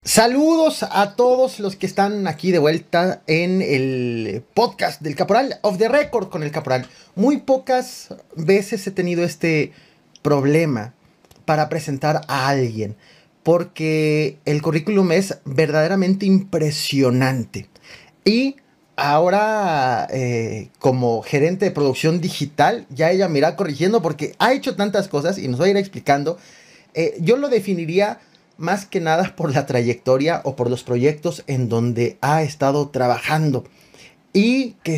Saludos a todos los que están aquí de vuelta en el podcast del Caporal, Off the Record con el Caporal. Muy pocas veces he tenido este problema para presentar a alguien, porque el currículum es verdaderamente impresionante. Y ahora, como gerente de producción digital, ya ella me irá corrigiendo porque ha hecho tantas cosas y nos va a ir explicando. Yo lo definiría más que nada por la trayectoria o por los proyectos en donde ha estado trabajando y que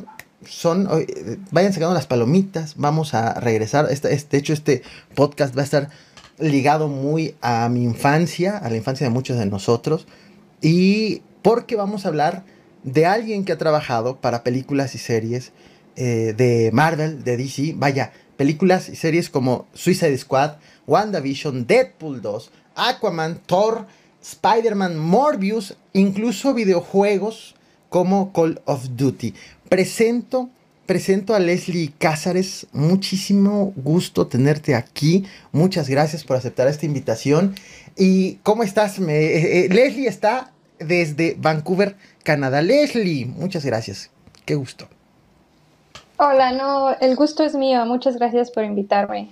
vayan sacando las palomitas, vamos a regresar. De hecho, este podcast va a estar ligado muy a mi infancia, a la infancia de muchos de nosotros, y porque vamos a hablar de alguien que ha trabajado para películas y series de Marvel, de DC, vaya, películas y series como Suicide Squad, WandaVision, Deadpool 2, Aquaman, Thor, Spider-Man, Morbius, incluso videojuegos como Call of Duty. Presento a Leslie Cázares. Muchísimo gusto tenerte aquí. Muchas gracias por aceptar esta invitación. ¿Y cómo estás? Leslie está desde Vancouver, Canadá. Leslie, muchas gracias. Qué gusto. Hola, no, el gusto es mío. Muchas gracias por invitarme.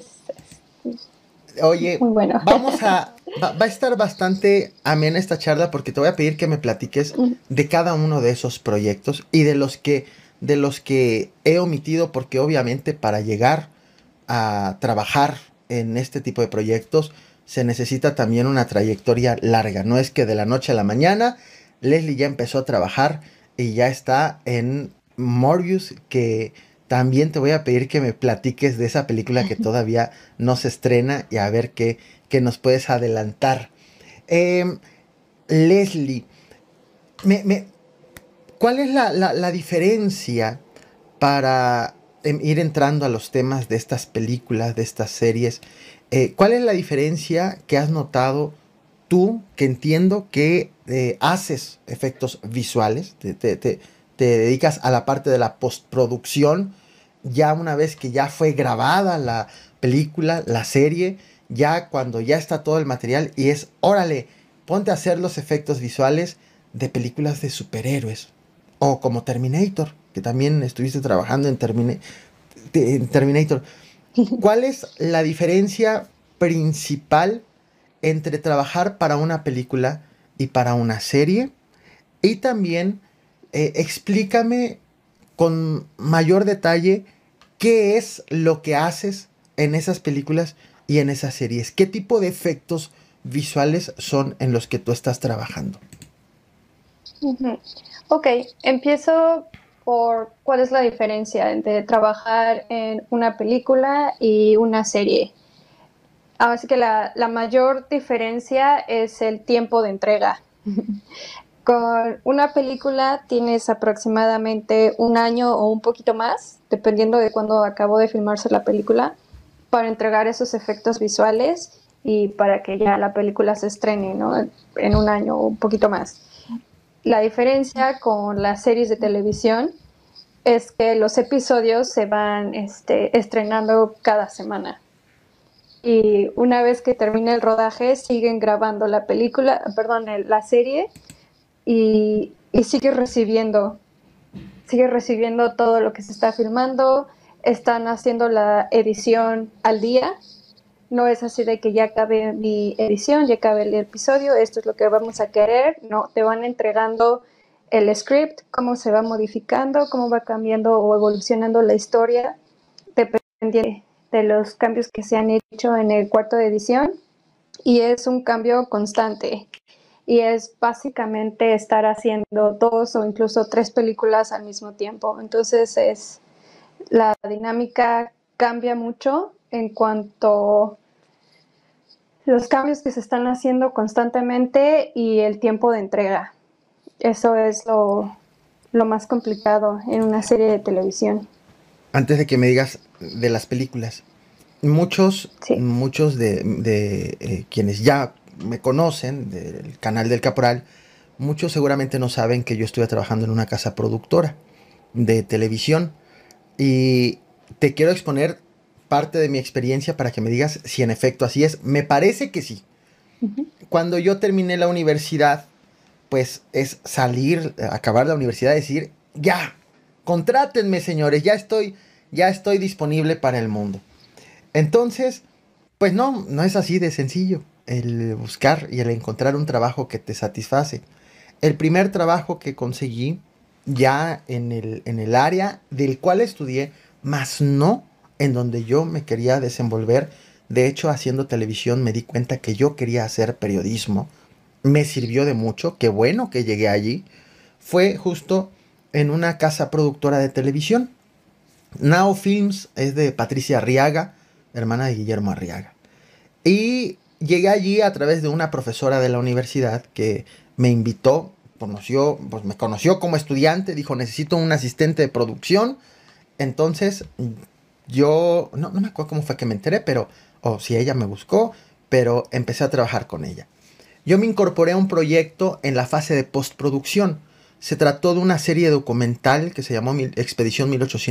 Oye, muy bueno. va a estar bastante amena esta charla porque te voy a pedir que me platiques de cada uno de esos proyectos y de los que he omitido, porque obviamente para llegar a trabajar en este tipo de proyectos se necesita también una trayectoria larga. No es que de la noche a la mañana Leslie ya empezó a trabajar y ya está en Morbius, que también te voy a pedir que me platiques de esa película que todavía no se estrena y a ver qué nos puedes adelantar. Eh, Leslie, me, me, ¿cuál es la diferencia para ir entrando a los temas de estas películas, de estas series? ¿Cuál es la diferencia que has notado tú, que entiendo que haces efectos visuales, te dedicas a la parte de la postproducción, ya una vez que ya fue grabada la película, la serie, ya cuando ya está todo el material y es, órale, ponte a hacer los efectos visuales de películas de superhéroes? O como Terminator, que también estuviste trabajando en Terminator. ¿Cuál es la diferencia principal entre trabajar para una película y para una serie? Y también explícame con mayor detalle qué es lo que haces en esas películas y en esas series. ¿Qué tipo de efectos visuales son en los que tú estás trabajando? Ok, empiezo por cuál es la diferencia entre trabajar en una película y una serie. Así que la mayor diferencia es el tiempo de entrega. Con una película tienes aproximadamente un año o un poquito más, dependiendo de cuándo acabó de filmarse la película, para entregar esos efectos visuales y para que ya la película se estrene, ¿no? En un año o un poquito más. La diferencia con las series de televisión es que los episodios se van estrenando cada semana. Y una vez que termina el rodaje, siguen grabando la serie y sigue recibiendo todo lo que se está filmando, están haciendo la edición al día. No es así de que ya acabe mi edición, ya acabe el episodio, esto es lo que vamos a querer. No, te van entregando el script, cómo se va modificando, cómo va cambiando o evolucionando la historia, dependiendo de los cambios que se han hecho en el cuarto de edición. Y es un cambio constante. Y es básicamente estar haciendo 2 o incluso 3 películas al mismo tiempo. Entonces la dinámica cambia mucho en cuanto los cambios que se están haciendo constantemente y el tiempo de entrega. Eso es lo más complicado en una serie de televisión. Antes de que me digas de las películas, Sí. muchos de quienes ya me conocen del canal del Caporal, muchos seguramente no saben que yo estuve trabajando en una casa productora de televisión y te quiero exponer parte de mi experiencia para que me digas si en efecto así es. Me parece que sí. Uh-huh. cuando yo terminé la universidad, pues es salir, acabar la universidad y decir, ya, contrátenme, señores, ya estoy disponible para el mundo. Entonces, pues no, no es así de sencillo el buscar y el encontrar un trabajo que te satisface. El primer trabajo que conseguí ya en el área del cual estudié, más no en donde yo me quería desenvolver. De hecho, haciendo televisión me di cuenta que yo quería hacer periodismo. Me sirvió de mucho, qué bueno que llegué allí. Fue justo en una casa productora de televisión. Now Films es de Patricia Arriaga, hermana de Guillermo Arriaga. Y llegué allí a través de una profesora de la universidad que me invitó, pues me conoció como estudiante, dijo, necesito un asistente de producción. Entonces, yo, no me acuerdo cómo fue que me enteré, pero, o si ella me buscó, pero empecé a trabajar con ella. Yo me incorporé a un proyecto en la fase de postproducción. Se trató de una serie documental que se llamó Expedición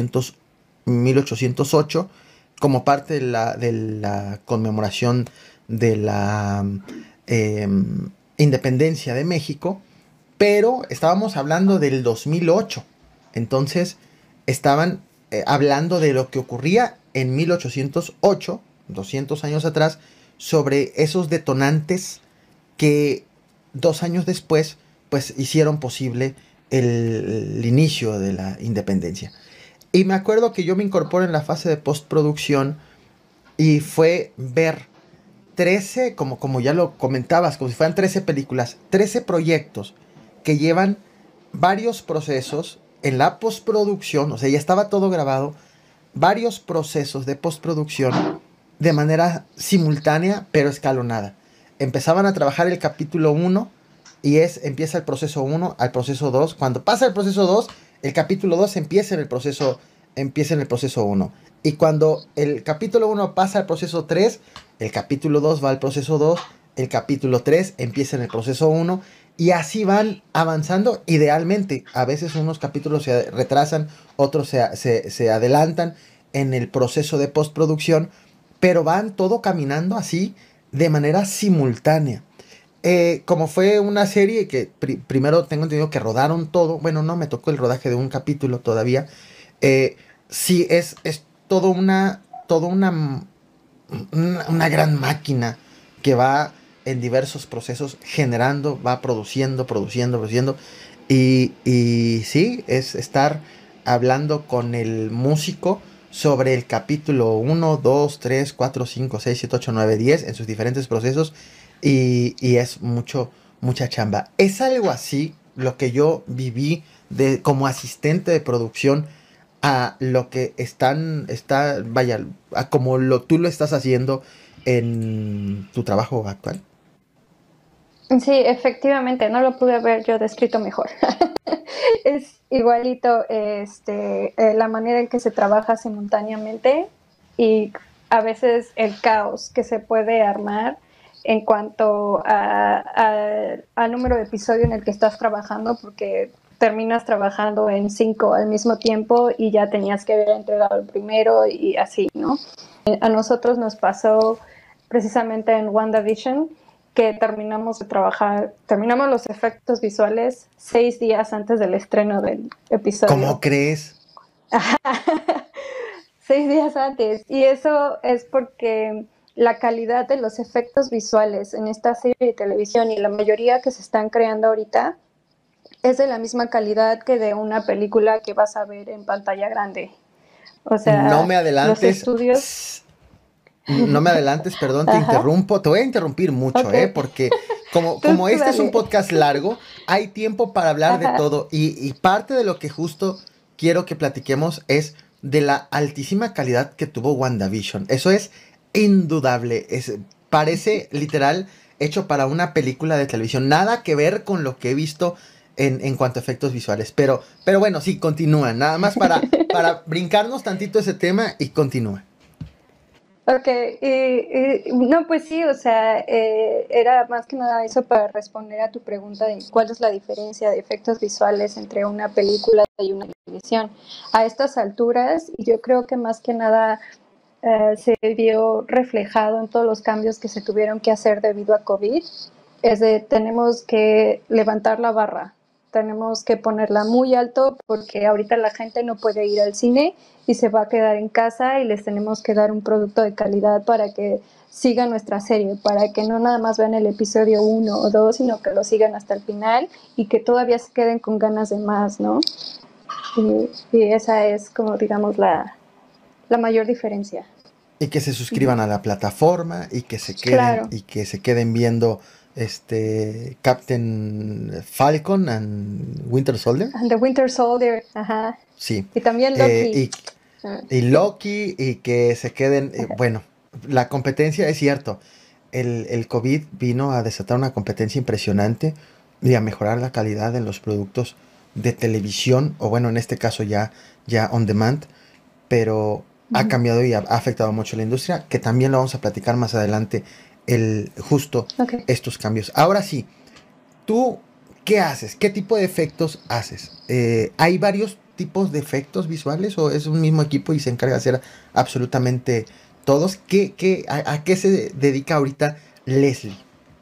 1808, como parte de la conmemoración de la eh, independencia de México, pero estábamos hablando del 2008. Entonces estaban hablando de lo que ocurría en 1808, 200 años atrás, sobre esos detonantes que 2 años después pues hicieron posible el inicio de la independencia. Y me acuerdo que yo me incorporo en la fase de postproducción y fue ver 13, como ya lo comentabas, como si fueran 13 películas, 13 proyectos que llevan varios procesos en la postproducción, o sea, ya estaba todo grabado, varios procesos de postproducción de manera simultánea, pero escalonada. Empezaban a trabajar el capítulo 1 y empieza el proceso 1 al proceso 2. Cuando pasa el proceso 2, el capítulo 2 empieza en el proceso 1. Y cuando el capítulo 1 pasa al proceso 3, el capítulo 2 va al proceso 2, el capítulo 3 empieza en el proceso 1 y así van avanzando idealmente. A veces unos capítulos se retrasan, otros se adelantan en el proceso de postproducción, pero van todo caminando así de manera simultánea. Como fue una serie que primero tengo entendido que rodaron todo, bueno, no me tocó el rodaje de un capítulo todavía. Sí, es todo una gran máquina que va en diversos procesos generando, va produciendo. Y sí, es estar hablando con el músico sobre el capítulo 1, 2, 3, 4, 5, 6, 7, 8, 9, 10 en sus diferentes procesos y es mucha chamba. Es algo así lo que yo viví como asistente de producción a lo que vaya, a como tú lo estás haciendo en tu trabajo actual. Sí, efectivamente, no lo pude haber yo descrito mejor. Es igualito la manera en que se trabaja simultáneamente y a veces el caos que se puede armar en cuanto al número de episodio en el que estás trabajando, porque terminas trabajando en 5 al mismo tiempo y ya tenías que haber entregado el primero y así, ¿no? A nosotros nos pasó precisamente en WandaVision que terminamos de trabajar, terminamos los efectos visuales 6 días antes del estreno del episodio. ¿Cómo crees? 6 días antes. Y eso es porque la calidad de los efectos visuales en esta serie de televisión y la mayoría que se están creando ahorita es de la misma calidad que de una película que vas a ver en pantalla grande. O sea, no me adelantes, los estudios... No me adelantes, perdón, te interrumpo. Te voy a interrumpir mucho, Okay. Porque como este es un podcast largo, hay tiempo para hablar de todo. Y parte de lo que justo quiero que platiquemos es de la altísima calidad que tuvo WandaVision. Eso es indudable. Parece literal hecho para una película de televisión. Nada que ver con lo que he visto en cuanto a efectos visuales. Pero bueno, sí, continúa. Nada más para brincarnos tantito ese tema y continúa. Ok, no, pues sí, o sea, era más que nada eso para responder a tu pregunta de cuál es la diferencia de efectos visuales entre una película y una televisión. A estas alturas, yo creo que más que nada se vio reflejado en todos los cambios que se tuvieron que hacer debido a COVID, es de tenemos que levantar la barra, tenemos que ponerla muy alto porque ahorita la gente no puede ir al cine y se va a quedar en casa y les tenemos que dar un producto de calidad para que sigan nuestra serie, para que no nada más vean el episodio 1 o 2, sino que lo sigan hasta el final y que todavía se queden con ganas de más, ¿no? Y esa es como, digamos, la mayor diferencia. Y que se suscriban a la plataforma y que se queden Claro. y que se queden viendo Captain Falcon and Winter Soldier. And the Winter Soldier, ajá. Sí. Y también Loki. Y, y Loki y que se queden, bueno, la competencia es cierto. El COVID vino a desatar una competencia impresionante y a mejorar la calidad de los productos de televisión, o bueno, en este caso ya on demand, pero ha cambiado y ha afectado mucho la industria, que también lo vamos a platicar más adelante, justo Okay. estos cambios. Ahora sí, ¿tú qué haces? ¿Qué tipo de efectos haces? ¿Hay varios tipos de efectos visuales o es un mismo equipo y se encarga de hacer absolutamente todos? ¿A qué se dedica ahorita Leslie?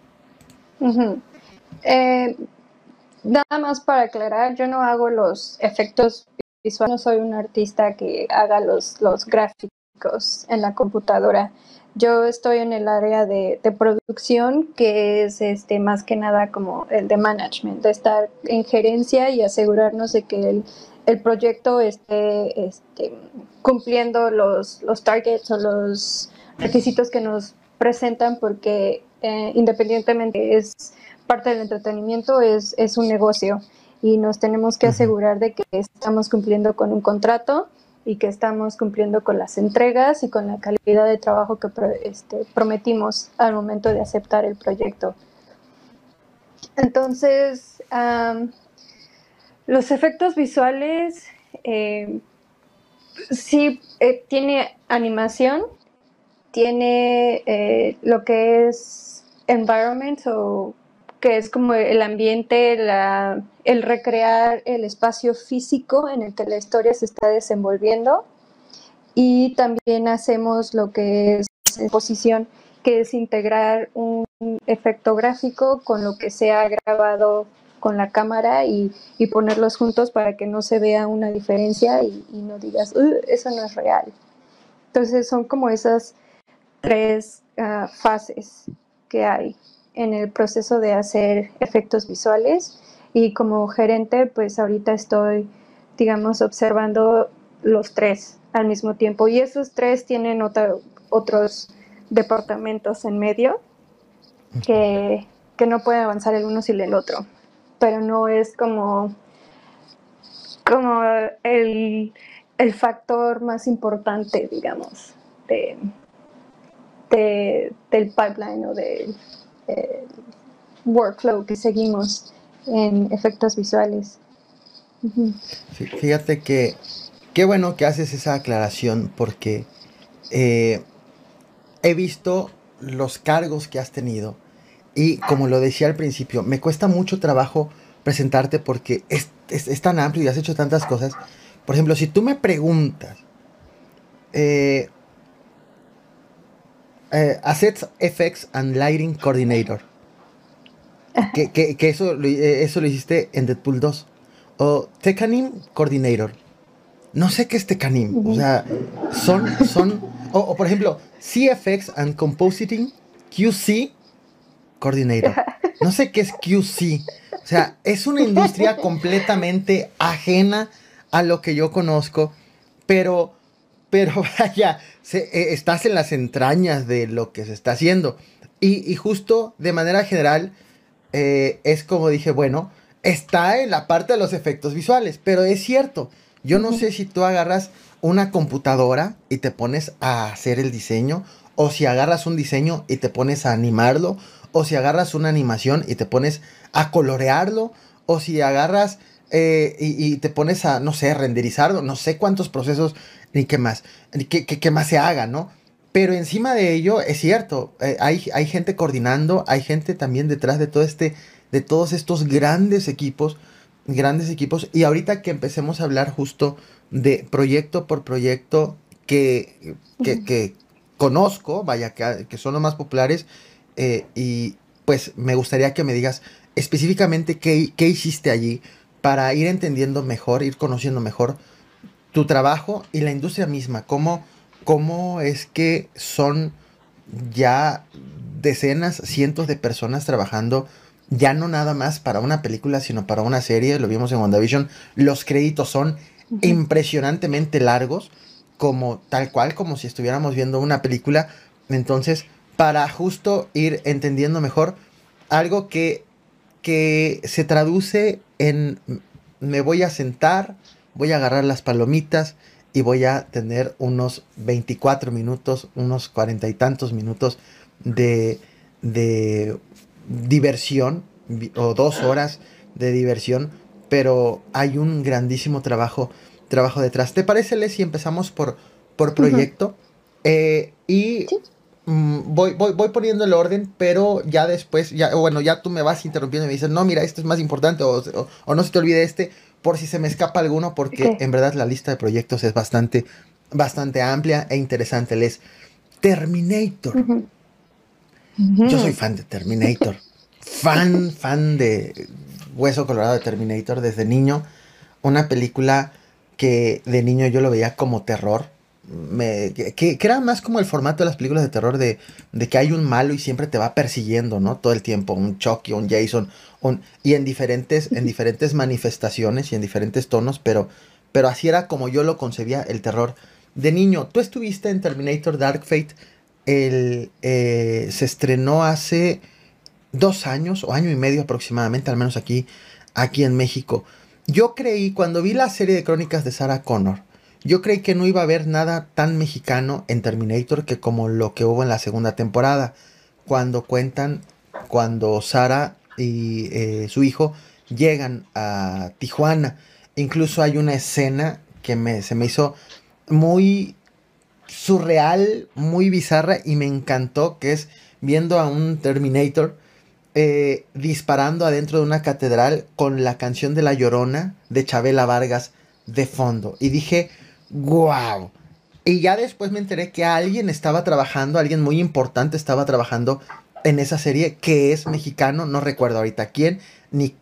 Nada más para aclarar, yo no hago los efectos visuales, no soy un artista que haga los gráficos en la computadora. Yo estoy en el área de producción, que es más que nada como el de management, de estar en gerencia y asegurarnos de que el proyecto esté cumpliendo los targets o los requisitos que nos presentan, porque independientemente es parte del entretenimiento, es un negocio y nos tenemos que asegurar de que estamos cumpliendo con un contrato y que estamos cumpliendo con las entregas y con la calidad de trabajo que prometimos al momento de aceptar el proyecto. Entonces, los efectos visuales, sí, tiene animación, tiene lo que es environment, o que es como el ambiente, el recrear el espacio físico en el que la historia se está desenvolviendo. Y también hacemos lo que es exposición, que es integrar un efecto gráfico con lo que se ha grabado con la cámara y ponerlos juntos para que no se vea una diferencia y no digas, eso no es real. Entonces son como esas tres fases que hay en el proceso de hacer efectos visuales, y como gerente pues ahorita estoy, digamos, observando los tres al mismo tiempo, y esos tres tienen otros departamentos en medio que no pueden avanzar el uno sin el otro, pero no es como el factor más importante, digamos, del pipeline o del workflow que seguimos en efectos visuales. Fíjate que qué bueno que haces esa aclaración porque he visto los cargos que has tenido y como lo decía al principio, me cuesta mucho trabajo presentarte porque es tan amplio y has hecho tantas cosas. Por ejemplo, si tú me preguntas, Assets FX and Lighting Coordinator, que eso lo hiciste en Deadpool 2, o Tecanim Coordinator. No sé qué es Tecanim, o sea, o por ejemplo, CFX and Compositing QC Coordinator. No sé qué es QC. O sea, es una industria completamente ajena a lo que yo conozco, pero vaya, estás en las entrañas de lo que se está haciendo. Y justo de manera general, es como dije, bueno, está en la parte de los efectos visuales, pero es cierto, yo no sé si tú agarras una computadora y te pones a hacer el diseño, o si agarras un diseño y te pones a animarlo, o si agarras una animación y te pones a colorearlo, o si agarras y te pones a, no sé, renderizarlo, no sé cuántos procesos ni qué más, qué más se haga, ¿no? Pero encima de ello, es cierto, hay gente coordinando, hay gente también detrás de de todos estos grandes equipos, y ahorita que empecemos a hablar justo de proyecto por proyecto que conozco, vaya, que son los más populares, y pues me gustaría que me digas específicamente qué hiciste allí para ir entendiendo mejor, ir conociendo mejor tu trabajo y la industria misma. ¿Cómo es que son ya decenas, cientos de personas trabajando ya no nada más para una película, sino para una serie? Lo vimos en WandaVision. Los créditos son Ujú. impresionantemente largos, como tal cual, como si estuviéramos viendo una película. Entonces, para justo ir entendiendo mejor algo que se traduce en me voy a sentar, voy a agarrar las palomitas y voy a tener unos 24 minutos, unos 40 y tantos minutos de, de diversión o 2 horas de diversión, pero hay un grandísimo trabajo detrás. ¿Te parece, Les, si empezamos por Ujú. proyecto? Y Sí. voy poniendo el orden, pero ya después, ya, bueno, ya tú me vas interrumpiendo y me dices, no, mira, esto es más importante, o no se te olvide este, por si se me escapa alguno, porque Ok. en verdad la lista de proyectos es bastante amplia e interesante. Les Terminator. Ujú. Yo soy Ujú. fan de Terminator. Fan de Hueso Colorado de Terminator desde niño. Una película que de niño yo lo veía como terror. Que era más como el formato de las películas de terror de que hay un malo y siempre te va persiguiendo, ¿no? Todo el tiempo, un Chucky, un Jason, y en diferentes manifestaciones y en diferentes tonos, pero así era como yo lo concebía el terror de niño. Tú estuviste en Terminator Dark Fate, se estrenó hace 2 años o año y medio aproximadamente, al menos aquí en México. Yo creí, cuando vi la serie de crónicas de Sarah Connor, yo creí que no iba a haber nada tan mexicano en Terminator que como lo que hubo en la segunda temporada, cuando cuando Sarah y su hijo llegan a Tijuana. Incluso hay una escena que se me hizo muy surreal, muy bizarra y me encantó, que es viendo a un Terminator disparando adentro de una catedral con la canción de La Llorona de Chabela Vargas de fondo. Y dije, wow. Y ya después me enteré que alguien estaba trabajando, alguien muy importante estaba trabajando en esa serie, que es mexicano, no recuerdo ahorita quién, ni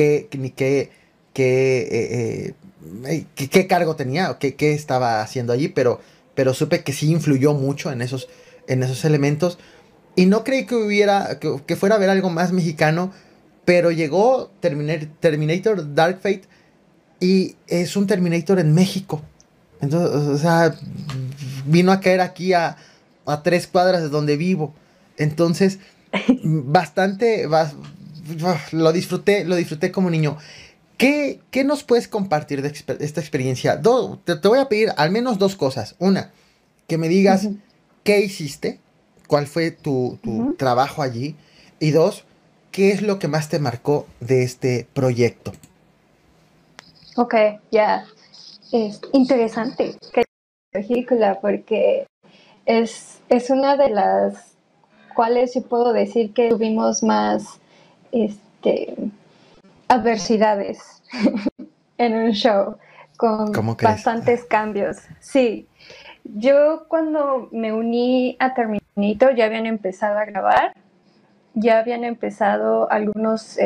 qué cargo tenía o qué estaba haciendo allí, pero supe que sí influyó mucho en esos elementos. Y no creí que fuera a haber algo más mexicano, pero llegó Terminator Dark Fate y es un Terminator en México. Entonces, o sea, vino a caer aquí a 3 cuadras de donde vivo. Entonces, bastante, lo disfruté como niño. ¿Qué nos puedes compartir de esta experiencia? Te voy a pedir al menos 2 cosas. Una, que me digas Ujú. qué hiciste, cuál fue tu Ujú. trabajo allí. Y dos, qué es lo que más te marcó de este proyecto. Ok, ya. Es interesante que película porque es una de las cuales yo puedo decir que tuvimos más este, adversidades en un show con ¿Cómo crees? bastantes cambios. Sí, yo cuando me uní a Terminator ya habían empezado a grabar, ya habían empezado algunos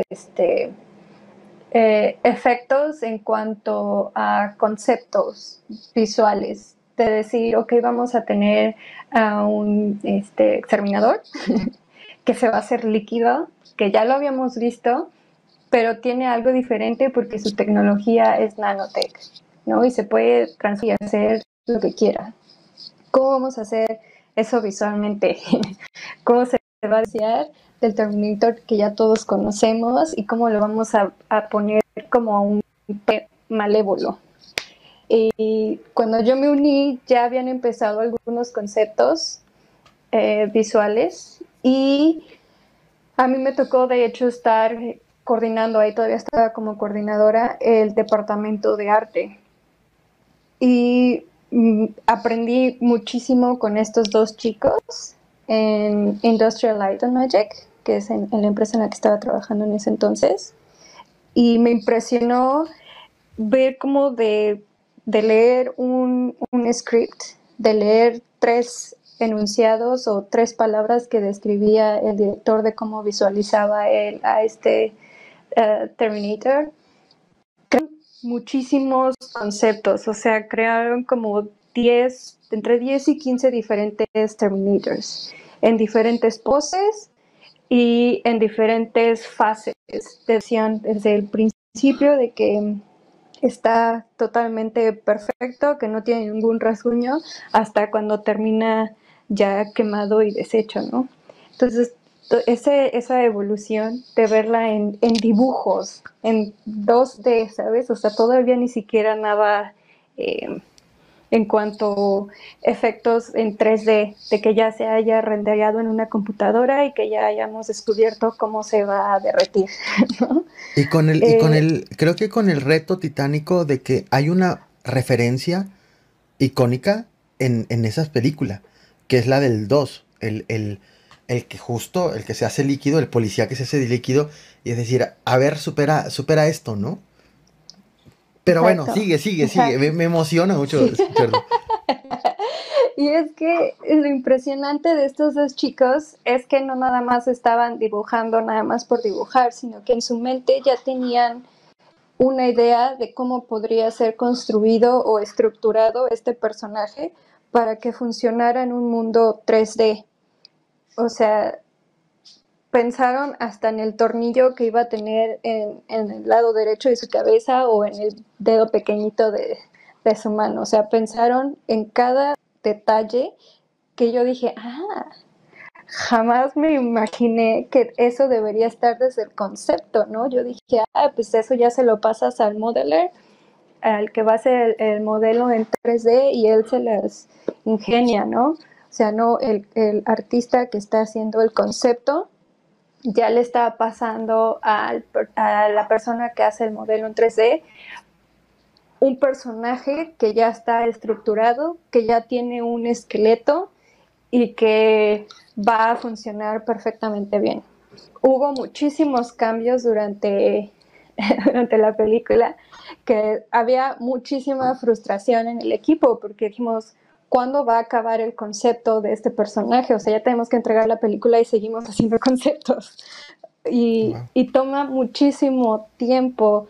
efectos en cuanto a conceptos visuales, de decir, ok, vamos a tener a un exterminador que se va a hacer líquido, que ya lo habíamos visto, pero tiene algo diferente porque su tecnología es nanotech, ¿no? Y se puede transferir y hacer lo que quiera. ¿Cómo vamos a hacer eso visualmente? ¿Cómo se va a desear del Terminator que ya todos conocemos y cómo lo vamos a poner como un malévolo? Y cuando yo me uní ya habían empezado algunos conceptos visuales y a mí me tocó de hecho estar coordinando, ahí todavía estaba como coordinadora, el departamento de arte. Y aprendí muchísimo con estos dos chicos en Industrial Light and Magic, que es en la empresa en la que estaba trabajando en ese entonces. Y me impresionó ver cómo de leer un script, de leer 3 enunciados o 3 palabras que describía el director de cómo visualizaba él a este Terminator. Crearon muchísimos conceptos, o sea, crearon como entre 10 y 15 diferentes Terminators en diferentes poses y en diferentes fases. Decían desde el principio de que está totalmente perfecto, que no tiene ningún rasguño, hasta cuando termina ya quemado y deshecho, ¿no? Entonces, esa evolución de verla en dibujos, en 2D, ¿sabes? O sea, todavía ni siquiera nada en cuanto a efectos en 3D, de que ya se haya rendereado en una computadora y que ya hayamos descubierto cómo se va a derretir, ¿no? Creo que con el reto titánico de que hay una referencia icónica en esas películas, que es la del 2 el que justo, el que se hace líquido, el policía que se hace líquido, y es decir, a ver, supera esto, ¿no? Pero bueno, Exacto, sigue, exacto. me emociona mucho Sí. escucharlo. Y es que lo impresionante de estos 2 chicos es que no nada más estaban dibujando nada más por dibujar, sino que en su mente ya tenían una idea de cómo podría ser construido o estructurado este personaje para que funcionara en un mundo 3D. O sea, pensaron hasta en el tornillo que iba a tener en el lado derecho de su cabeza o en el dedo pequeñito de su mano. O sea, pensaron en cada detalle que yo dije, jamás me imaginé que eso debería estar desde el concepto, ¿no? Yo dije, pues eso ya se lo pasas al modeler, al que va a hacer el modelo en 3D y él se las ingenia, ¿no? O sea, no el artista que está haciendo el concepto ya le está pasando a la persona que hace el modelo en 3D un personaje que ya está estructurado, que ya tiene un esqueleto y que va a funcionar perfectamente bien. Hubo muchísimos cambios durante la película, que había muchísima frustración en el equipo porque dijimos, ¿cuándo va a acabar el concepto de este personaje? O sea, ya tenemos que entregar la película y seguimos haciendo conceptos. Wow. Y toma muchísimo tiempo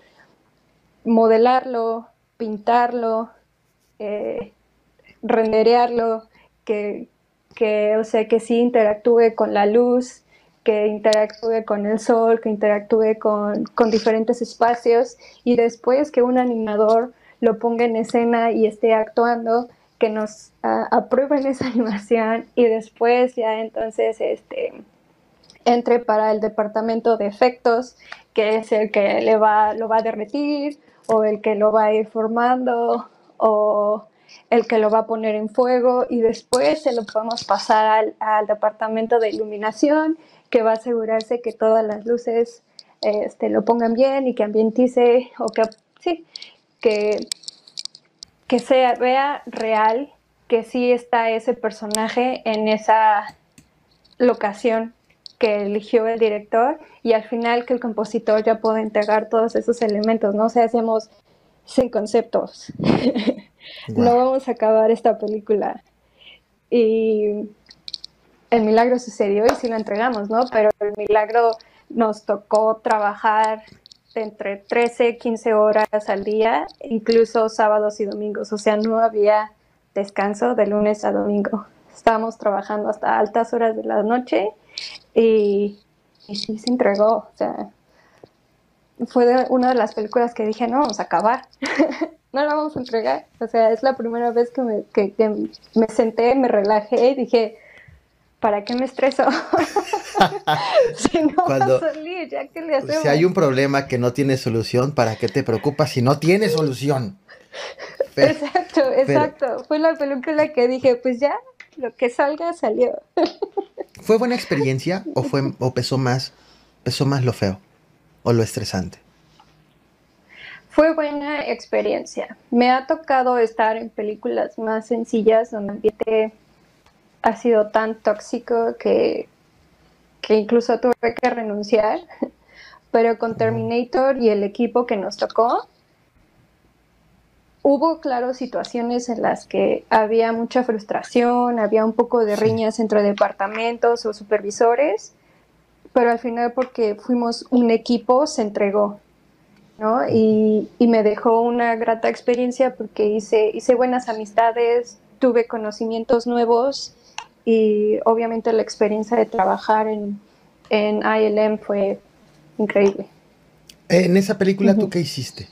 modelarlo, pintarlo, eh, renderearlo, que, o sea, que sí interactúe con la luz, que interactúe con el sol, que interactúe con diferentes espacios y después que un animador lo ponga en escena y esté actuando, que nos aprueben esa animación y después ya entonces entre para el departamento de efectos, que es el que lo va a derretir o el que lo va a ir formando o el que lo va a poner en fuego y después se lo podemos pasar al departamento de iluminación que va a asegurarse que todas las luces lo pongan bien y que ambientice o que sí, que, que se vea real, que sí está ese personaje en esa locación que eligió el director y al final que el compositor ya pueda integrar todos esos elementos, ¿no? O sea, hacemos sin conceptos. Wow. No vamos a acabar esta película. Y el milagro sucedió y sí lo entregamos, ¿no? Pero el milagro nos tocó trabajar de entre 13, 15 horas al día, incluso sábados y domingos. O sea, no había descanso de lunes a domingo. Estábamos trabajando hasta altas horas de la noche y sí se entregó. O sea, fue una de las películas que dije, no vamos a acabar. No la vamos a entregar. O sea, es la primera vez que me senté, me relajé y dije, ¿para qué me estreso? Si no va a Cuando, salir, ¿ya qué le si hay hacemos? un problema que no tiene solución, ¿para qué te preocupas si no tiene solución? Pero, Exacto, pero, exacto. Fue la película que dije, pues ya, lo que salga salió. ¿fue buena experiencia o pesó más lo feo o lo estresante? Fue buena experiencia. Me ha tocado estar en películas más sencillas donde el ambiente ha sido tan tóxico que incluso tuve que renunciar, pero con Wow. Terminator y el equipo que nos tocó, Hubo, claro, situaciones en las que había mucha frustración, había un poco de Sí. riñas entre departamentos o supervisores, pero al final porque fuimos un equipo se entregó, ¿no? Y me dejó una grata experiencia porque hice buenas amistades, tuve conocimientos nuevos y obviamente la experiencia de trabajar en ILM fue increíble. En esa película, ¿tú Uh-huh. qué hiciste?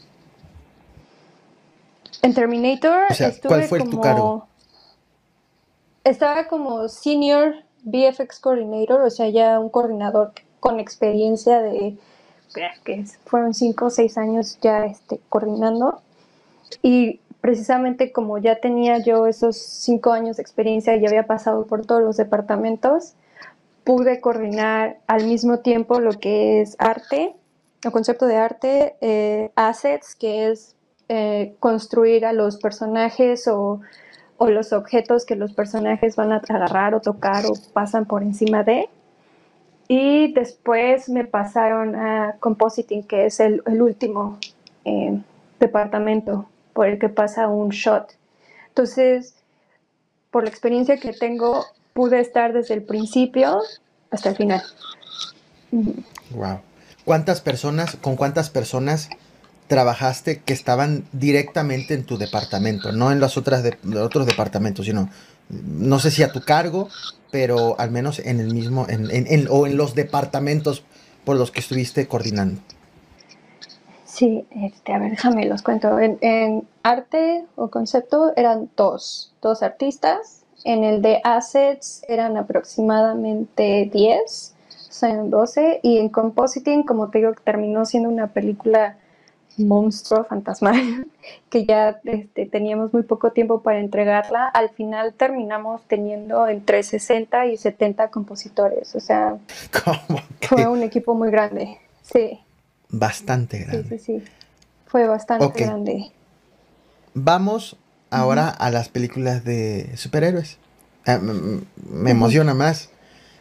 En Terminator O sea, ¿cuál fue tu cargo? estaba como senior VFX coordinator, o sea, ya un coordinador con experiencia de que fueron 5 o 6 años ya coordinando. Y precisamente como ya tenía yo esos 5 años de experiencia y ya había pasado por todos los departamentos, pude coordinar al mismo tiempo lo que es arte, el concepto de arte, assets, que es construir a los personajes o los objetos que los personajes van a agarrar o tocar o pasan por encima de. Y después me pasaron a compositing, que es el último eh, departamento por el que pasa un shot. Entonces, por la experiencia que tengo, pude estar desde el principio hasta el final. Wow. ¿Con cuántas personas trabajaste que estaban directamente en tu departamento? No en los otros departamentos, sino, no sé si a tu cargo, pero al menos en el mismo, o en los departamentos por los que estuviste coordinando. Sí, a ver, déjame los cuento. En arte o concepto eran dos artistas. En el de assets eran aproximadamente 10, o sea, 12. Y en compositing, como te digo, terminó siendo una película monstruo fantasmal que ya teníamos muy poco tiempo para entregarla. Al final terminamos teniendo entre 60 y 70 compositores. O sea, Como fue que un equipo muy grande. Sí, bastante sí, sí, grande. sí. Fue bastante Ok, grande. vamos Uh-huh. ahora a las películas de superhéroes. Me Uh-huh. emociona más.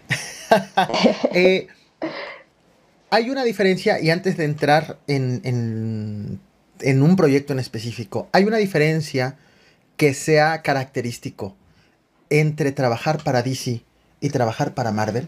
Eh, Hay una diferencia, y antes de entrar en un proyecto en específico, hay una diferencia que sea característico entre trabajar para DC y trabajar para Marvel.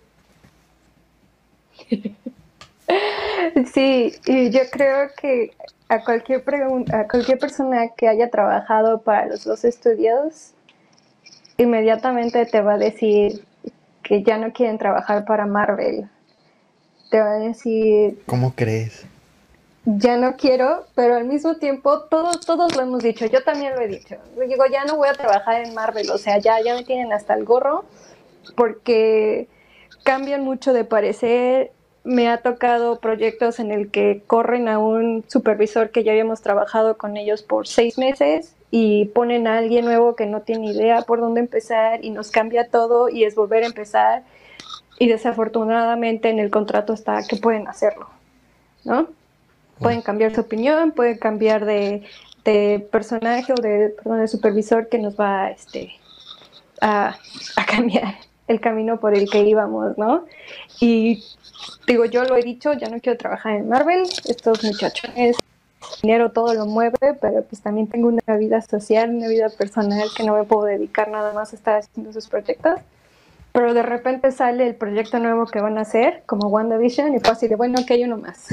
Sí, y yo creo que a cualquier persona que haya trabajado para los dos estudios, inmediatamente te va a decir que ya no quieren trabajar para Marvel. Te va a decir, ¿Cómo crees? ya no quiero, pero al mismo tiempo todos lo hemos dicho, yo también lo he dicho. Digo, ya no voy a trabajar en Marvel, o sea, ya me tienen hasta el gorro porque cambian mucho de parecer. Me ha tocado proyectos en el que corren a un supervisor que ya habíamos trabajado con ellos por 6 meses y ponen a alguien nuevo que no tiene idea por dónde empezar y nos cambia todo y es volver a empezar y desafortunadamente en el contrato está que pueden hacerlo, ¿no? Uy, Pueden cambiar su opinión, pueden cambiar de personaje o de supervisor que nos va a, a cambiar el camino por el que íbamos, ¿no? Y digo, yo lo he dicho, ya no quiero trabajar en Marvel, estos muchachones, dinero todo lo mueve, pero pues también tengo una vida social, una vida personal que no me puedo dedicar nada más a estar haciendo sus proyectos. Pero de repente sale el proyecto nuevo que van a hacer, como WandaVision, y fue así de, bueno, que hay uno más.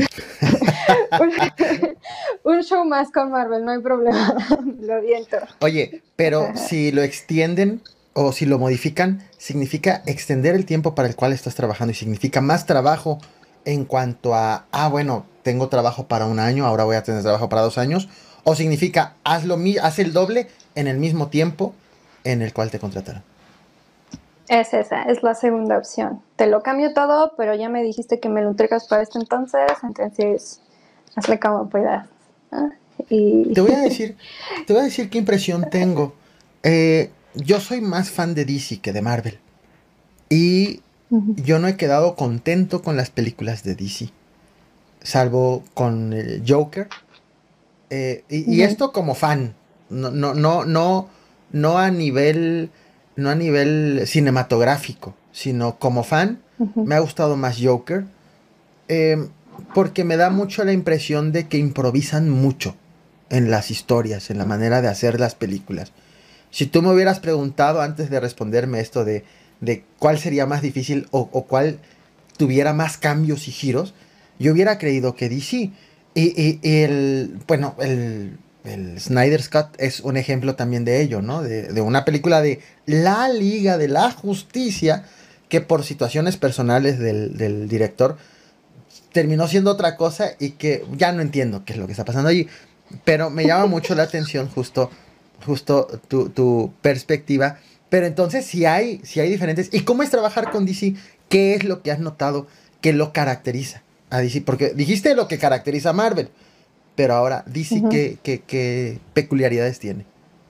Un show más con Marvel, no hay problema, lo aviento. oye, pero Ajá. si lo extienden o si lo modifican, significa extender el tiempo para el cual estás trabajando y significa más trabajo en cuanto a, bueno, tengo trabajo para un año, ahora voy a tener trabajo para 2 años, o significa, haz el doble en el mismo tiempo en el cual te contrataron. Es esa, es la segunda opción. Te lo cambio todo, pero ya me dijiste que me lo entregas para este entonces hazle como puedas. ¿No? Y Te voy a decir, te voy a decir qué impresión tengo. Yo soy más fan de DC que de Marvel. Y yo no he quedado contento con las películas de DC. Salvo con el Joker. Y esto como fan. No, no, no, no, no a nivel. No a nivel cinematográfico. Sino como fan. Me ha gustado más Joker. eh, Porque me da mucho la impresión de que improvisan mucho en las historias, en la manera de hacer las películas. Si tú me hubieras preguntado antes de responderme esto de cuál sería más difícil o cuál tuviera más cambios y giros, yo hubiera creído que DC. Bueno, el Snyder's Cut es un ejemplo también de ello, ¿no? De una película de la Liga de la Justicia que por situaciones personales del director terminó siendo otra cosa y que ya no entiendo qué es lo que está pasando allí. Pero me llama mucho la atención justo tu perspectiva. Pero entonces si hay diferentes. ¿Y cómo es trabajar con DC? ¿Qué es lo que has notado que lo caracteriza a DC? Porque dijiste lo que caracteriza a Marvel, pero ahora DC, Ujú. ¿qué peculiaridades tiene?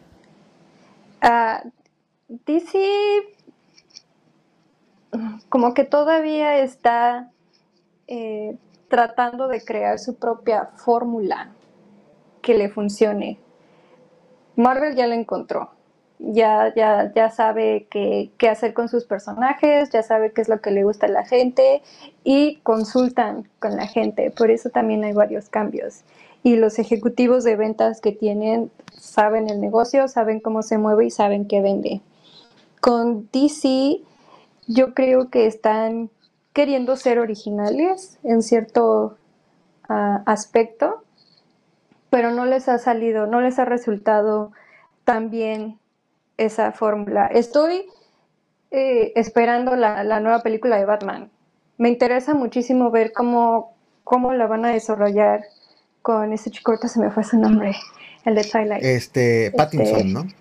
Ah, DC como que todavía está eh, tratando de crear su propia fórmula que le funcione. Marvel ya la encontró. Ya sabe qué hacer con sus personajes, ya sabe qué es lo que le gusta a la gente y consultan con la gente. Por eso también hay varios cambios. Y los ejecutivos de ventas que tienen saben el negocio, saben cómo se mueve y saben qué vende. Con DC, yo creo que están queriendo ser originales en cierto aspecto, pero no les ha salido, no les ha resultado tan bien esa fórmula. Estoy esperando la nueva película de Batman. Me interesa muchísimo ver cómo la van a desarrollar con ese chico, ahorita se me fue su nombre, el de Twilight. Pattinson, Este, ¿no?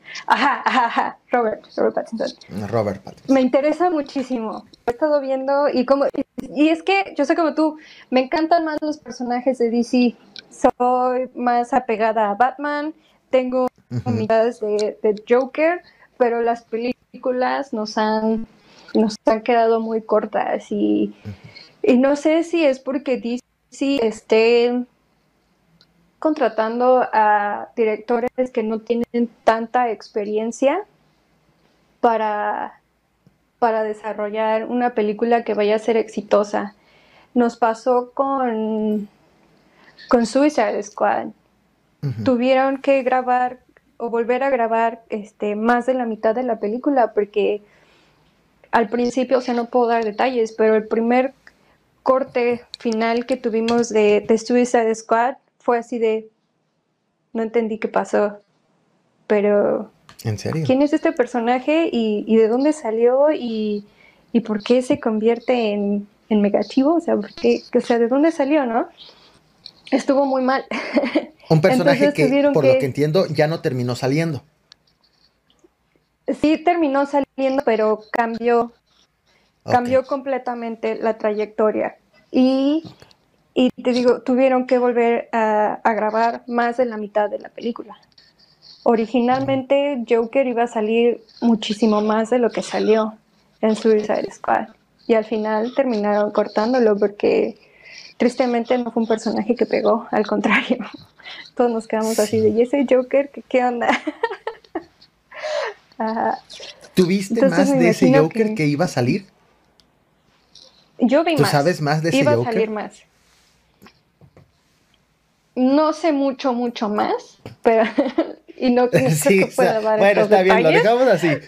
Robert Pattinson. Robert Me Pattinson. interesa muchísimo. He estado viendo y es que yo sé como tú, me encantan más los personajes de DC. Soy más apegada a Batman, tengo Ujú. mitades de Joker, pero las películas nos han quedado muy cortas y no sé si es porque DC esté contratando a directores que no tienen tanta experiencia para desarrollar una película que vaya a ser exitosa. Nos pasó con Suicide Squad. Ujú. Tuvieron que grabar o volver a grabar más de la mitad de la película porque al principio, o sea, no puedo dar detalles, pero el primer corte final que tuvimos de Suicide Squad fue así de, no entendí qué pasó, pero ¿En serio? ¿quién es este personaje y de dónde salió y por qué se convierte en negativo? O sea, o sea, ¿de dónde salió, no? Estuvo muy mal. Un personaje Entonces que, tuvieron por lo que que, entiendo, ya no terminó saliendo. sí terminó saliendo, pero Ok. cambió completamente la trayectoria. Y te digo, tuvieron que volver a grabar más de la mitad de la película. Originalmente Joker iba a salir muchísimo más de lo que salió en Suicide Squad. Y al final terminaron cortándolo porque tristemente no fue un personaje que pegó, al contrario. Todos nos quedamos así de, Sí. ¿y ese Joker qué onda? Ajá. ¿Tuviste Entonces me más de ese imagino Joker que que iba a salir? yo vi ¿Tú más, sabes más de ese iba a salir Joker? más. No sé mucho más, pero y no creo Sí, que pueda dar bueno, estos está bien, lo detalles, dejamos así.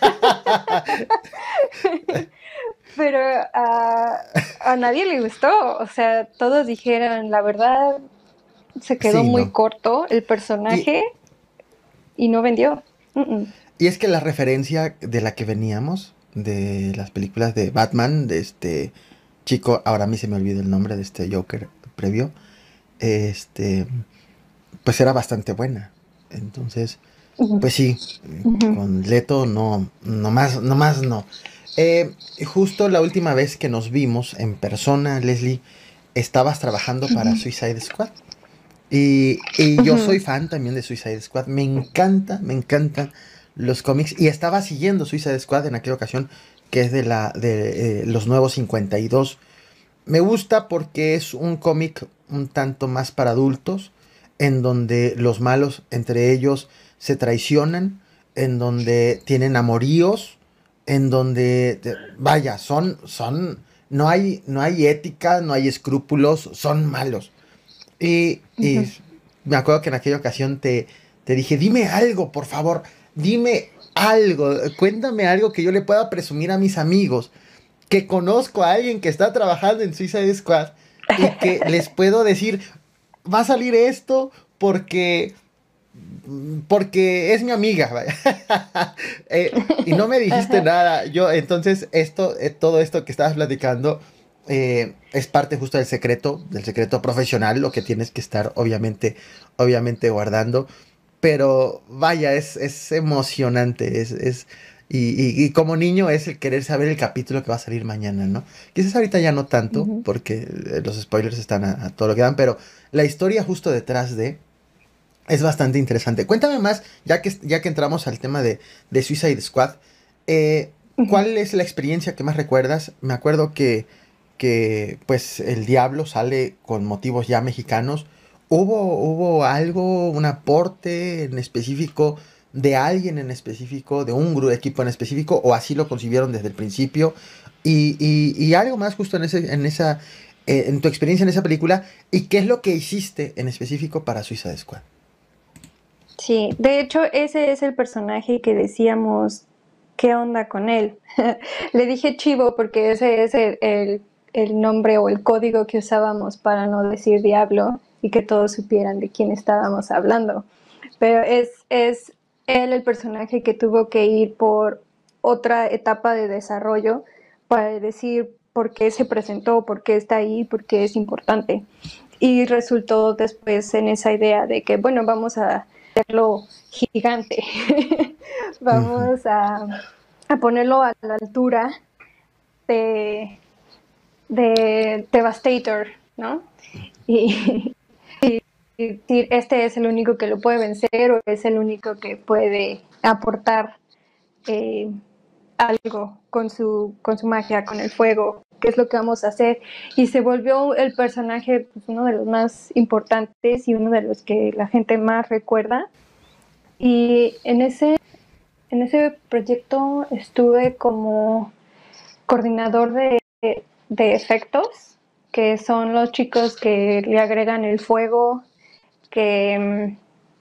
pero a nadie le gustó, o sea, todos dijeron, la verdad, se quedó Sí, muy no. corto el Y, personaje y no vendió. Mm-mm. y es que la referencia de la que veníamos, de las películas de Batman, de este chico, ahora a mí se me olvida el nombre de este Joker previo, este, pues era bastante buena. Entonces, Uh-huh. pues sí, Uh-huh. con Leto no más no. Justo la última vez que nos vimos en persona, Leslie, estabas trabajando para Uh-huh. Suicide Squad. Y yo soy Uh-huh. fan también de Suicide Squad. Me encantan los cómics. Y estaba siguiendo Suicide Squad en aquella ocasión, que es de los nuevos 52. Me gusta porque es un cómic un tanto más para adultos, en donde los malos entre ellos se traicionan, en donde tienen amoríos, en donde, vaya, no hay ética, no hay escrúpulos, son malos. Y Uh-huh. me acuerdo que en aquella ocasión te dije, dime algo, por favor, dime algo, cuéntame algo que yo le pueda presumir a mis amigos, que conozco a alguien que está trabajando en Suicide Squad y que les puedo decir, va a salir esto porque es mi amiga, vaya. Y no me dijiste Ajá. nada. Yo, entonces, todo esto que estabas platicando es parte justo del secreto profesional, lo que tienes que estar, obviamente guardando. Pero vaya, es emocionante. Y como niño es el querer saber el capítulo que va a salir mañana, ¿no? Quizás ahorita ya no tanto, Ujú. porque los spoilers están a todo lo que dan, pero la historia justo detrás de es bastante interesante. Cuéntame más, ya que entramos al tema de Suicide Squad, Ujú. ¿cuál es la experiencia que más recuerdas? Me acuerdo que pues el Diablo sale con motivos ya mexicanos. ¿Hubo algo, un aporte en específico de alguien en específico, de un grupo, equipo en específico, o así lo concibieron desde el principio? Y algo más justo en tu experiencia en esa película, ¿y qué es lo que hiciste en específico para Suicide Squad? Sí, de hecho ese es el personaje que decíamos, ¿qué onda con él? Le dije Chivo porque ese es el nombre o el código que usábamos para no decir diablo y que todos supieran de quién estábamos hablando. Pero es él el personaje que tuvo que ir por otra etapa de desarrollo para decir por qué se presentó, por qué está ahí, por qué es importante. Y resultó después en esa idea de que, bueno, vamos a hacerlo gigante, Ujú. vamos a ponerlo a la altura de, de Devastator, ¿no? Y, y decir, este es el único que lo puede vencer o es el único que puede aportar eh, algo con su magia, con el fuego, qué es lo que vamos a hacer. Y se volvió el personaje pues, uno de los más importantes y uno de los que la gente más recuerda. Y en ese proyecto estuve como coordinador de efectos, que son los chicos que le agregan el fuego, que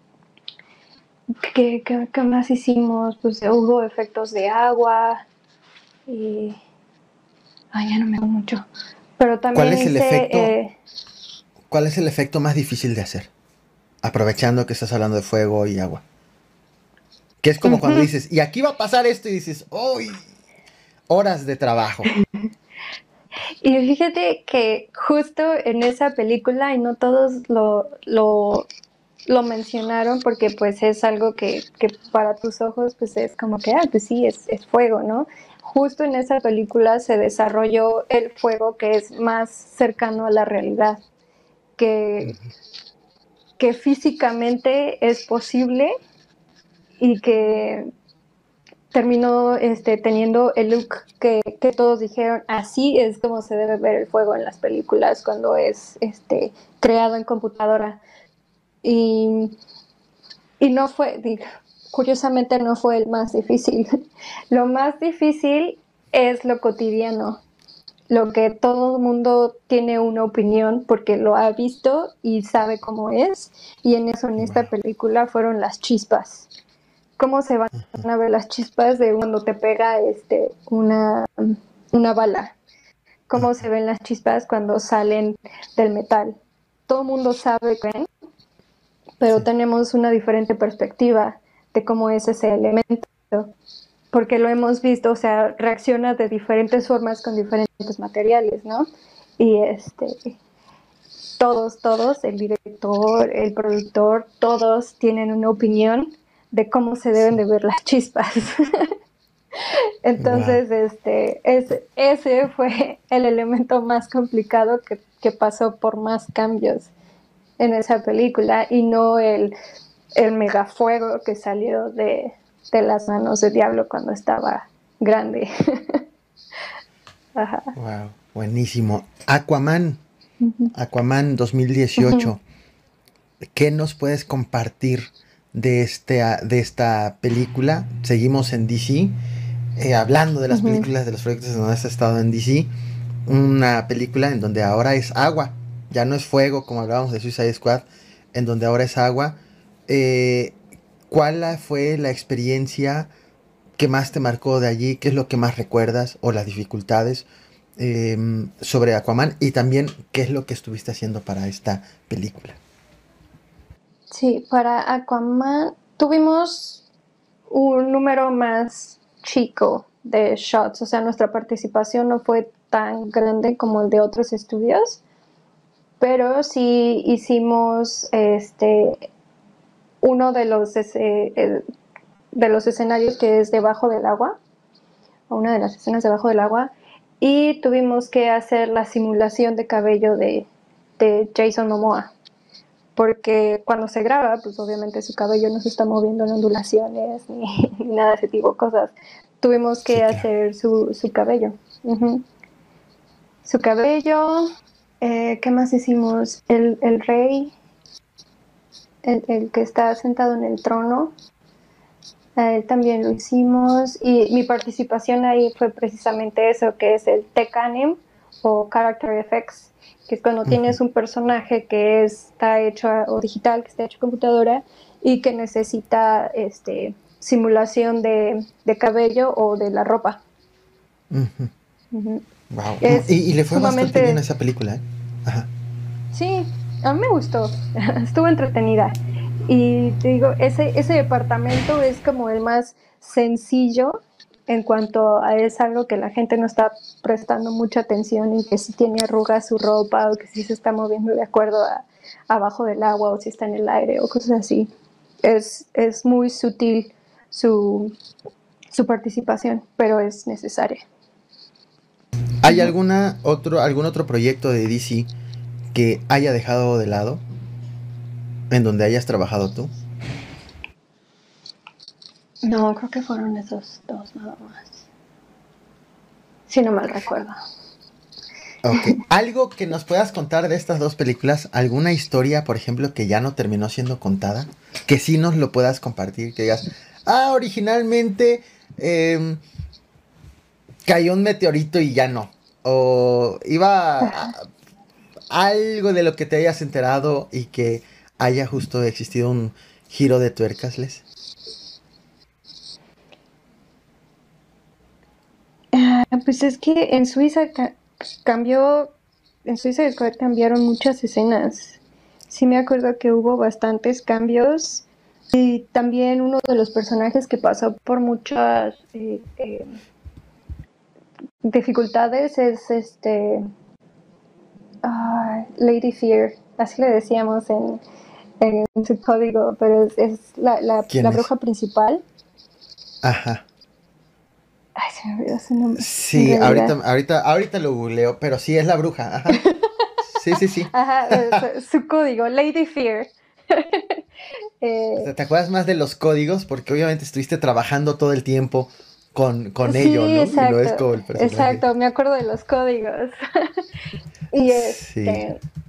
¿qué más hicimos? Pues hubo efectos de agua y... Ay, ya no me acuerdo mucho. Pero ¿Cuál también es el hice... efecto, cuál es el efecto más difícil de hacer? Aprovechando que estás hablando de fuego y agua. Que es como cuando dices, y aquí va a pasar esto y dices, ¡uy! Horas de trabajo. y fíjate que justo en esa película, y no todos lo mencionaron porque pues es algo que para tus ojos pues es como que, ah, pues sí, es fuego, ¿no? Justo en esa película se desarrolló el fuego que es más cercano a la realidad, que, que físicamente es posible y que terminó teniendo el look que todos dijeron, así es como se debe ver el fuego en las películas cuando es creado en computadora. Y, y no fue, curiosamente no fue el más difícil. Lo más difícil es lo cotidiano, lo que todo el mundo tiene una opinión porque lo ha visto y sabe cómo es. Y en eso, en esta Wow. película, fueron las chispas. ¿Cómo se van a ver las chispas de cuando te pega una bala? ¿Cómo se ven las chispas cuando salen del metal? Todo el mundo sabe que ven, pero Sí. tenemos una diferente perspectiva de cómo es ese elemento, porque lo hemos visto, o sea, reacciona de diferentes formas con diferentes materiales, ¿no? Y todos, el director, el productor, todos tienen una opinión de cómo se deben Sí. de ver las chispas. Wow. Entonces, ese fue el elemento más complicado que pasó por más cambios en esa película y no el megafuego que salió de las manos de Diablo cuando estaba grande. Ajá. Wow. Buenísimo. Aquaman. Ujú. Aquaman Ujú. 2018. ¿Qué nos puedes compartir de esta película? Seguimos en DC. Hablando de las Ujú. películas, de los proyectos donde has estado en DC. Una película en donde ahora es agua. Ya no es fuego como hablábamos de Suicide Squad. en donde ahora es agua. ¿Cuál fue la experiencia que más te marcó de allí? ¿Qué es lo que más recuerdas o las dificultades sobre Aquaman? Y también, ¿qué es lo que estuviste haciendo para esta película? Sí, para Aquaman tuvimos un número más chico de shots, o sea, nuestra participación no fue tan grande como el de otros estudios, pero sí hicimos uno de los escenarios que es debajo del agua, o una de las escenas debajo del agua, y tuvimos que hacer la simulación de cabello de Jason Momoa, porque cuando se graba, pues obviamente su cabello no se está moviendo en ondulaciones ni nada de ese tipo de cosas. Tuvimos Sí, que claro. hacer su cabello. Uh-huh. Su cabello, ¿qué más hicimos? El rey, el que está sentado en el trono, también lo hicimos, y mi participación ahí fue precisamente eso, que es el TCANIM o Character Effects, que es cuando Ujú. tienes un personaje que está hecho o digital, que está hecho a computadora y que necesita simulación de cabello o de la ropa. Ujú. Uh-huh. Wow. Es Y le fue bastante bien a sumamente, esa película, ¿eh? Ajá. sí, a mí me gustó, estuvo entretenida. Y te digo, ese departamento es como el más sencillo en cuanto a es algo que la gente no está prestando mucha atención en que si tiene arrugas su ropa o que si se está moviendo de acuerdo a abajo del agua o si está en el aire o cosas así. Es muy sutil su, su participación, pero es necesaria. ¿Hay Uh-huh. algún otro proyecto de DC que haya dejado de lado en donde hayas trabajado tú? No, creo que fueron esos dos nada más. Si no mal recuerdo. Ok. ¿Algo que nos puedas contar de estas dos películas? ¿Alguna historia, por ejemplo, que ya no terminó siendo contada? Que sí nos lo puedas compartir, que digas, originalmente cayó un meteorito y ya no. O iba algo de lo que te hayas enterado y que haya justo existido un giro de tuercas, Les. Pues es que cambió, en Suiza cambiaron muchas escenas. Sí me acuerdo que hubo bastantes cambios y también uno de los personajes que pasó por muchas dificultades es Lady Fear, así le decíamos en su código, pero es la ¿Quién es? bruja principal. Ajá. Ay, se me olvidó su nombre, en Sí, realidad. ahorita lo googleo, pero sí es la bruja. Ajá. Sí, sí, sí. Ajá, su código, Lady Fear. O eh, sea, ¿te acuerdas más de los códigos? Porque obviamente estuviste trabajando todo el tiempo con ello, sí, ¿no? Y no es exacto, como el personaje. exacto, me acuerdo de los códigos. Y Sí.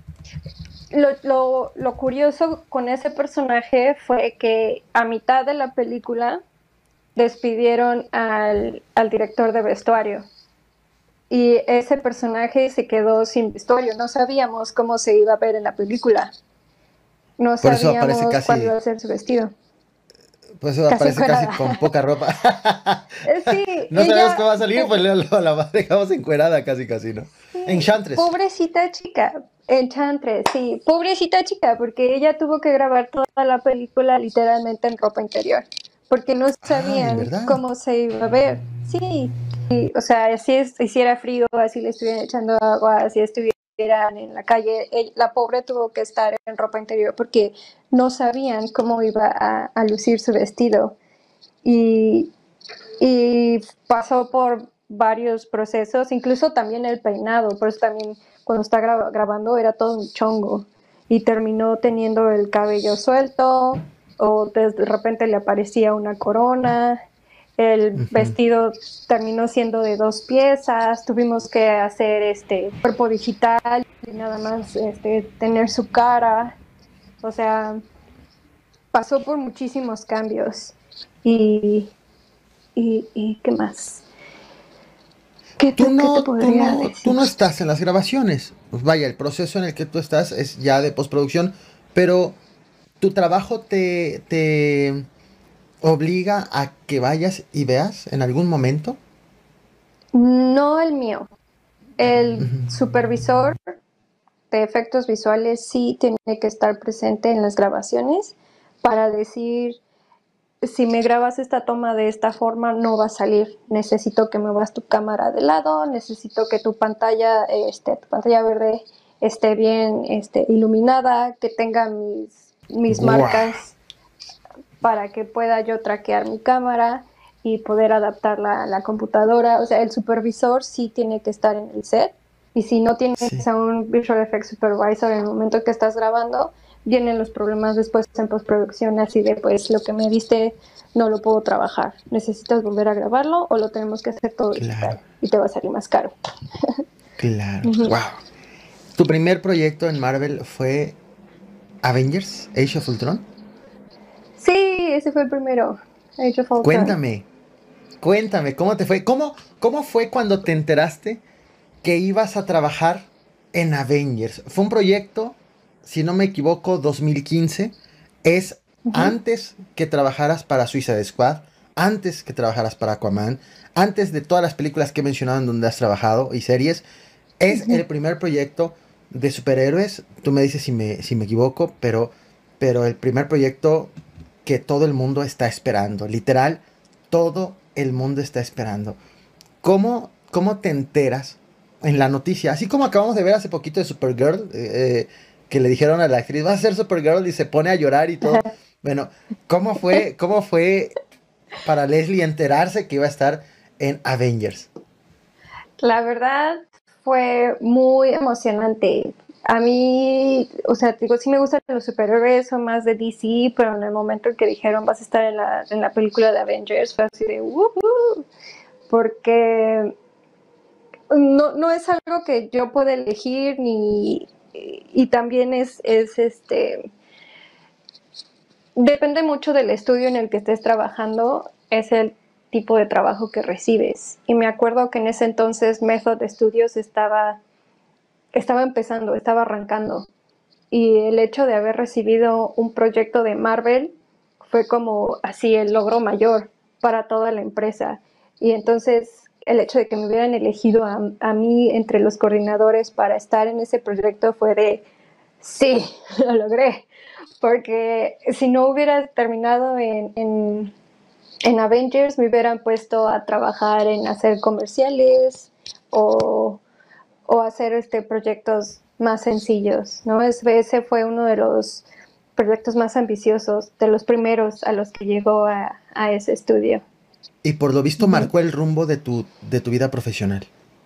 lo curioso con ese personaje fue que a mitad de la película despidieron al director de vestuario. Y ese personaje se quedó sin vestuario. No sabíamos cómo se iba a ver en la película. No Por eso aparece sabíamos cuál iba casi. a ser su vestido. Por eso Casi aparece casi encuerada. con poca ropa. Sí, No sabemos cómo ella, va a salir, pues la dejamos encuerada casi, casi, ¿no? sí, Enchantress. pobrecita chica, Enchantress, sí, pobrecita chica, porque ella tuvo que grabar toda la película literalmente en ropa interior, porque no Ah, ¿en sabían verdad? cómo se iba a ver. Sí, y, o sea, si hiciera frío, así le estuvieran echando agua, si estuvieran en la calle, la pobre tuvo que estar en ropa interior porque no sabían cómo iba a lucir su vestido. Y, y pasó por varios procesos, incluso también el peinado, por eso también cuando está grabando era todo un chongo y terminó teniendo el cabello suelto o de repente le aparecía una corona, el Ujú. vestido terminó siendo de dos piezas, tuvimos que hacer cuerpo digital y nada más tener su cara, o sea, pasó por muchísimos cambios y, y ¿qué más? ¿Qué te podría Tú decir? no estás en las grabaciones. Pues vaya, el proceso en el que tú estás es ya de postproducción, pero ¿Tu trabajo te obliga a que vayas y veas en algún momento? No el mío. El supervisor de efectos visuales sí tiene que estar presente en las grabaciones para decir, si me grabas esta toma de esta forma no va a salir, necesito que muevas tu cámara de lado, necesito que tu pantalla verde esté bien iluminada, que tenga mis ¡Guau! marcas para que pueda yo traquear mi cámara y poder adaptarla a la computadora. O sea, el supervisor sí tiene que estar en el set, y si no tienes Sí, a un Visual Effects Supervisor en el momento que estás grabando, vienen los problemas después en postproducción, así de pues lo que me diste no lo puedo trabajar, necesitas volver a grabarlo o lo tenemos que hacer todo claro, digital y te va a salir más caro. claro. Uh-huh. ¡Wow! ¿Tu primer proyecto en Marvel fue Avengers, Age of Ultron? Sí, ese fue el primero, Age of Ultron. Cuéntame, cuéntame, ¿cómo te fue? ¿Cómo fue cuando te enteraste que ibas a trabajar en Avengers? Fue un proyecto, si no me equivoco, 2015. Es Uh-huh. antes que trabajaras para Suicide Squad, antes que trabajaras para Aquaman, antes de todas las películas que he mencionado en donde has trabajado y series. Es Uh-huh. el primer proyecto de superhéroes. Tú me dices si me equivoco, pero el primer proyecto que todo el mundo está esperando. Literal, todo el mundo está esperando. ¿Cómo te enteras en la noticia? Así como acabamos de ver hace poquito de Supergirl, que le dijeron a la actriz, vas a ser Supergirl y se pone a llorar y todo. Bueno, ¿cómo fue para Leslie enterarse que iba a estar en Avengers? La verdad fue muy emocionante. A mí, o sea, digo, sí me gustan los superhéroes, son más de DC, pero en el momento en que dijeron vas a estar en la película de Avengers, fue así de ¡woohoo! Porque no es algo que yo pueda elegir, ni, y también depende mucho del estudio en el que estés trabajando, es el tipo de trabajo que recibes. Y me acuerdo que en ese entonces Method Studios estaba empezando, estaba arrancando. Y el hecho de haber recibido un proyecto de Marvel fue como así el logro mayor para toda la empresa. Y entonces el hecho de que me hubieran elegido a mí entre los coordinadores para estar en ese proyecto fue de, sí, lo logré. Porque si no hubiera terminado en Avengers, me hubieran puesto a trabajar en hacer comerciales o hacer proyectos más sencillos, ¿no? Ese fue uno de los proyectos más ambiciosos, de los primeros a los que llegó a ese estudio. Y por lo visto Uh-huh. marcó el rumbo de tu vida profesional.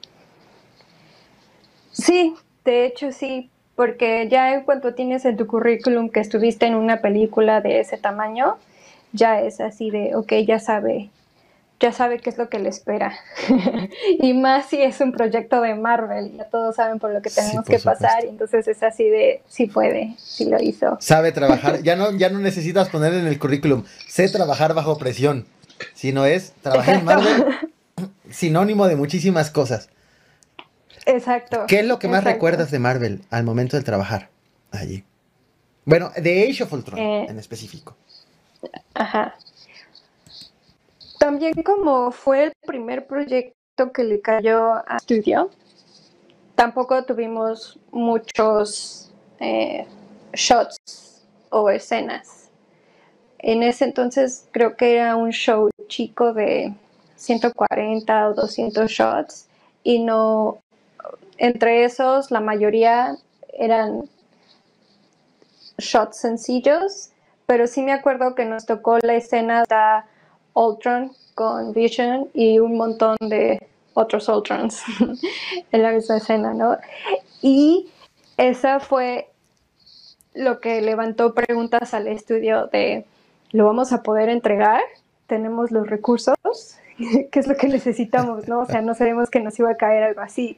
Sí, de hecho sí, porque ya en cuanto tienes en tu currículum que estuviste en una película de ese tamaño, ya es así de, ok, ya sabe qué es lo que le espera. Y más si es un proyecto de Marvel, ya todos saben por lo que Sí, tenemos por que pasar, supuesto. y entonces es así de, sí puede, sí lo hizo. Sabe trabajar. Ya no necesitas poner en el currículum. Sé trabajar bajo presión. Sino es trabajar en Exacto, Marvel, sinónimo de muchísimas cosas. exacto, ¿Qué es lo que más exacto. recuerdas de Marvel al momento de trabajar allí? Bueno, de Age of Ultron Eh, en específico. ajá. También como fue el primer proyecto que le cayó a estudio, tampoco tuvimos muchos shots o escenas. En ese entonces creo que era un show chico de 140 o 200 shots, y no, entre esos la mayoría eran shots sencillos, pero sí me acuerdo que nos tocó la escena de Ultron con Vision y un montón de otros Ultrons en la misma escena, ¿no? Y esa fue lo que levantó preguntas al estudio de, ¿lo vamos a poder entregar? ¿Tenemos los recursos? ¿Qué es lo que necesitamos, no? O sea, no sabemos que nos iba a caer algo así.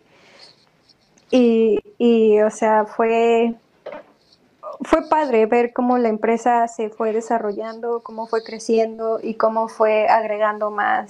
O sea, fue padre ver cómo la empresa se fue desarrollando, cómo fue creciendo y cómo fue agregando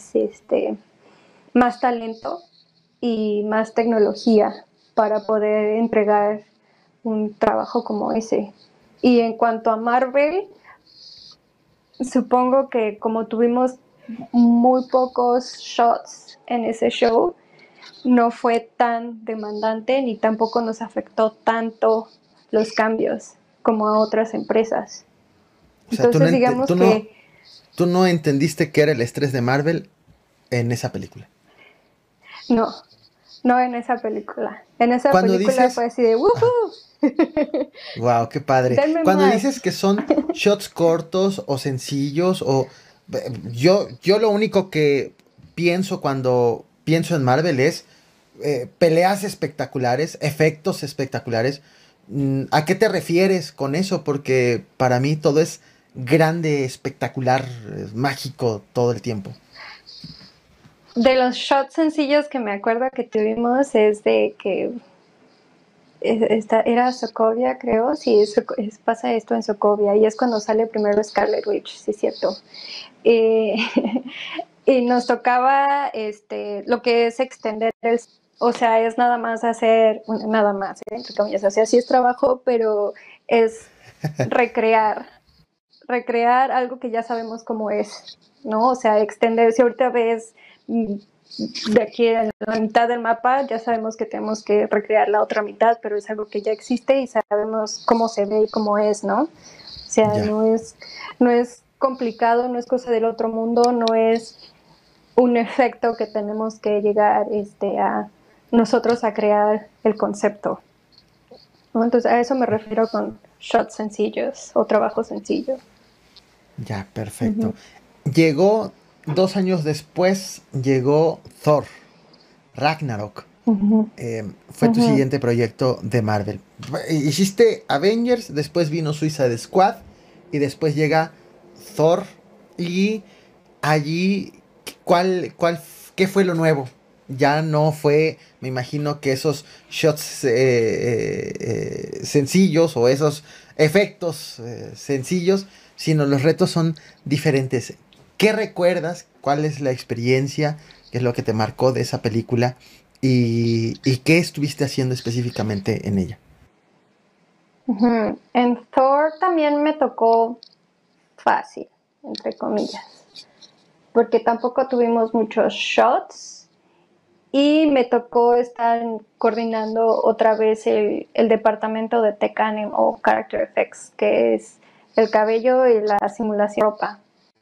más talento y más tecnología para poder entregar un trabajo como ese. Y en cuanto a Marvel, supongo que como tuvimos muy pocos shots en ese show, no fue tan demandante ni tampoco nos afectó tanto los cambios como a otras empresas. O sea, Entonces digamos que tú no entendiste qué era el estrés de Marvel en esa película. no, no en esa película. En esa Cuando película dices, fue así de ¡woohoo! wow, qué padre. Denme Cuando más. dices que son shots cortos o sencillos o yo lo único que pienso cuando pienso en Marvel es peleas espectaculares, efectos espectaculares. ¿A qué te refieres con eso? Porque para mí todo es grande, espectacular, mágico todo el tiempo. De los shots sencillos que me acuerdo que tuvimos es de que era Sokovia, creo, sí, pasa esto en Sokovia y es cuando sale primero Scarlet Witch, sí es cierto. Eh, y nos tocaba lo que es extender o sea, es nada más hacer, bueno, nada más, entre comillas, o sea, sí es trabajo, pero es recrear, recrear algo que ya sabemos cómo es, ¿no? O sea, extender, si ahorita ves de aquí en la mitad del mapa, ya sabemos que tenemos que recrear la otra mitad, pero es algo que ya existe y sabemos cómo se ve y cómo es, ¿no? O sea, Ya. no es complicado, no es cosa del otro mundo, no es un efecto que tenemos que llegar a nosotros a crear el concepto, ¿no? Entonces a eso me refiero con shots sencillos o trabajo sencillo. Ya, perfecto. Uh-huh. Llegó 2 años después, llegó Thor, Ragnarok. Uh-huh. Fue tu Uh-huh. siguiente proyecto de Marvel. Hiciste Avengers, después vino Suicide Squad y después llega Thor. Y allí, ¿qué fue lo nuevo? Ya no fue, me imagino que esos shots sencillos o esos efectos sencillos, sino los retos son diferentes. ¿Qué recuerdas? ¿Cuál es la experiencia? ¿Qué es lo que te marcó de esa película? ¿Y qué estuviste haciendo específicamente en ella? Uh-huh. En Thor también me tocó fácil, entre comillas, porque tampoco tuvimos muchos shots y me tocó estar coordinando otra vez el departamento de Tech Anim o Character Effects, que es el cabello y la simulación de ropa.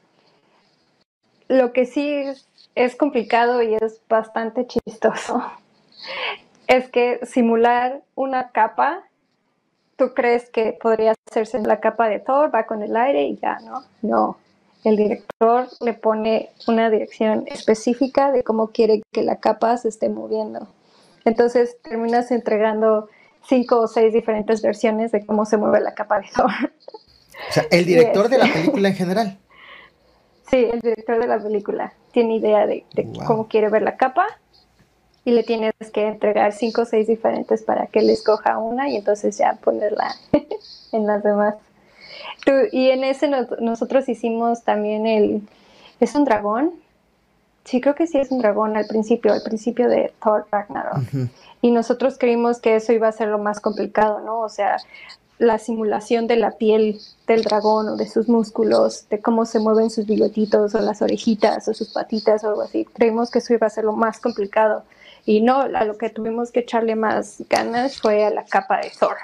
Lo que sí es complicado y es bastante chistoso es que simular una capa, tú crees que podría hacerse la capa de Thor, va con el aire y ya, ¿no? No. El director le pone una dirección específica de cómo quiere que la capa se esté moviendo. Entonces terminas entregando 5 o 6 diferentes versiones de cómo se mueve la capa de Thor. O sea, el Y director de la película en general. sí, el director de la película tiene idea de Wow. cómo quiere ver la capa y le tienes que entregar 5 o 6 diferentes para que él escoja una y entonces ya ponerla en las demás. Y en ese nosotros hicimos también ¿es un dragón? Sí, creo que sí es un dragón al principio de Thor Ragnarok. Uh-huh. Y nosotros creímos que eso iba a ser lo más complicado, ¿no? O sea, la simulación de la piel del dragón o de sus músculos, de cómo se mueven sus bigotitos o las orejitas o sus patitas o algo así. Creímos que eso iba a ser lo más complicado. Y no, a lo que tuvimos que echarle más ganas fue a la capa de Thor.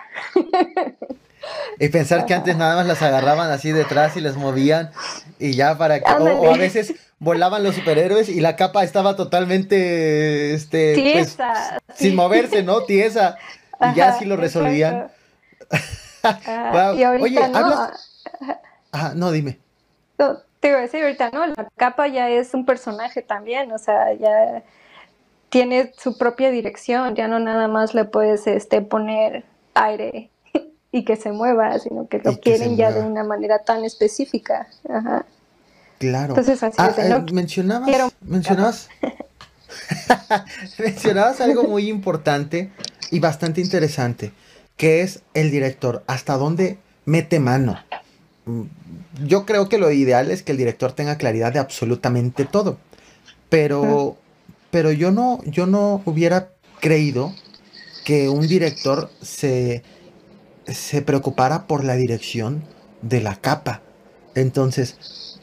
Y pensar que antes nada más las agarraban así detrás y las movían y ya para que, o a Ándale. veces volaban los superhéroes y la capa estaba totalmente, pues, Tiesa, sin sí. moverse, ¿no? Tiesa. Y ya así Ajá, lo resolvían. exacto. Wow. Y ahorita, Oye, ¿no? hablas. Ah, no, dime. No, te iba a decir ahorita, ¿no? La capa ya es un personaje también, o sea, ya tiene su propia dirección, ya no nada más le puedes poner aire y que se mueva, sino que Y lo que se quieren ya de mueva. una manera tan específica. Ajá. Claro. Entonces así Ah, es de no quiero capa. mencionabas, mencionabas algo muy importante y bastante interesante, que es el director. ¿Hasta dónde mete mano? Mm, Yo creo que lo ideal es que el director tenga claridad de absolutamente todo. Pero, pero yo no hubiera creído que un director se preocupara por la dirección de la capa. Entonces,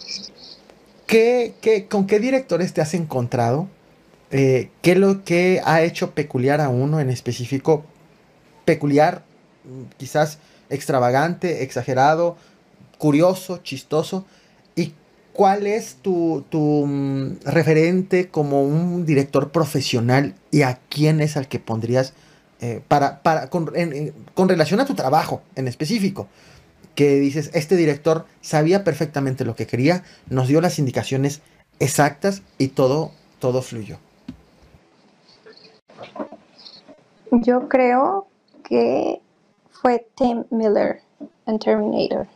con qué directores te has encontrado? ¿Qué es lo que ha hecho peculiar a uno en específico? Peculiar, quizás extravagante, exagerado, curioso, chistoso. ¿Y cuál es tu referente como un director profesional y a quién es al que pondrías con relación a tu trabajo en específico? Que dices, este director sabía perfectamente lo que quería, nos dio las indicaciones exactas y todo fluyó. Yo creo que fue Tim Miller en Terminator.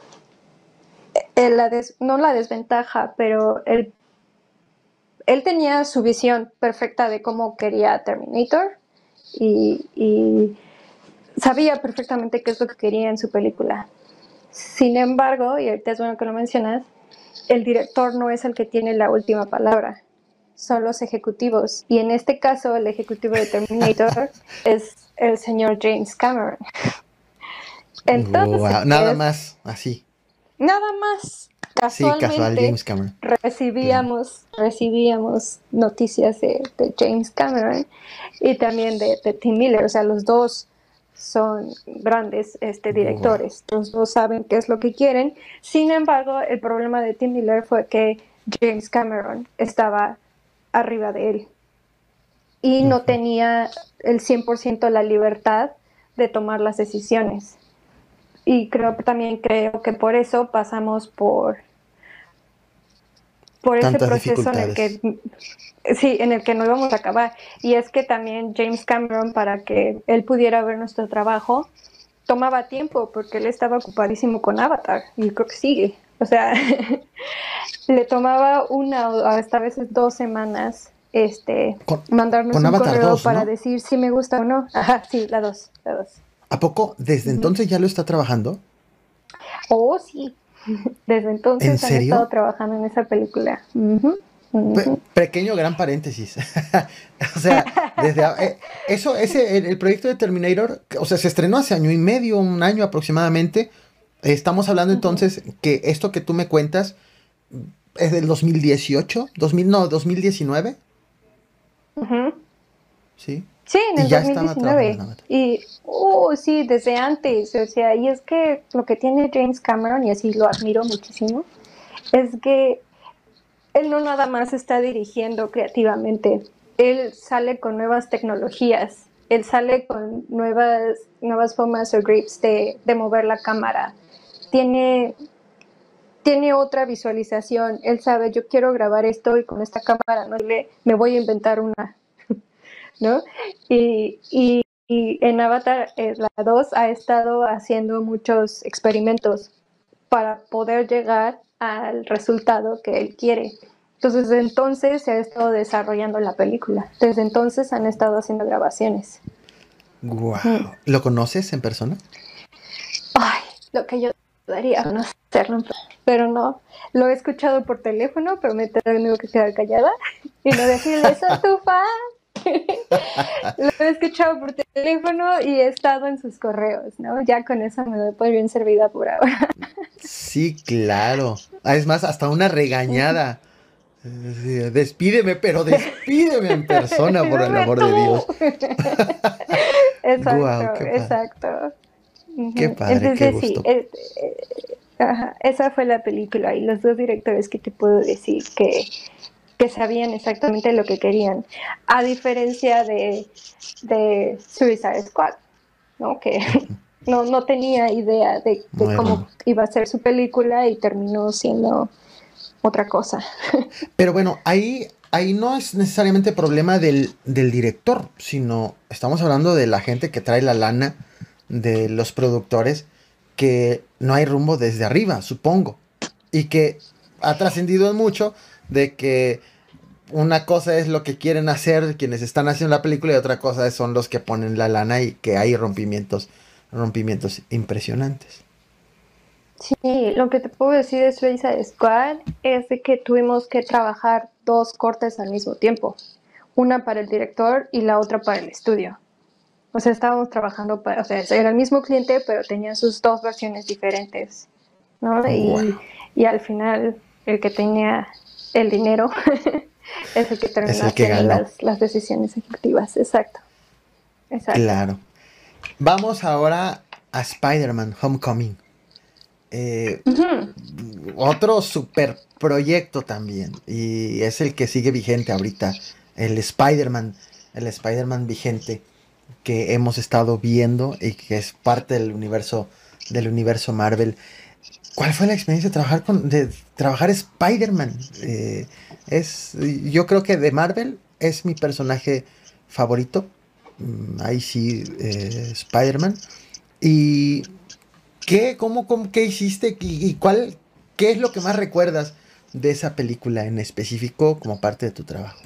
No la desventaja, pero él tenía su visión perfecta de cómo quería Terminator y sabía perfectamente qué es lo que quería en su película. Sin embargo, y ahorita es bueno que lo mencionas, el director no es el que tiene la última palabra, son los ejecutivos. Y en este caso, el ejecutivo de Terminator es el señor James Cameron. Entonces, Wow, nada más así. nada más, Sí, casual, casualmente James Cameron. Claro. recibíamos noticias de James Cameron y también de Tim Miller. O sea, los dos son grandes Wow. directores, los dos saben qué es lo que quieren. Sin embargo, el problema de Tim Miller fue que James Cameron estaba arriba de él y no Ujú. tenía el 100% la libertad de tomar las decisiones. Y creo que por eso pasamos por ese Tantas proceso en el dificultades. que sí, en el que no íbamos a acabar. Y es que también James Cameron, para que él pudiera ver nuestro trabajo, tomaba tiempo porque él estaba ocupadísimo con Avatar y creo que sigue. O sea, le tomaba una o hasta a veces 2 semanas Con, mandarnos con un Avatar correo 2, para ¿no? decir si me gusta o no. Ajá, sí, la dos, la dos. ¿A poco desde Uh-huh. entonces ya lo está trabajando? Oh, sí. Desde ¿En entonces han estado serio? trabajando en esa película. Uh-huh. Uh-huh. Pequeño gran paréntesis. O sea, el proyecto de Terminator, o sea, se estrenó hace año y medio, un año aproximadamente. Estamos hablando Uh-huh. entonces que esto que tú me cuentas es del 2018, 2000, no, 2019, Uh-huh. ¿sí? Sí, en Y el ya estaba trabajando en 2019. Avatar. Sí, desde antes. O sea, y es que lo que tiene James Cameron, y así lo admiro muchísimo, es que él no nada más está dirigiendo creativamente, él sale con nuevas tecnologías, él sale con nuevas formas o grips de mover la cámara. Tiene, tiene otra visualización, él sabe, yo quiero grabar esto y con esta cámara no me voy a inventar una, ¿no? Y en Avatar, la 2 ha estado haciendo muchos experimentos para poder llegar al resultado que él quiere. Entonces, desde entonces se ha estado desarrollando la película. Desde entonces han estado haciendo grabaciones. Mm. Wow. ¿Lo conoces en persona? Ay, lo que yo daría no hacerlo, pero no. Lo he escuchado por teléfono, pero me tengo que quedar callada y no decirle, soy tu fan. Lo he escuchado por teléfono y he estado en sus correos, ¿no? Ya con eso me doy por bien servida por ahora. Sí, claro. Es más, hasta una regañada. Sí, despídeme, pero despídeme en persona, por el ¡Dime amor de tú! Dios. Exacto, Guau, qué padre. exacto. Qué Uh-huh. padre, qué Entonces sí, gusto. ajá, esa fue la película y los dos directores que te puedo decir que sabían exactamente lo que querían, a diferencia de Suicide Squad, ¿no? Que no tenía idea de No hay cómo rumbo. iba a ser su película y terminó siendo otra cosa. Pero bueno, ahí no es necesariamente problema del director, sino estamos hablando de la gente que trae la lana, de los productores, que no hay rumbo desde arriba, supongo. Y que ha trascendido mucho de que una cosa es lo que quieren hacer quienes están haciendo la película y otra cosa son los que ponen la lana y que hay rompimientos impresionantes. Sí, lo que te puedo decir de Suicide Squad es de que tuvimos que trabajar 2 cortes al mismo tiempo, una para el director y la otra para el estudio. O sea, estábamos trabajando para, o sea, era el mismo cliente, pero tenía sus dos versiones diferentes, ¿no? Wow. Y al final, el que tenía el dinero es el que Es terminó el que haciendo ganó. las decisiones ejecutivas. Exacto, exacto. Claro. Vamos ahora a Spider-Man Homecoming. Eh, Ujú. Otro super proyecto también. Y es el que sigue vigente ahorita. El Spider-Man. El Spider-Man vigente que hemos estado viendo y que es parte del universo Marvel. ¿Cuál fue la experiencia de de trabajar Spider-Man? Yo creo que de Marvel es mi personaje favorito. Ahí sí, Spider-Man. ¿Y qué hiciste qué es lo que más recuerdas de esa película en específico como parte de tu trabajo?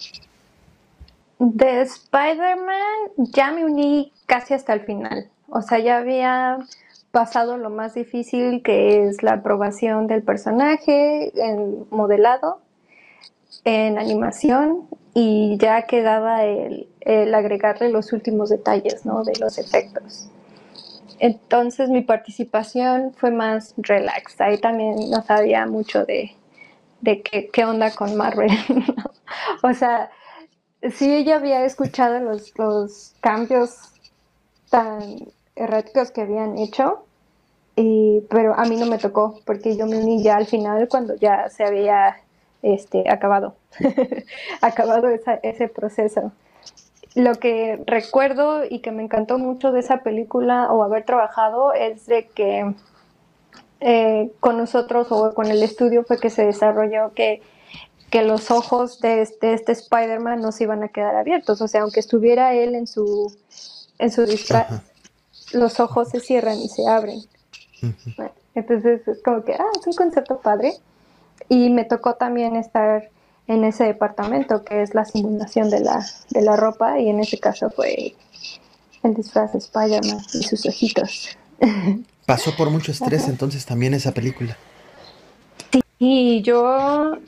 De Spider-Man ya me uní casi hasta el final. O sea, ya había pasado lo más difícil, que es la aprobación del personaje, en modelado, en animación, y ya quedaba el agregarle los últimos detalles, ¿no? De los efectos. Entonces mi participación fue más relax. Ahí también no sabía mucho de qué onda con Marvel. ¿No? O sea, sí, ella había escuchado los cambios tan erráticos que habían hecho, pero a mí no me tocó, porque yo me uní ya al final cuando ya se había acabado, acabado ese proceso. Lo que recuerdo y que me encantó mucho de esa película o haber trabajado es de que con nosotros o con el estudio fue que se desarrolló que los ojos de este Spider-Man no se iban a quedar abiertos. O sea, aunque estuviera él en su disfraz, Ajá. los ojos se cierran y se abren. Ujú. Bueno, entonces es como que, es un concepto padre. Y me tocó también estar en ese departamento que es la simulación de la ropa, y en ese caso fue el disfraz de Spider-Man y sus ojitos. Pasó por mucho estrés Ajá. entonces también esa película. Y yo,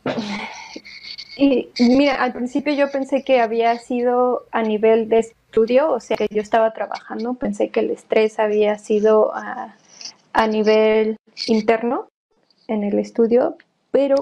y mira, al principio yo pensé que había sido a nivel de estudio, o sea que yo estaba trabajando, pensé que el estrés había sido a nivel interno en el estudio, pero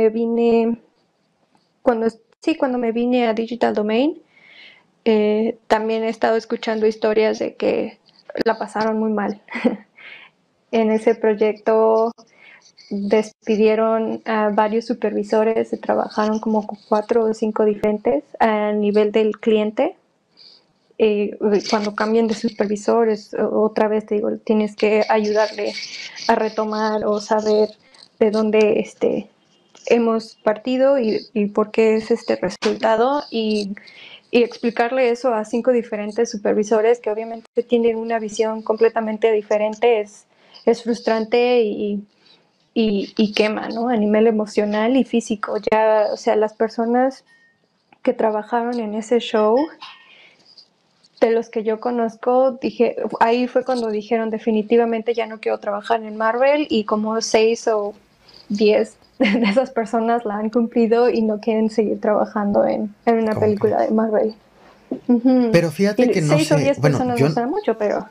cuando, sí, cuando me vine a Digital Domain, también he estado escuchando historias de que la pasaron muy mal. En ese proyecto despidieron a varios supervisores, se trabajaron como 4 o 5 diferentes a nivel del cliente. Cuando cambian de supervisores, otra vez te digo, tienes que ayudarle a retomar o saber de dónde hemos partido y por qué es este resultado, y explicarle eso a 5 diferentes supervisores que obviamente tienen una visión completamente diferente es frustrante y quema, ¿no? A nivel emocional y físico. Ya, o sea, las personas que trabajaron en ese show, de los que yo conozco, ahí fue cuando dijeron definitivamente ya no quiero trabajar en Marvel, y como 6 o 10 de esas personas la han cumplido y no quieren seguir trabajando en una ¿Cómo película de crees? Marvel. Uh-huh. Pero fíjate Y que no seis o sé, diez bueno, personas no suena mucho, pero...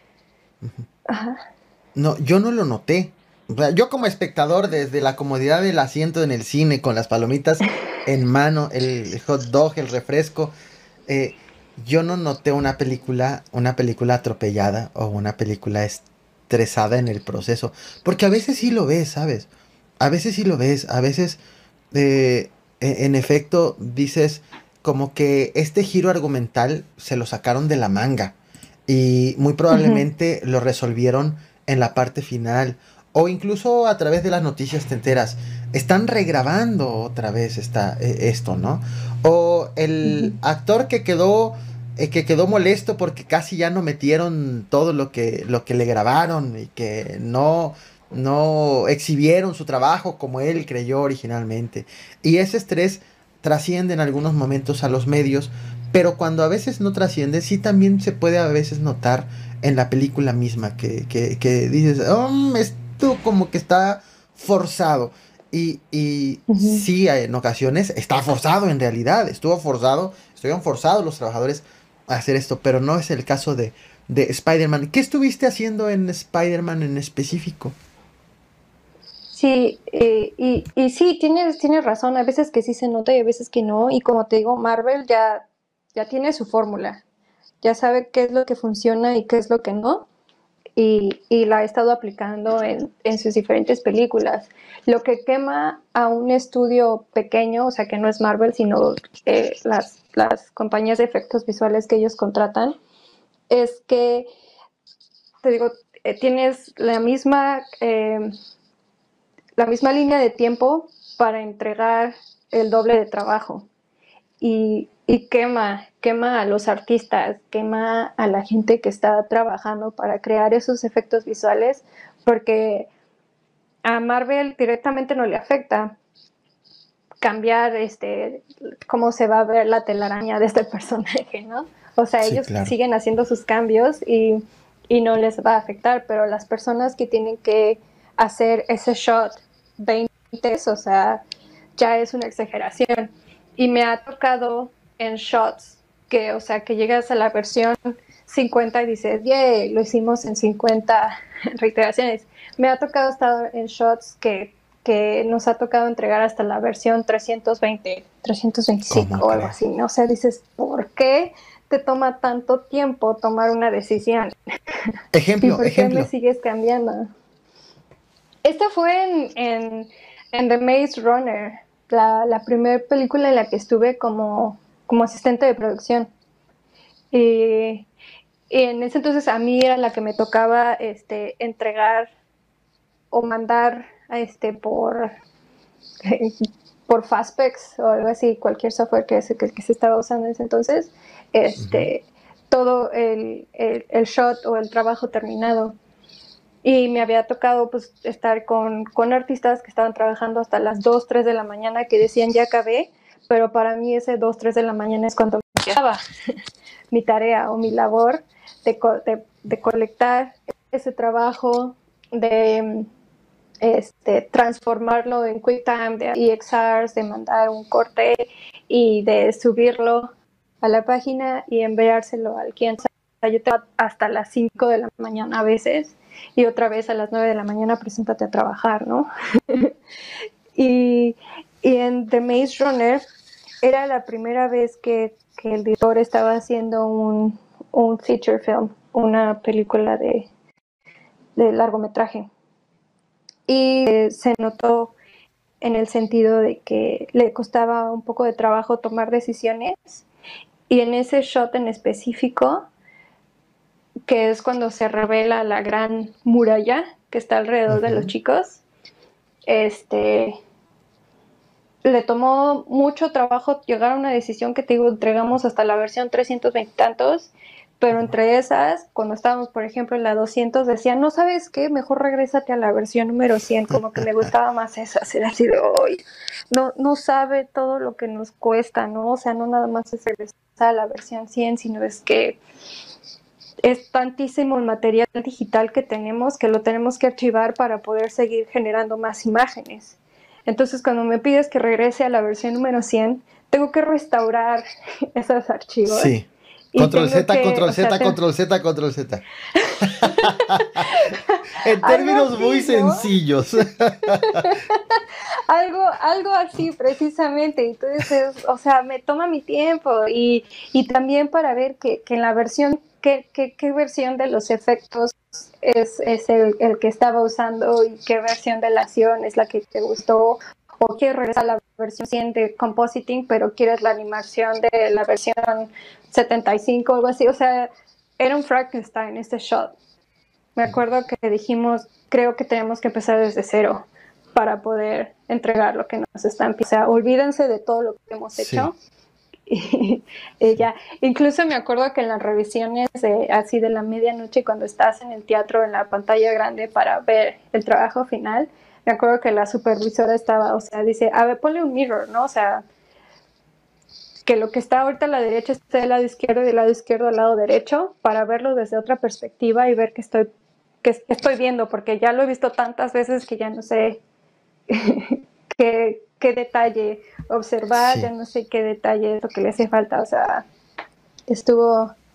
yo no lo noté. O sea, yo como espectador desde la comodidad del asiento en el cine con las palomitas en mano, el hot dog, el refresco, eh, yo no noté una película atropellada o una película estresada en el proceso, porque a veces sí lo ves, ¿sabes? A veces sí lo ves, a veces en efecto dices como que este giro argumental se lo sacaron de la manga y muy Uh-huh. probablemente lo resolvieron en la parte final o incluso a través de las noticias te enteras. Están regrabando otra vez esto, ¿no? O el Uh-huh. actor que quedó molesto porque casi ya no metieron todo lo que le grabaron y que no exhibieron su trabajo como él creyó originalmente. Y ese estrés trasciende en algunos momentos a los medios, pero cuando a veces no trasciende, sí también se puede a veces notar en la película misma que dices, esto como que está forzado. Y Uh-huh. sí, en ocasiones está forzado en realidad, estuvieron forzados los trabajadores hacer esto, pero no es el caso de Spider-Man. ¿Qué estuviste haciendo en Spider-Man en específico? Sí, y sí, tienes razón, a veces que sí se nota y a veces que no, y como te digo, Marvel ya tiene su fórmula, ya sabe qué es lo que funciona y qué es lo que no, y la ha estado aplicando en sus diferentes películas. Lo que quema a un estudio pequeño, o sea, que no es Marvel, sino las compañías de efectos visuales que ellos contratan, es que, te digo, tienes la misma línea de tiempo para entregar el doble de trabajo y quema a los artistas, quema a la gente que está trabajando para crear esos efectos visuales, porque a Marvel directamente no le afecta cambiar cómo se va a ver la telaraña de este personaje, ¿no? O sea, Sí, ellos claro. siguen haciendo sus cambios y no les va a afectar, pero las personas que tienen que hacer ese shot 20, o sea, ya es una exageración. Y me ha tocado en shots que, o sea, que llegas a la versión 50 y dices, yay, lo hicimos en 50 reiteraciones. Me ha tocado estar en shots que nos ha tocado entregar hasta la versión 320, ¿Cómo 325 o algo así, crees? ¿no? O sea, dices, ¿por qué te toma tanto tiempo tomar una decisión? ¿Y Ejemplo, por qué me ejemplo. sigues cambiando? Esta fue en The Maze Runner, la primera película en la que estuve como asistente de producción. Y, y en ese entonces a mí era la que me tocaba entregar o mandar por Fastpex o algo así, cualquier software que se estaba usando en ese entonces, Ujú. todo el shot o el trabajo terminado. Y me había tocado pues estar con artistas que estaban trabajando hasta las 2 3 de la mañana que decían ya acabé, pero para mí ese 2 3 de la mañana es cuando empezaba mi tarea o mi labor de colectar ese trabajo, de transformarlo en QuickTime, de EXRs, de mandar un corte y de subirlo a la página y enviárselo al cliente. O sea, yo tengo hasta las 5 de la mañana a veces y otra vez a las 9 de la mañana preséntate a trabajar, ¿no? y, y en The Maze Runner era la primera vez que el director estaba haciendo un feature film, una película de largometraje. Y se notó en el sentido de que le costaba un poco de trabajo tomar decisiones y en ese shot en específico, que es cuando se revela la gran muralla que está alrededor de los Ujú. chicos, le tomó mucho trabajo llegar a una decisión que te digo, entregamos hasta la versión 320 y tantos, pero entre esas, cuando estábamos, por ejemplo, en la 200, decían, no sabes qué, mejor regrésate a la versión número 100, como que me gustaba más esa, era así de, hoy no sabe todo lo que nos cuesta, ¿no? O sea, no nada más es regresar a la versión 100, sino es que es tantísimo el material digital que tenemos que lo tenemos que archivar para poder seguir generando más imágenes. Entonces, cuando me pides que regrese a la versión número 100, tengo que restaurar esos archivos Sí. y Control tengo Z, que, control o sea, Z, control Z, control Z. En algo términos muy así, ¿no? sencillos. Algo así precisamente. Entonces, o sea, me toma mi tiempo y también para ver que en la versión, qué versión de los efectos es el que estaba usando y qué versión de la acción es la que te gustó o quieres regresar a la versión 100 de compositing, pero quieres la animación de la versión 75 o algo así. O sea, era un Frankenstein este shot. Me acuerdo que dijimos, creo que tenemos que empezar desde cero para poder entregar lo que nos están pidiendo. O sea, olvídense de todo lo que hemos Sí, hecho. Y sí. ya, incluso me acuerdo que en las revisiones así de la medianoche, cuando estás en el teatro, en la pantalla grande para ver el trabajo final, me acuerdo que la supervisora estaba, o sea, dice, a ver, ponle un mirror, ¿no? O sea, que lo que está ahorita a la derecha esté del lado izquierdo y del lado izquierdo al lado derecho para verlo desde otra perspectiva y ver que estoy viendo, porque ya lo he visto tantas veces que ya no sé qué detalle observar, ya Sí. no sé qué detalle es lo que le hace falta, o sea, estuvo,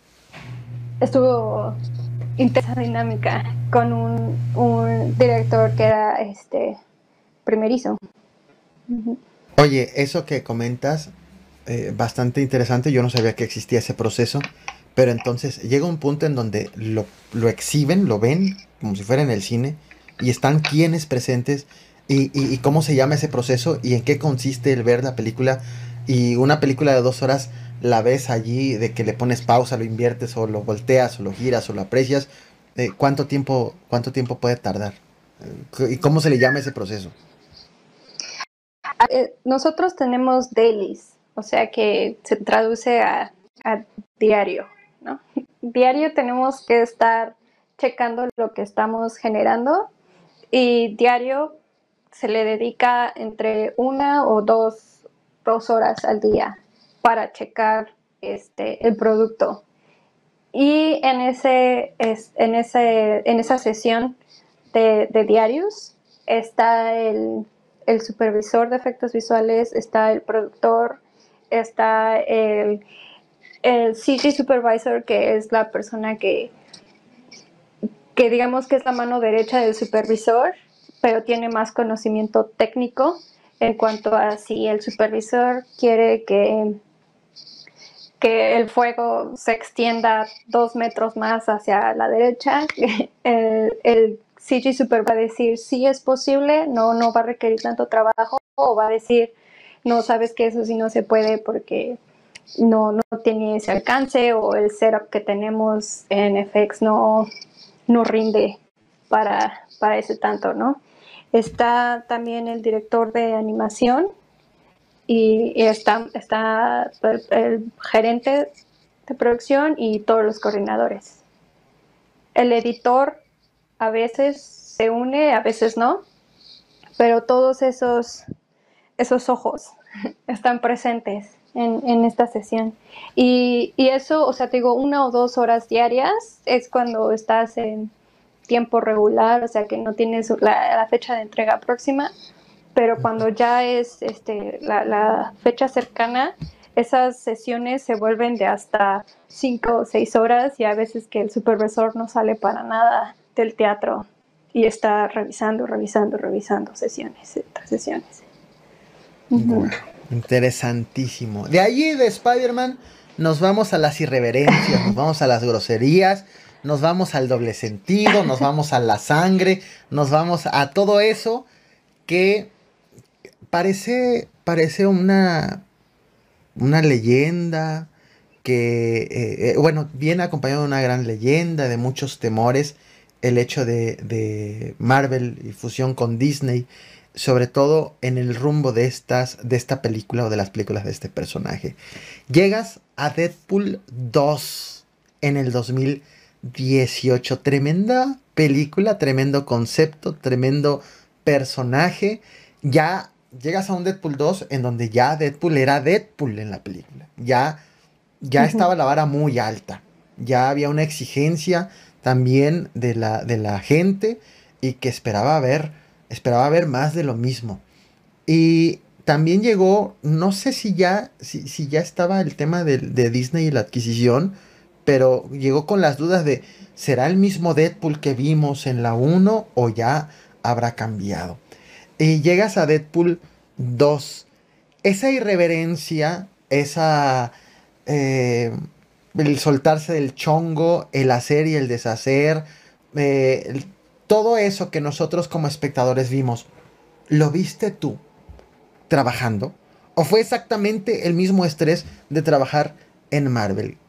estuvo intensa dinámica con un director que era primerizo. Oye, eso que comentas, bastante interesante, yo no sabía que existía ese proceso, pero entonces llega un punto en donde lo exhiben, lo ven, como si fuera en el cine, y están quienes presentes, y cómo se llama ese proceso, y en qué consiste el ver la película, y una película de 2 horas la ves allí, de que le pones pausa, lo inviertes, o lo volteas, o lo giras, o lo aprecias, cuánto tiempo puede tardar? ¿Y cómo se le llama ese proceso? Nosotros tenemos dailies, o sea que se traduce a diario, ¿no? Diario tenemos que estar checando lo que estamos generando y diario se le dedica entre 1 o 2 horas al día para checar el producto. Y en esa sesión de diarios está el supervisor de efectos visuales, está el productor, está el CG Supervisor, que es la persona que digamos que es la mano derecha del supervisor, pero tiene más conocimiento técnico en cuanto a si el supervisor quiere que el fuego se extienda 2 metros más hacia la derecha, el CG Super va a decir si es posible, no va a requerir tanto trabajo, o va a decir no, sabes que eso sí no se puede porque no tiene ese alcance, o el setup que tenemos en FX no rinde para ese tanto, ¿no? Está también el director de animación y está el gerente de producción y todos los coordinadores. El editor a veces se une, a veces no, pero todos esos ojos están presentes en esta sesión. Y eso, o sea, te digo, 1 o 2 horas diarias es cuando estás en tiempo regular, o sea, que no tienes la fecha de entrega próxima, pero cuando ya es la fecha cercana, esas sesiones se vuelven de hasta 5 o 6 horas, y a veces que el supervisor no sale para nada del teatro y está revisando sesiones tras sesiones. Wow, interesantísimo. De allí de Spider-Man nos vamos a las irreverencias, nos vamos a las groserías, nos vamos al doble sentido, nos vamos a la sangre, nos vamos a todo eso que parece una leyenda que, bueno, viene acompañado de una gran leyenda, de muchos temores, el hecho de Marvel y fusión con Disney, sobre todo en el rumbo de esta película o de las películas de este personaje. Llegas a Deadpool 2 en el 2018, tremenda película, tremendo concepto, tremendo personaje. Ya llegas a un Deadpool 2 en donde ya Deadpool era Deadpool en la película. Ya estaba la vara muy alta. Ya había una exigencia también de la gente y que esperaba ver más de lo mismo. Y también llegó, no sé si ya estaba el tema de Disney y la adquisición, pero llegó con las dudas de, ¿será el mismo Deadpool que vimos en la uno o ya habrá cambiado? Y llegas a Deadpool 2. Esa irreverencia, eh, el soltarse del chongo, el hacer y el deshacer, todo eso que nosotros como espectadores vimos, ¿lo viste tú trabajando? ¿O fue exactamente el mismo estrés de trabajar en Marvel?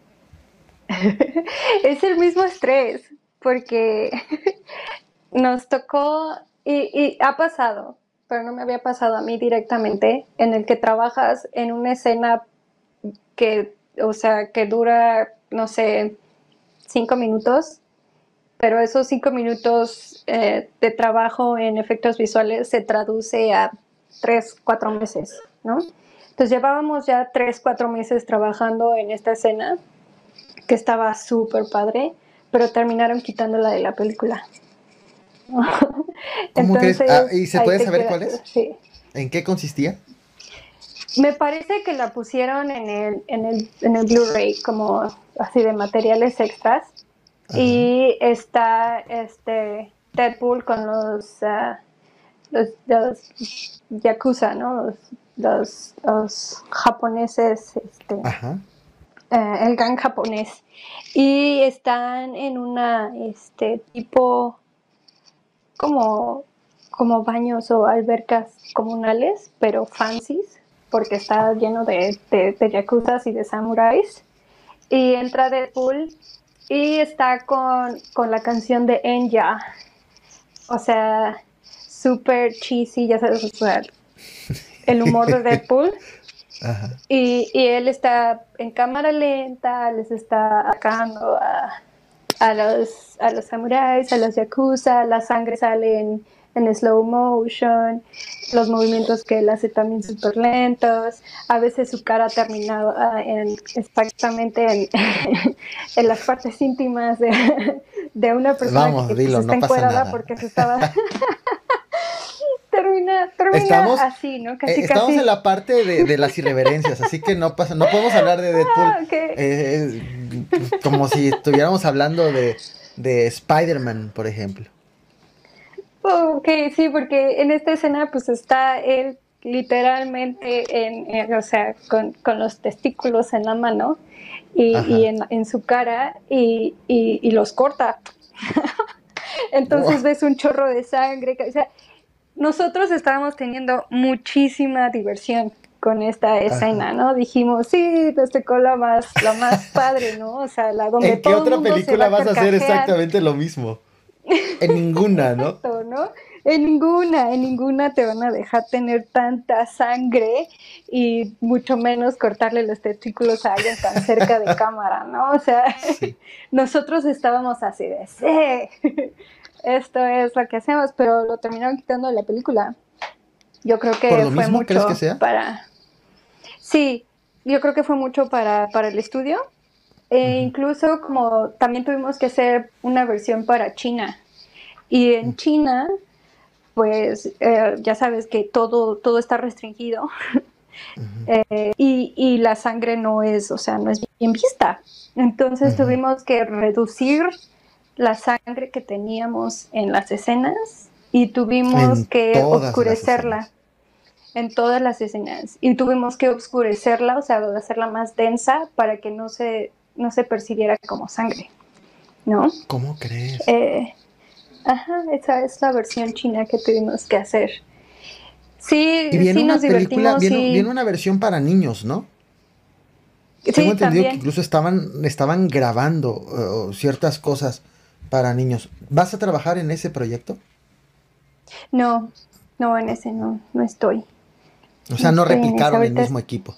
Es el mismo estrés, porque nos tocó, y ha pasado, pero no me había pasado a mí directamente, en el que trabajas en una escena que, o sea, que dura, no sé, 5 minutos, pero esos 5 minutos de trabajo en efectos visuales se traduce a 3, 4 meses, ¿no? Entonces llevábamos ya 3, 4 meses trabajando en esta escena, que estaba súper padre, pero terminaron quitándola de la película. ¿Cómo crees? Ah, Entonces, ¿y se ahí puede te saber quedas, cuál es? sí. ¿En qué consistía? Me parece que la pusieron en el Blu-ray como así de materiales extras. Ajá. Y está Deadpool con los yakuza, ¿no? Los japoneses, Ajá. el gang japonés. Y están en una tipo como, como baños o albercas comunales, pero fancies, porque está lleno de yakuzas y de samuráis. Y entra Deadpool y está con la canción de Enya. O sea, súper cheesy, ya sabes, o sea, el humor de Deadpool. Ajá. Y él está en cámara lenta, les está atacando a los samuráis, a los yakuza, la sangre sale en slow motion, los movimientos que él hace también súper lentos, a veces su cara terminada exactamente en las partes íntimas de una persona Vamos, que pues dilo, está no pasa encuerada nada. porque se estaba termina Estamos, así, ¿no? Casi estamos en casi. la parte de las irreverencias, así que no pasa, no podemos hablar de Deadpool Ah, ok. eh, como si estuviéramos hablando de Spider-Man, por ejemplo. Ok, sí, porque en esta escena pues está él literalmente o sea, con los testículos en la mano y Ajá. en su cara y los corta. Entonces Buah. ves un chorro de sangre. O sea, nosotros estábamos teniendo muchísima diversión con esta Ajá. escena, ¿no? Dijimos, sí, nos tocó la más padre, ¿no? O sea, la donde ¿En qué todo el otra mundo se va película a vas a hacer carcajear. exactamente lo mismo? En ninguna, ¿no? Exacto, ¿no? En ninguna te van a dejar tener tanta sangre y mucho menos cortarle los testículos a alguien tan cerca de cámara, ¿no? O sea, Sí. nosotros estábamos así de, sí, esto es lo que hacemos, pero lo terminaron quitando de la película. Yo creo ¿Por que lo fue mismo crees que mucho sea? para, sí, yo creo que fue mucho para el estudio. E Ujú, incluso como también tuvimos que hacer una versión para China. Y en China pues ya sabes que todo está restringido ujú, y la sangre no es, o sea, no es bien vista. Entonces ujú. tuvimos que reducir la sangre que teníamos en las escenas y tuvimos En que todas las oscurecerla escenas. en todas las escenas y tuvimos que oscurecerla, o sea, hacerla más densa para que no se percibiera como sangre, ¿no? ¿Cómo crees? Eh, ajá, esa es la versión china que tuvimos que hacer. Y Sí, viene sí nos una película, divertimos viene y una versión para niños, ¿no? Tengo sí, entendido que también. incluso estaban grabando ciertas cosas para niños. ¿Vas a trabajar en ese proyecto? No, no, en ese no estoy. O No sea, no estoy en ese. replicaron el Ahorita mismo equipo.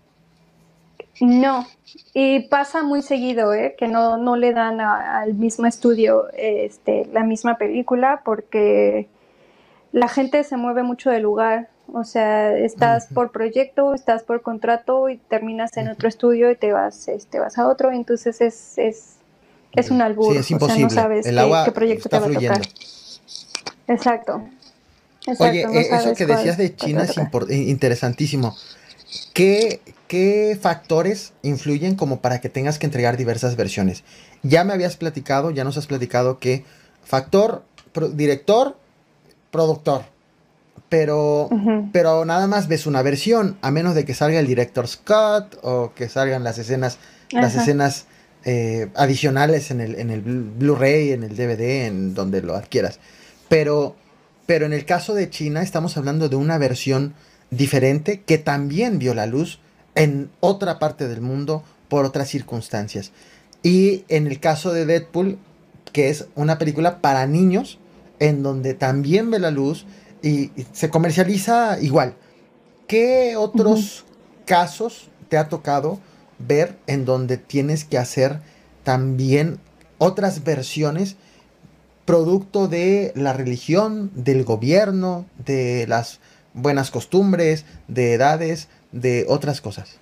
no. Y pasa muy seguido, ¿eh? Que no le dan al mismo estudio la misma película porque la gente se mueve mucho de lugar. O sea, estás Ujú, por proyecto, estás por contrato y terminas en ujú. otro estudio y vas a otro. Entonces es un Ya. Sí, albur. es O sea, no imposible. sabes El qué agua proyecto te está va a tocar. fluyendo. Exacto. Oye, Exacto, no eso sabes que decías de cuál te China va a es tocar. interesantísimo. ¿Qué factores influyen como para que tengas que entregar diversas versiones? Ya me habías platicado, ya nos has platicado que factor, director, productor, pero, Ujú. pero nada más ves una versión, a menos de que salga el director's cut o que salgan las Ajá. escenas adicionales en el Blu-ray, en el DVD, en donde lo adquieras. Pero, pero en el caso de China estamos hablando de una versión diferente que también vio la luz en otra parte del mundo por otras circunstancias. Y en el caso de Deadpool, que es una película para niños, en donde también ve la luz y se comercializa igual. ¿Qué Ujú. otros casos te ha tocado ver en donde tienes que hacer también otras versiones producto de la religión, del gobierno, de las buenas costumbres, de edades, de otras cosas?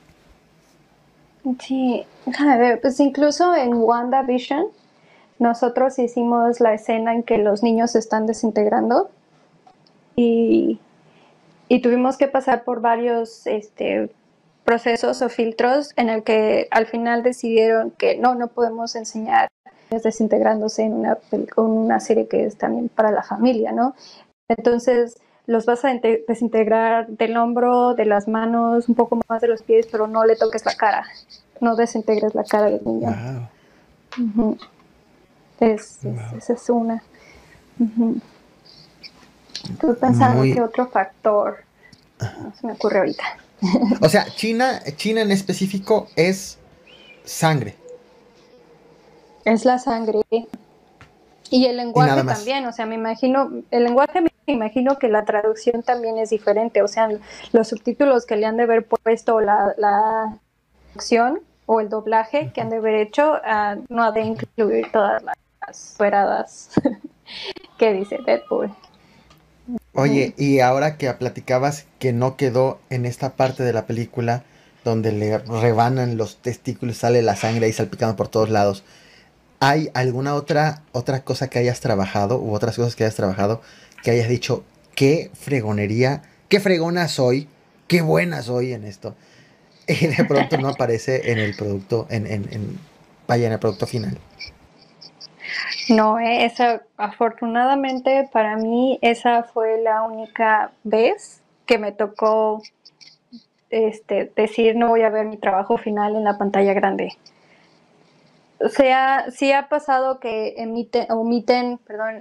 Sí, déjame ver, pues incluso en WandaVision nosotros hicimos la escena en que los niños se están desintegrando y, y tuvimos que pasar por varios procesos o filtros en el que al final decidieron que no podemos enseñar desintegrándose en una serie que es también para la familia, ¿no? Entonces los vas a desintegrar del hombro, de las manos, un poco más de los pies, pero no le toques la cara, no desintegres la cara del niño. Wow. Uh-huh. Esa es una. Uh-huh. Estoy pensando qué otro factor. No se me ocurre ahorita. O sea, China en específico es sangre. Es la sangre. Y el lenguaje también, o sea, el lenguaje me imagino que la traducción también es diferente, o sea, los subtítulos que le han de haber puesto, la traducción o el doblaje que han de haber hecho, no ha de incluir todas las fueradas que dice Deadpool. Oye, y ahora que platicabas que no quedó en esta parte de la película donde le rebanan los testículos, sale la sangre ahí salpicando por todos lados, ¿hay alguna otra cosa que hayas trabajado u otras cosas que hayas trabajado que hayas dicho, qué fregonería, qué fregona soy, qué buena soy en esto? Y de pronto no aparece en el producto, en el producto final. No, afortunadamente para mí esa fue la única vez que me tocó decir no voy a ver mi trabajo final en la pantalla grande. O sea, sí ha pasado que omiten,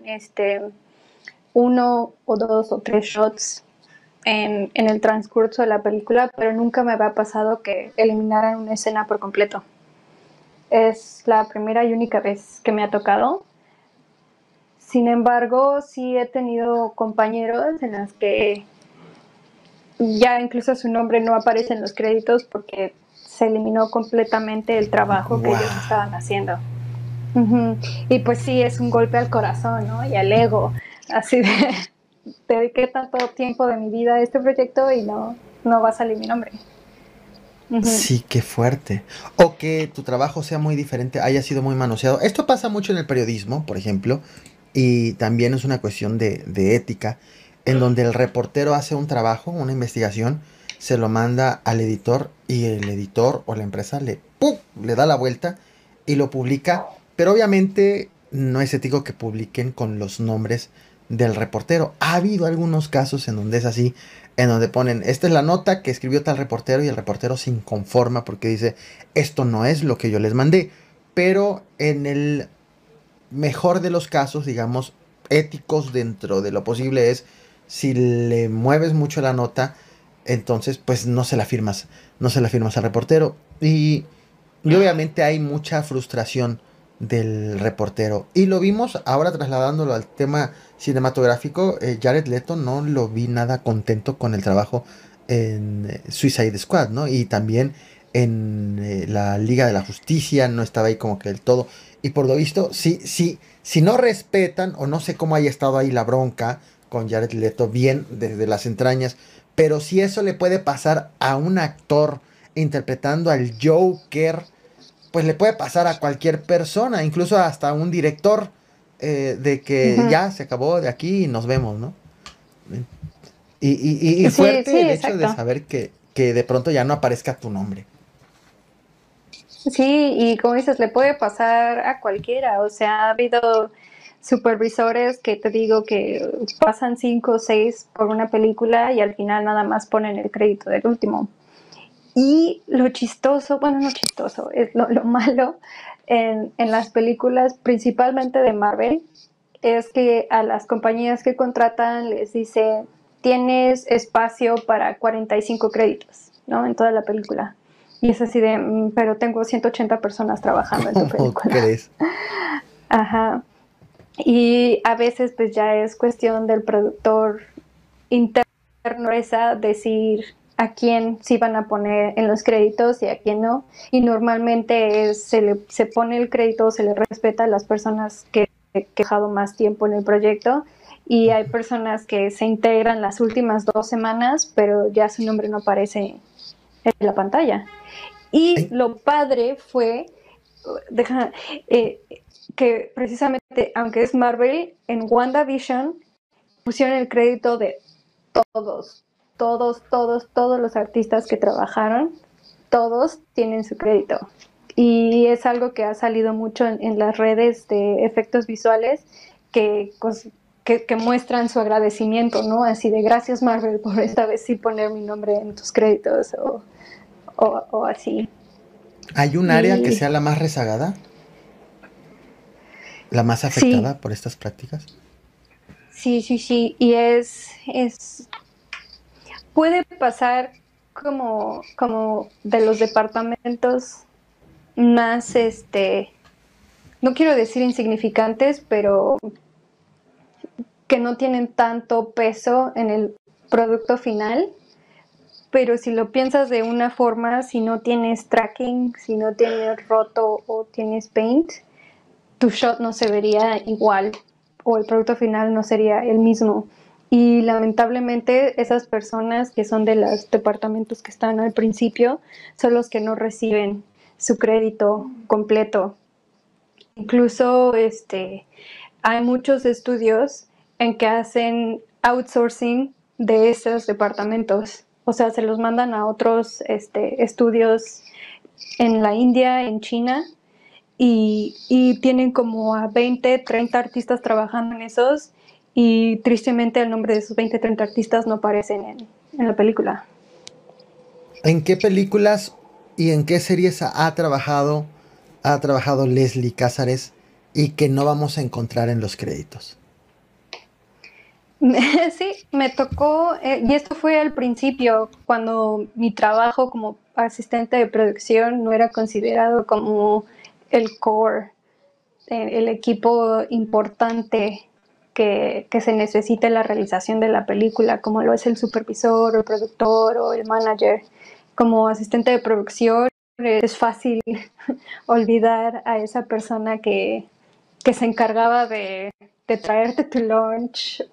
uno o dos o tres shots en el transcurso de la película, pero nunca me había pasado que eliminaran una escena por completo. Es la primera y única vez que me ha tocado. Sin embargo, sí he tenido compañeros en las que ya incluso su nombre no aparece en los créditos porque se eliminó completamente el trabajo que ellos estaban haciendo. Uh-huh. Y pues sí, es un golpe al corazón, ¿no? Y al ego, así de dediqué tanto tiempo de mi vida a este proyecto y no va a salir mi nombre. Uh-huh. Sí, qué fuerte. O que tu trabajo sea muy diferente, haya sido muy manoseado. Esto pasa mucho en el periodismo, por ejemplo, y también es una cuestión de ética, en donde el reportero hace un trabajo, una investigación, se lo manda al editor y el editor o la empresa le da la vuelta y lo publica, pero obviamente no es ético que publiquen con los nombres del reportero. Ha habido algunos casos en donde es así, en donde ponen, esta es la nota que escribió tal reportero y el reportero se inconforma porque dice, esto no es lo que yo les mandé. Pero en el mejor de los casos, digamos, éticos dentro de lo posible es, si le mueves mucho la nota, entonces pues no se la firmas al reportero. Y obviamente hay mucha frustración del reportero. Y lo vimos ahora trasladándolo al tema cinematográfico. Jared Leto no lo vi nada contento con el trabajo en Suicide Squad, ¿no? Y también en la Liga de la Justicia no estaba ahí como que del todo. Y por lo visto, si no respetan, o no sé cómo haya estado ahí la bronca con Jared Leto, bien desde las entrañas, pero si eso le puede pasar a un actor interpretando al Joker, pues le puede pasar a cualquier persona, incluso hasta un director, de que ya se acabó de aquí y nos vemos, ¿no? Y fuerte sí, el hecho exacto. de saber que de pronto ya no aparezca tu nombre. Sí, y como dices, le puede pasar a cualquiera, o sea, ha habido supervisores que te digo que pasan 5 o 6 por una película y al final nada más ponen el crédito del último. Y lo chistoso, bueno, no chistoso, es lo malo en las películas, principalmente de Marvel, es que a las compañías que contratan les dice, tienes espacio para 45 créditos, ¿no? En toda la película. Y es así de, pero tengo 180 personas trabajando en tu ¿Cómo película. crees? Ajá. Y a veces pues ya es cuestión del productor interno esa decir a quién sí van a poner en los créditos y a quién no. Y normalmente se pone el crédito, se le respeta a las personas que han dejado más tiempo en el proyecto. Y hay personas que se integran las últimas 2 semanas, pero ya su nombre no aparece en la pantalla. Y lo padre fue, que precisamente, aunque es Marvel, en WandaVision pusieron el crédito de todos todos los artistas que trabajaron, todos tienen su crédito. Y es algo que ha salido mucho en las redes de efectos visuales que muestran su agradecimiento, ¿no? Así de gracias Marvel por esta vez sí poner mi nombre en tus créditos o así. ¿Hay un área que sea la más rezagada? ¿La más afectada por estas prácticas? Sí. Y puede pasar como de los departamentos más, no quiero decir insignificantes, pero que no tienen tanto peso en el producto final. Pero si lo piensas de una forma, si no tienes tracking, si no tienes roto o tienes paint, tu shot no se vería igual o el producto final no sería el mismo. Y lamentablemente esas personas que son de los departamentos que están al principio son los que no reciben su crédito completo. Incluso hay muchos estudios en que hacen outsourcing de esos departamentos. O sea, se los mandan a otros estudios en la India, en China, y tienen como a 20, 30 artistas trabajando en esos, y tristemente el nombre de esos 20, 30 artistas no aparecen en la película. ¿En qué películas y en qué series ha trabajado Leslie Cázares y que no vamos a encontrar en los créditos? Sí, me tocó, y esto fue al principio, cuando mi trabajo como asistente de producción no era considerado como el core, el equipo importante que se necesita en la realización de la película, como lo es el supervisor, o el productor o el manager. Como asistente de producción es fácil olvidar a esa persona que se encargaba de traerte tu lunch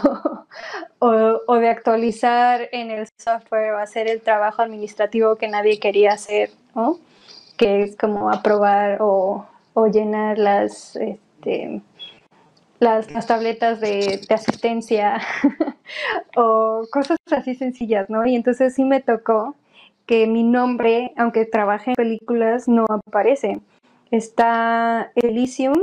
o de actualizar en el software o hacer el trabajo administrativo que nadie quería hacer, ¿no? Que es como aprobar o llenar las tabletas de asistencia o cosas así sencillas, ¿no? Y entonces sí me tocó que mi nombre, aunque trabajé en películas, no aparece. Está Elysium,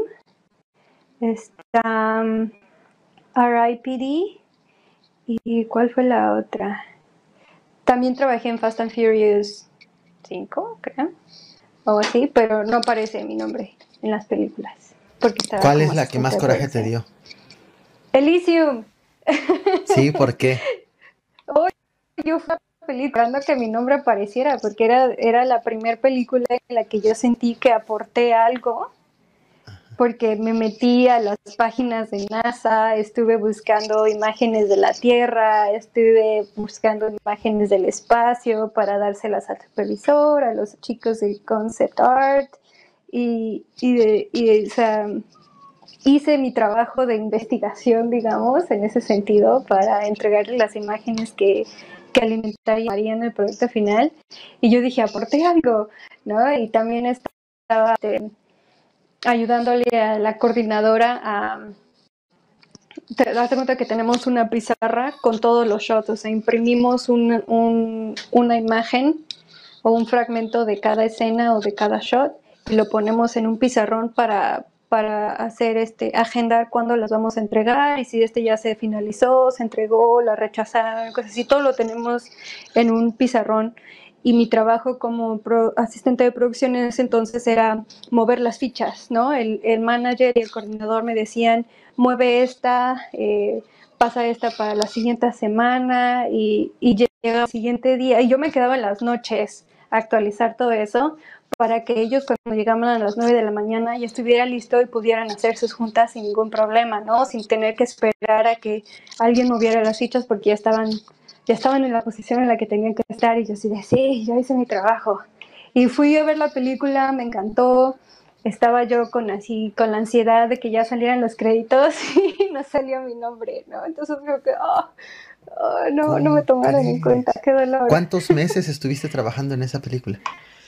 está R.I.P.D. ¿Y cuál fue la otra? También trabajé en Fast and Furious 5, creo, o así, pero no aparece mi nombre en las películas. Porque estaba ¿Cuál como es la que más coraje te dio? Elysium. Sí, ¿por qué? Oh, yo fui esperando que mi nombre apareciera porque era la primera película en la que yo sentí que aporté algo, porque me metí a las páginas de NASA, estuve buscando imágenes de la Tierra, estuve buscando imágenes del espacio para dárselas al supervisor, a los chicos de concept art, y o sea, hice mi trabajo de investigación, digamos, en ese sentido, para entregarle las imágenes que alimentarían el producto final. Y yo dije, aporté algo, ¿no? Y también estaba ayudándole a la coordinadora te das cuenta que tenemos una pizarra con todos los shots, o sea, imprimimos una imagen o un fragmento de cada escena o de cada shot y lo ponemos en un pizarrón para hacer agendar cuándo las vamos a entregar y si ya se finalizó, se entregó, la rechazaron, cosas así, todo lo tenemos en un pizarrón. Y mi trabajo como asistente de producción en ese entonces era mover las fichas, ¿no? El manager y el coordinador me decían, mueve esta, pasa esta para la siguiente semana y llega el siguiente día. Y yo me quedaba en las noches a actualizar todo eso para que ellos cuando llegaban a las 9 de la mañana ya estuviera listo y pudieran hacer sus juntas sin ningún problema, ¿no? Sin tener que esperar a que alguien moviera las fichas porque ya estaban en la posición en la que tenían que estar y yo así de, sí, ya hice mi trabajo. Y fui a ver la película, me encantó, estaba yo con la ansiedad de que ya salieran los créditos y no salió mi nombre, ¿no? Entonces creo que, no me tomaron en cuenta, qué dolor. ¿Cuántos meses estuviste trabajando en esa película?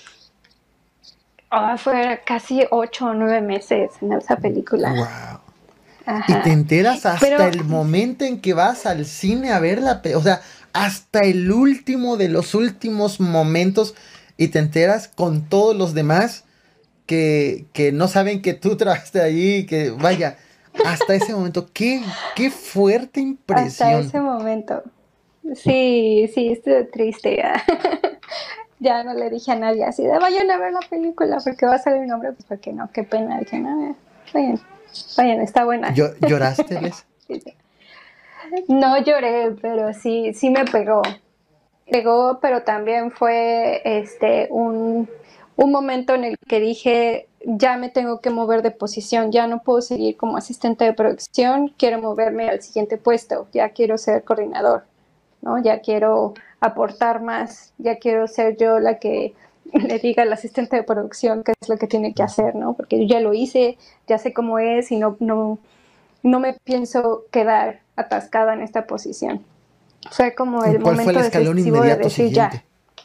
Fue casi 8 o 9 meses en esa película. Wow. Ajá. Y te enteras hasta el momento en que vas al cine a ver o sea, hasta el último de los últimos momentos y te enteras con todos los demás que no saben que tú trabajaste ahí, que vaya, hasta ese momento, qué fuerte Hasta impresión. ese momento. Sí, sí, estuve triste. Ya no le dije a nadie así de vayan a ver la película porque va a salir mi nombre, pues porque no, qué pena. Dije, no, vayan, vayan, está buena. ¿Lloraste, Les? No lloré, pero sí, sí me pegó. Pegó, pero también fue un momento en el que dije, ya me tengo que mover de posición, ya no puedo seguir como asistente de producción, quiero moverme al siguiente puesto, ya quiero ser coordinador, ¿no? Ya quiero aportar más, ya quiero ser yo la que le diga al asistente de producción qué es lo que tiene que hacer, ¿no? Porque yo ya lo hice, ya sé cómo es y no me pienso quedar atascada en esta posición. Fue como ¿Y el cuál fue el momento escalón decisivo de inmediato decir ya. siguiente?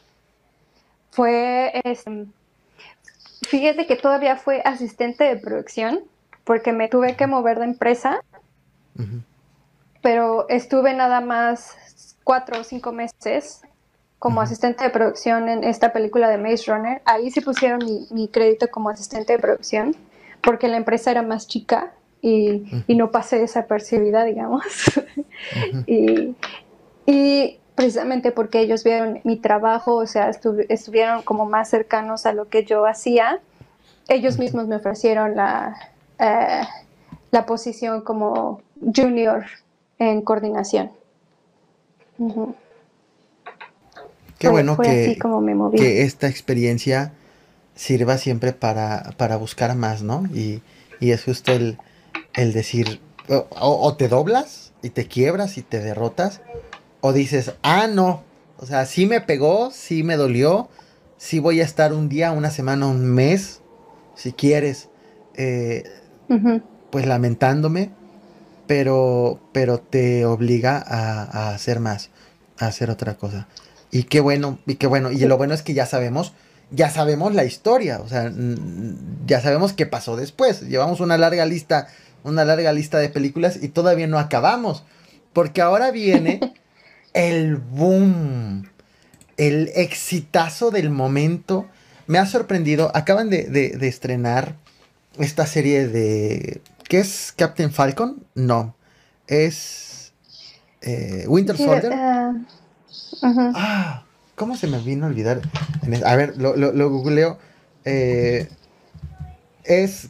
Fue, fíjate que todavía fue asistente de producción porque me tuve que mover de empresa, Ujú. pero estuve nada más 4 o 5 meses como Ujú. asistente de producción en esta película de Maze Runner. Ahí sí pusieron mi crédito como asistente de producción porque la empresa era más chica y Ujú. no pasé desapercibida, digamos. Ujú. y, y precisamente porque ellos vieron mi trabajo, o sea, estuvieron como más cercanos a lo que yo hacía, ellos Ujú. mismos me ofrecieron eh, la posición como junior en coordinación. Uh-huh. Qué bueno Fue así como me moví. que esta experiencia sirva siempre para buscar más, ¿no? Y es justo el decir, o te doblas y te quiebras y te derrotas, o dices, ah, no, o sea, sí me pegó, sí me dolió, sí voy a estar un día, una semana, un mes, si quieres, eh, Uh-huh. pues lamentándome, pero te obliga a hacer más, a hacer otra cosa. Y qué bueno, y qué bueno. Y Sí. lo bueno es que ya sabemos la historia, o sea, ya sabemos qué pasó después. Llevamos una larga lista de películas y todavía no acabamos. Porque ahora viene el boom, el exitazo del momento. Me ha sorprendido, acaban de estrenar esta serie de... ¿Qué es Captain Falcon? No. Es Winter Sí, Soldier. uh-huh. Ah, ¿cómo se me vino a olvidar? A ver, lo googleo. Eh, es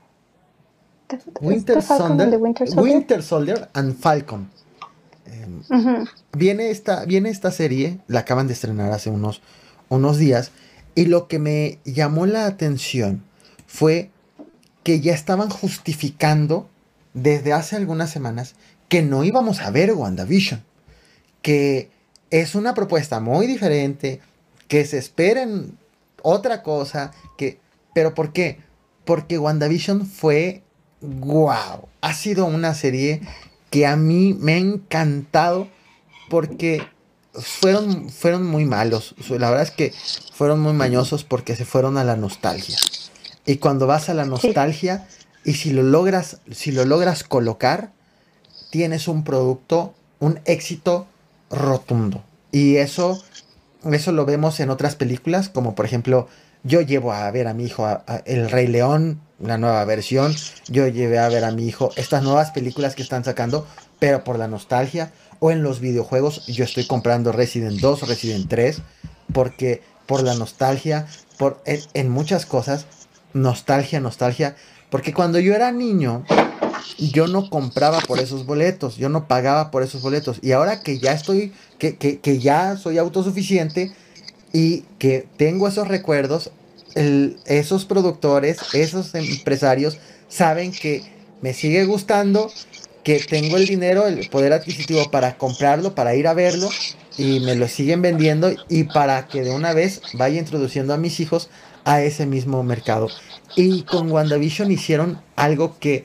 Winter ¿Este Falcon and the Soldier, Winter Soldier? Winter Soldier and Falcon. Uh-huh. Viene esta serie, la acaban de estrenar hace unos días, y lo que me llamó la atención fue que ya estaban justificando desde hace algunas semanas que no íbamos a ver WandaVision, que es una propuesta muy diferente, que se esperen otra cosa, pero ¿por qué? Porque WandaVision fue wow, ha sido una serie que a mí me ha encantado porque fueron muy malos. La verdad es que fueron muy mañosos porque se fueron a la nostalgia. Y cuando vas a la Sí. nostalgia y si lo logras colocar, tienes un producto, un éxito rotundo. Y eso lo vemos en otras películas, como por ejemplo, yo llevo a ver a mi hijo El Rey León, la nueva versión. Yo llevé a ver a mi hijo estas nuevas películas que están sacando, pero por la nostalgia. O en los videojuegos, yo estoy comprando Resident 2, Resident 3, porque por la nostalgia, en muchas cosas, nostalgia, nostalgia. Porque cuando yo era niño, yo no compraba por esos boletos, yo no pagaba por esos boletos. Y ahora que ya que ya soy autosuficiente y que tengo esos recuerdos, esos productores, esos empresarios saben que me sigue gustando, que tengo el dinero, el poder adquisitivo para comprarlo, para ir a verlo, y me lo siguen vendiendo y para que de una vez vaya introduciendo a mis hijos a ese mismo mercado. Y con WandaVision hicieron algo que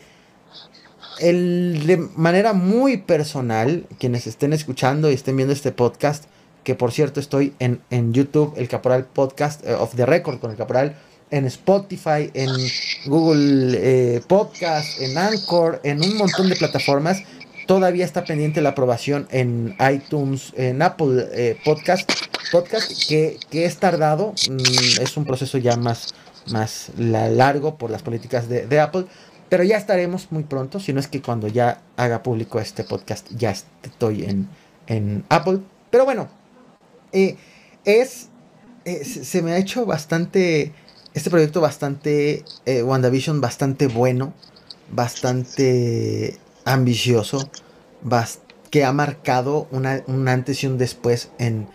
de manera muy personal, quienes estén escuchando y estén viendo este podcast, que por cierto estoy en YouTube, el Caporal Podcast of the Record con el Caporal, en Spotify, en Google Podcast, en Anchor, en un montón de plataformas. Todavía está pendiente la aprobación en iTunes, en Apple Podcast que es tardado. Es un proceso ya más largo por las políticas de Apple. Pero ya estaremos muy pronto. Si no es que cuando ya haga público este podcast ya estoy en Apple. Pero bueno, eh, es se me ha hecho bastante, este proyecto bastante, WandaVision bastante bueno, bastante ambicioso, que ha marcado un antes y un después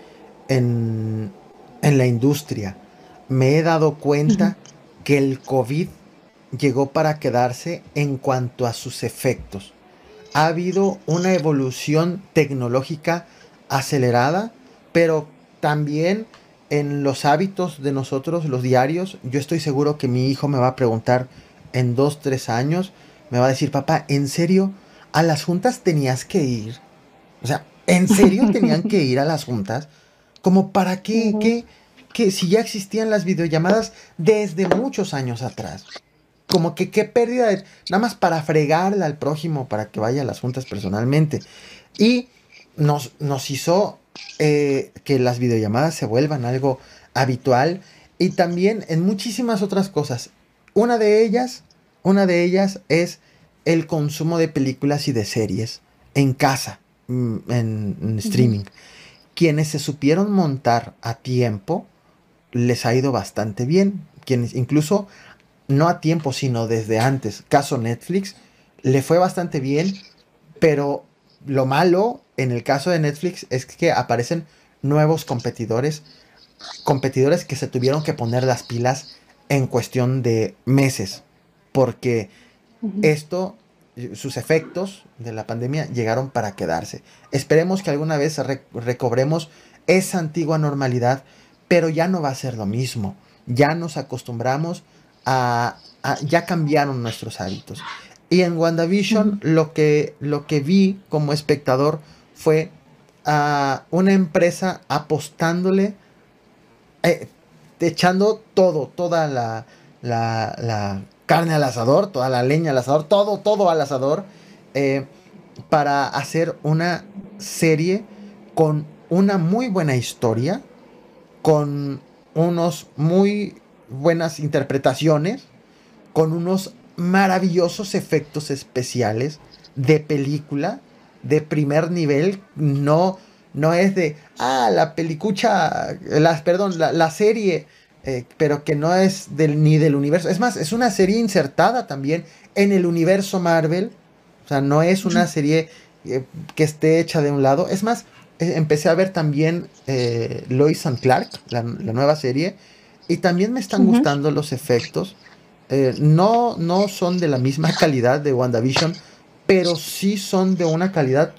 en, en la industria. Me he dado Ujú, cuenta que el COVID llegó para quedarse en cuanto a sus efectos. Ha habido una evolución tecnológica acelerada, pero también en los hábitos de nosotros, los diarios. Yo estoy seguro que mi hijo me va a preguntar en 2, 3 años, me va a decir, papá, ¿en serio a las juntas tenías que ir? O sea, ¿en serio tenían que ir a las juntas? ¿Como para qué? ujú, ¿Qué? Si ya existían las videollamadas desde muchos años atrás. Como que qué pérdida de, nada más para fregarle al prójimo para que vaya a las juntas personalmente. Y nos hizo que las videollamadas se vuelvan algo habitual y también en muchísimas otras cosas. Una de ellas, una de ellas es el consumo de películas y de series en casa, en ujú, streaming. Quienes se supieron montar a tiempo les ha ido bastante bien. Quienes incluso no a tiempo, sino desde antes. Caso Netflix, le fue bastante bien, pero lo malo en el caso de Netflix es que aparecen nuevos competidores, competidores que se tuvieron que poner las pilas en cuestión de meses, porque ujú. esto, sus efectos de la pandemia llegaron para quedarse. Esperemos que alguna vez recobremos esa antigua normalidad, pero ya no va a ser lo mismo. Ya nos acostumbramos ya cambiaron nuestros hábitos. Y en WandaVision Ujú, lo que vi como espectador fue a una empresa apostándole, eh, echando toda la carne al asador, toda la leña al asador, todo al asador, eh, para hacer una serie con una muy buena historia, con unos muy buenas interpretaciones, con unos maravillosos efectos especiales de película de primer nivel. No es de, la pelicucha, perdón, la serie, pero que no es ni del universo. Es más, es una serie insertada también en el universo Marvel. O sea, no es una ujú, serie que esté hecha de un lado. Es más, empecé a ver también Lois and Clark, la nueva serie, y también me están ujú. gustando los efectos. No son de la misma calidad de WandaVision, pero sí son de una calidad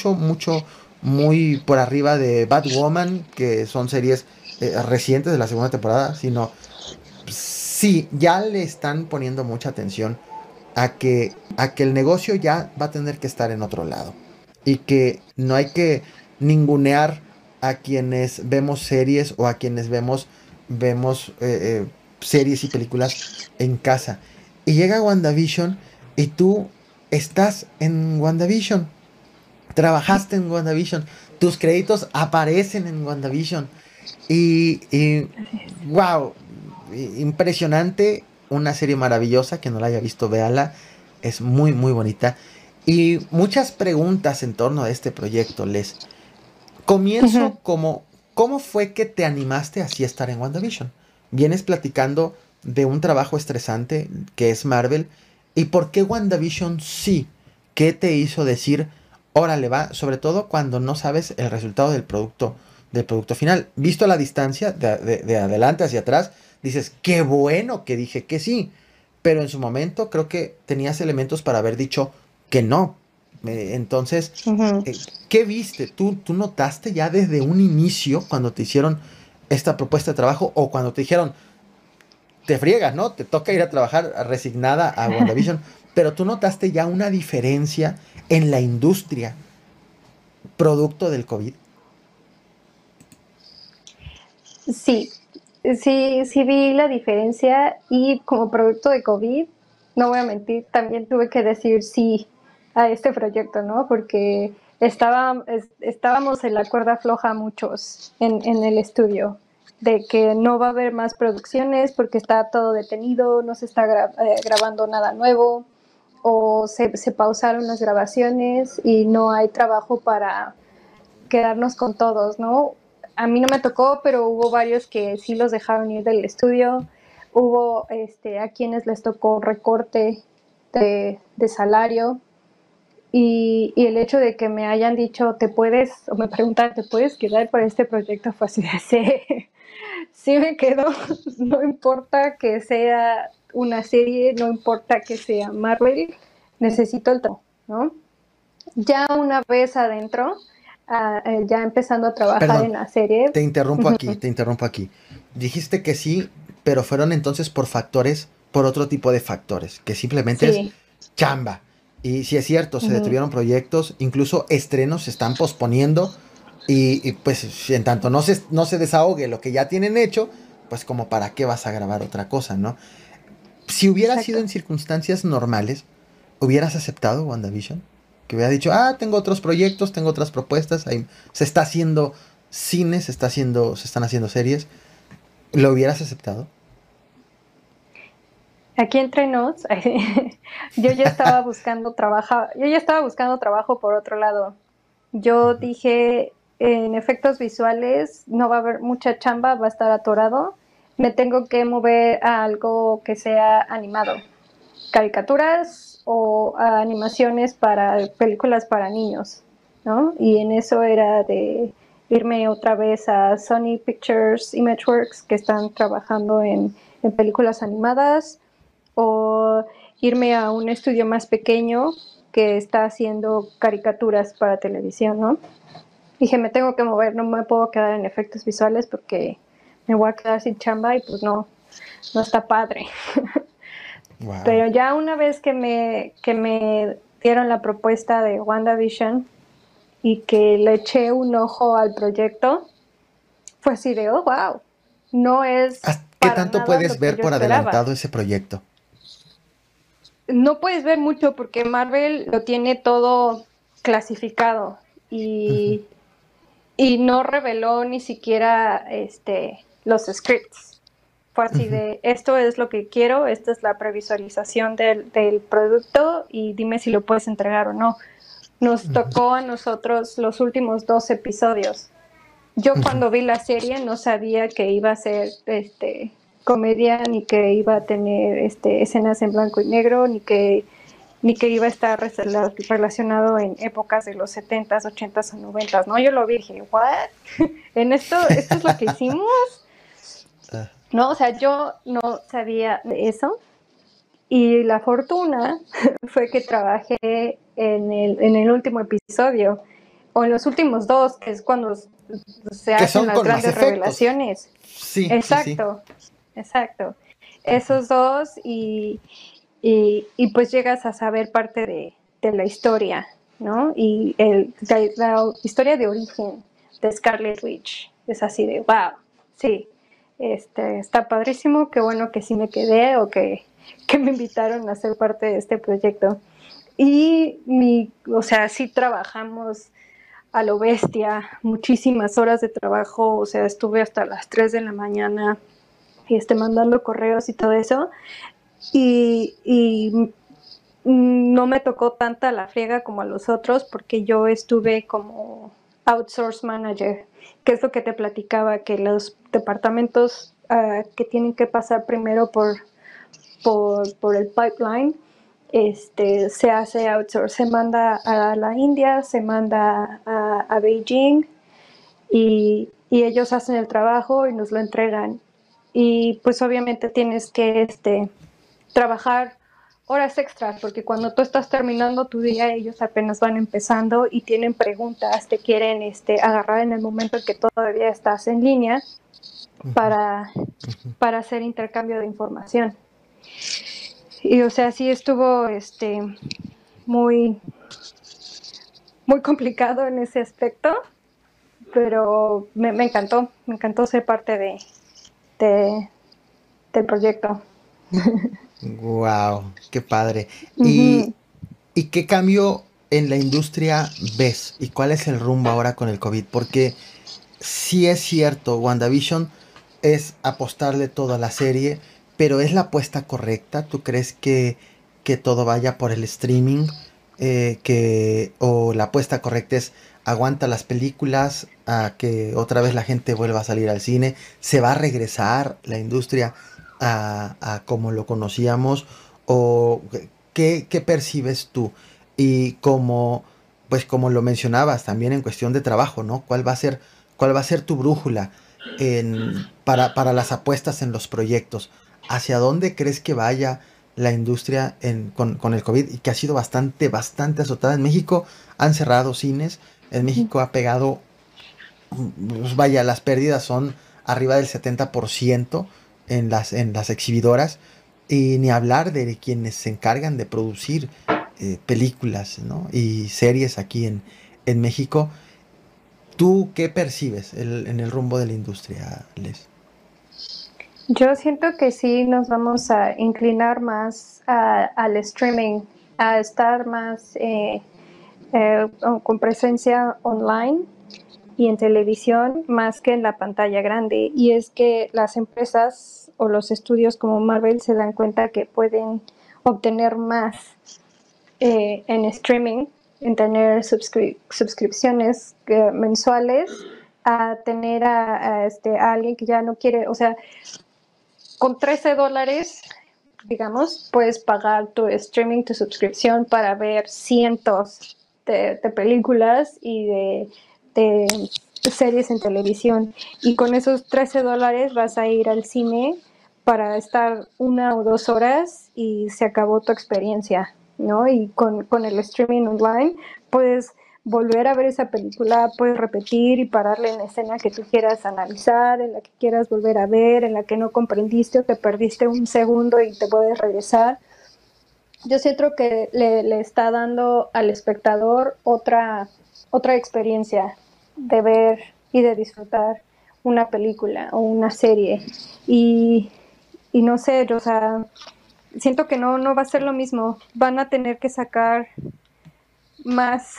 muy por arriba de Batwoman, que son series recientes de la segunda temporada, sino sí, ya le están poniendo mucha atención a que el negocio ya va a tener que estar en otro lado. Y que no hay que ningunear a quienes vemos series o a quienes vemos series y películas en casa. Y llega WandaVision y tú estás en WandaVision. Trabajaste en WandaVision. Tus créditos aparecen en WandaVision. Y Así es. wow, impresionante, una serie maravillosa, que no la haya visto, véala, es muy muy bonita. Y muchas preguntas en torno a este proyecto, Les. Ujú. Comienzo como, ¿cómo fue que te animaste así a estar en WandaVision? Vienes platicando de un trabajo estresante que es Marvel, ¿y por qué WandaVision sí? ¿Qué te hizo decir, órale va? Sobre todo cuando no sabes el resultado del producto final. Visto a la distancia, de adelante hacia atrás, dices, qué bueno que dije que sí. Pero en su momento creo que tenías elementos para haber dicho que no. Entonces, Ujú. ¿qué viste? ¿Tú notaste ya desde un inicio cuando te hicieron esta propuesta de trabajo o cuando te dijeron, te friegas, ¿no? Te toca ir a trabajar resignada a WandaVision, pero tú notaste ya una diferencia en la industria producto del COVID? Sí, sí vi la diferencia y como producto de COVID, no voy a mentir, también tuve que decir sí, a este proyecto, ¿no? Porque estábamos en la cuerda floja muchos en el estudio, de que no va a haber más producciones porque está todo detenido, no se está grabando nada nuevo, o se pausaron las grabaciones y no hay trabajo para quedarnos con todos, ¿no? A mí no me tocó, pero hubo varios que sí los dejaron ir del estudio. Hubo a quienes les tocó recorte de salario. Y el hecho de que me hayan dicho, o me preguntan, ¿te puedes quedar para este proyecto? Fue así de, sí, sí me quedo, no importa que sea una serie, no importa que sea Marvel, necesito el trabajo, ¿no? Ya una vez adentro, ya empezando a trabajar en Perdón, la serie. te interrumpo aquí. Dijiste que sí, pero fueron entonces por factores, por otro tipo de factores, que simplemente es Sí. chamba. Y si es cierto, se detuvieron proyectos, incluso estrenos se están posponiendo y pues si en tanto no se desahogue lo que ya tienen hecho, pues como para qué vas a grabar otra cosa, ¿no? Si hubiera sido Exacto. en circunstancias normales, ¿hubieras aceptado WandaVision? Que hubiera dicho, ah, tengo otros proyectos, tengo otras propuestas, ahí se está haciendo cine, se están haciendo series. ¿Lo hubieras aceptado? Aquí entre nos, yo ya estaba buscando trabajo por otro lado. Yo dije, en efectos visuales no va a haber mucha chamba, va a estar atorado. Me tengo que mover a algo que sea animado, caricaturas o animaciones para películas para niños, ¿no? Y en eso era de irme otra vez a Sony Pictures Imageworks, que están trabajando en películas animadas, o irme a un estudio más pequeño que está haciendo caricaturas para televisión, ¿no? Dije, me tengo que mover, no me puedo quedar en efectos visuales porque me voy a quedar sin chamba y pues no, no está padre. Wow. Pero ya una vez que me dieron la propuesta de WandaVision y que le eché un ojo al proyecto, fue así de, oh, wow, no es ¿Qué para tanto nada puedes lo que ver yo por esperaba. adelantado ese proyecto? No puedes ver mucho porque Marvel lo tiene todo clasificado y, y no reveló ni siquiera los scripts. Fue así de, esto es lo que quiero, esta es la previsualización del producto y dime si lo puedes entregar o no. Nos tocó a nosotros los últimos 2 episodios. Yo cuando vi la serie no sabía que iba a ser comedia, ni que iba a tener escenas en blanco y negro, ni que iba a estar relacionado en épocas de los 70s, 80s o 90s, ¿no? Yo lo vi y dije, ¿what? ¿En esto es lo que hicimos? No, o sea, yo no sabía de eso. Y la fortuna fue que trabajé en el último episodio, o en los últimos dos, que es cuando se Que hacen son las con más grandes efectos. revelaciones. Sí, sí, sí. Exacto, exacto. Esos dos y pues llegas a saber parte de la historia, ¿no? Y la historia de origen de Scarlet Witch es así de, wow, sí, está padrísimo, qué bueno que sí me quedé o que me invitaron a ser parte de este proyecto. O sea, sí trabajamos a lo bestia, muchísimas horas de trabajo, o sea, estuve hasta las 3 de la mañana mandando correos y todo eso, y no me tocó tanta la friega como a los otros porque yo estuve como outsource manager, que es lo que te platicaba, que los departamentos que tienen que pasar primero por el pipeline, se hace outsource, se manda a la India, se manda a Beijing y ellos hacen el trabajo y nos lo entregan. Y pues obviamente tienes que trabajar horas extras, porque cuando tú estás terminando tu día, ellos apenas van empezando y tienen preguntas, te quieren agarrar en el momento en que todavía estás en línea para, para hacer intercambio de información. Y o sea, sí estuvo muy, muy complicado en ese aspecto, pero me encantó ser parte de, del proyecto. Wow, qué padre. Y Uh-huh. ¿Y qué cambio en la industria ves? ¿Y cuál es el rumbo ahora con el COVID? Porque sí es cierto, WandaVision es apostarle todo a la serie, pero ¿es la apuesta correcta? ¿Tú crees que todo vaya por el streaming? ¿O la apuesta correcta es aguanta las películas a que otra vez la gente vuelva a salir al cine? ¿Se va a regresar la industria a como lo conocíamos? ¿O qué percibes tú? Y como, pues como lo mencionabas también en cuestión de trabajo, ¿no? ¿Cuál va a ser tu brújula para las apuestas en los proyectos? ¿Hacia dónde crees que vaya la industria con el COVID? Y que ha sido bastante azotada. En México han cerrado cines, en México ha pegado, pues vaya, las pérdidas son arriba del 70% en las exhibidoras. Y ni hablar de quienes se encargan de producir películas, ¿no? Y series aquí en México. ¿Tú qué percibes en el rumbo de la industria, Les? Yo siento que sí nos vamos a inclinar más al streaming, a estar más con presencia online y en televisión más que en la pantalla grande. Y es que las empresas o los estudios como Marvel se dan cuenta que pueden obtener más en streaming, en tener suscripciones mensuales, a tener a alguien que ya no quiere, o sea, con $13, digamos, puedes pagar tu streaming, tu suscripción para ver cientos de películas y de series en televisión. Y con esos $13 vas a ir al cine para estar 1 o 2 horas y se acabó tu experiencia, ¿no? Y con el streaming online puedes volver a ver esa película, puedes repetir y pararle en la escena que tú quieras analizar, en la que quieras volver a ver, en la que no comprendiste o que perdiste un segundo y te puedes regresar. Yo siento que le está dando al espectador otra experiencia de ver y de disfrutar una película o una serie. Y, y no sé, o sea, siento que no va a ser lo mismo. Van a tener que sacar más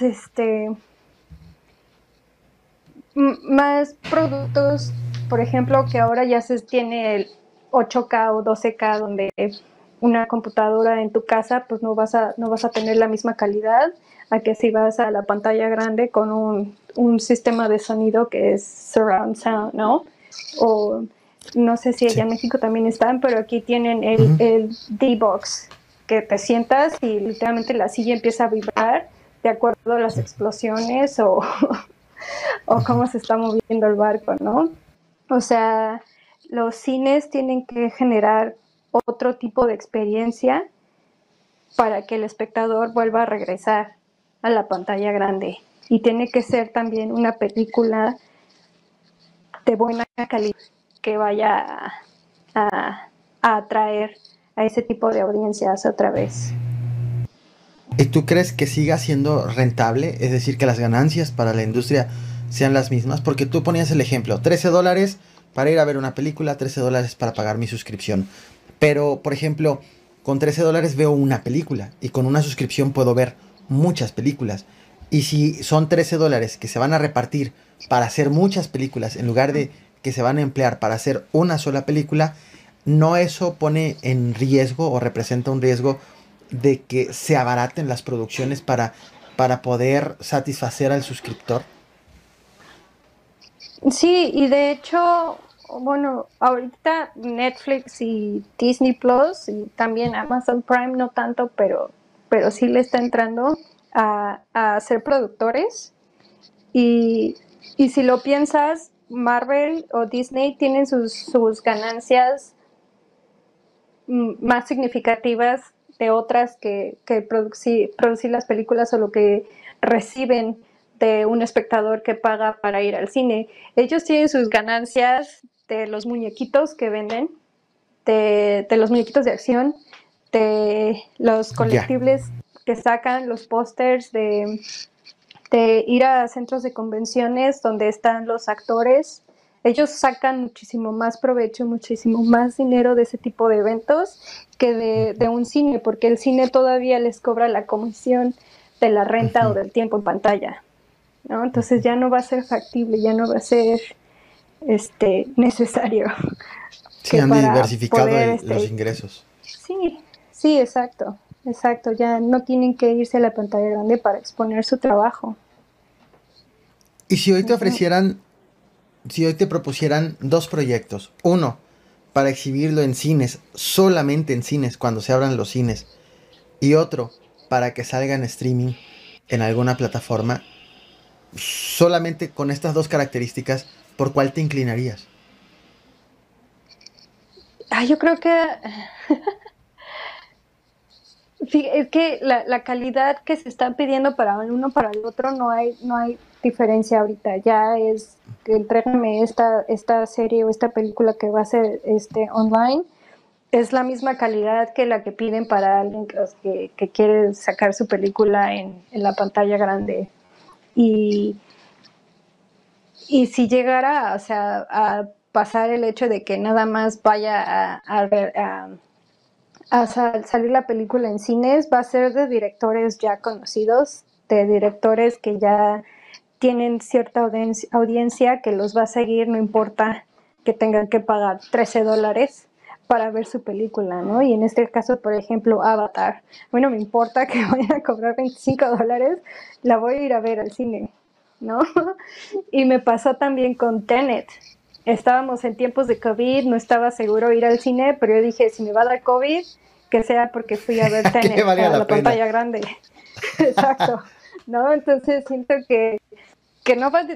más productos, por ejemplo, que ahora ya se tiene el 8K o 12K, donde una computadora en tu casa pues no vas a tener la misma calidad a que si vas a la pantalla grande con un sistema de sonido que es surround sound, ¿no? O no sé si allá Sí. en México también están, pero aquí tienen Ujú. el D-Box, que te sientas y literalmente la silla empieza a vibrar de acuerdo a las Sí. explosiones o Ujú. cómo se está moviendo el barco, ¿no? O sea, los cines tienen que generar otro tipo de experiencia para que el espectador vuelva a regresar a la pantalla grande. Y tiene que ser también una película de buena calidad que vaya a atraer a ese tipo de audiencias otra vez. ¿Y tú crees que siga siendo rentable? Es decir, que las ganancias para la industria sean las mismas. Porque tú ponías el ejemplo, $13 para ir a ver una película, $13 para pagar mi suscripción. Pero, por ejemplo, con $13 veo una película y con una suscripción puedo ver muchas películas. Y si son $13 que se van a repartir para hacer muchas películas en lugar de que se van a emplear para hacer una sola película, ¿no eso pone en riesgo o representa un riesgo de que se abaraten las producciones para poder satisfacer al suscriptor? Sí, y de hecho, bueno, ahorita Netflix y Disney Plus y también Amazon Prime no tanto, pero sí le está entrando a ser productores. Y, y si lo piensas, Marvel o Disney tienen sus ganancias más significativas de otras que producir las películas o lo que reciben de un espectador que paga para ir al cine. Ellos tienen sus ganancias de los muñequitos que venden, de los muñequitos de acción, de los Ya. colectibles que sacan, los pósters, de ir a centros de convenciones donde están los actores ellos sacan muchísimo más provecho, muchísimo más dinero de ese tipo de eventos que de un cine, porque el cine todavía les cobra la comisión de la renta o del tiempo en pantalla, ¿no? Entonces ya no va a ser factible, ya no va a ser necesario Sí, que han para diversificado poder los ingresos. sí, sí, exacto, exacto, ya no tienen que irse a la pantalla grande para exponer su trabajo. Y si hoy te Ujú. ofrecieran, si hoy te propusieran dos proyectos, uno para exhibirlo en cines, solamente en cines, cuando se abran los cines, y otro para que salga en streaming en alguna plataforma, solamente con estas dos características, ¿por cuál te inclinarías? Yo creo que es que la calidad que se está pidiendo para uno para el otro no hay diferencia ahorita. Ya es que entrégame esta serie o esta película que va a ser online. Es la misma calidad que la que piden para alguien que quiere sacar su película en la pantalla grande. Y, y si llegara, o sea, a pasar el hecho de que nada más vaya a salir la película en cines, va a ser de directores ya conocidos, de directores que ya tienen cierta audiencia que los va a seguir, no importa que tengan que pagar $13 para ver su película, ¿no? Y en este caso, por ejemplo, Avatar. A mí no me importa que vayan a cobrar $25, la voy a ir a ver al cine, ¿no? Y me pasó también con Tenet. Estábamos en tiempos de COVID, no estaba seguro ir al cine, pero yo dije, si me va a dar COVID, que sea porque fui a ver Que Tenet valga a la la pena. pantalla grande. Exacto, ¿no? Entonces siento que no va,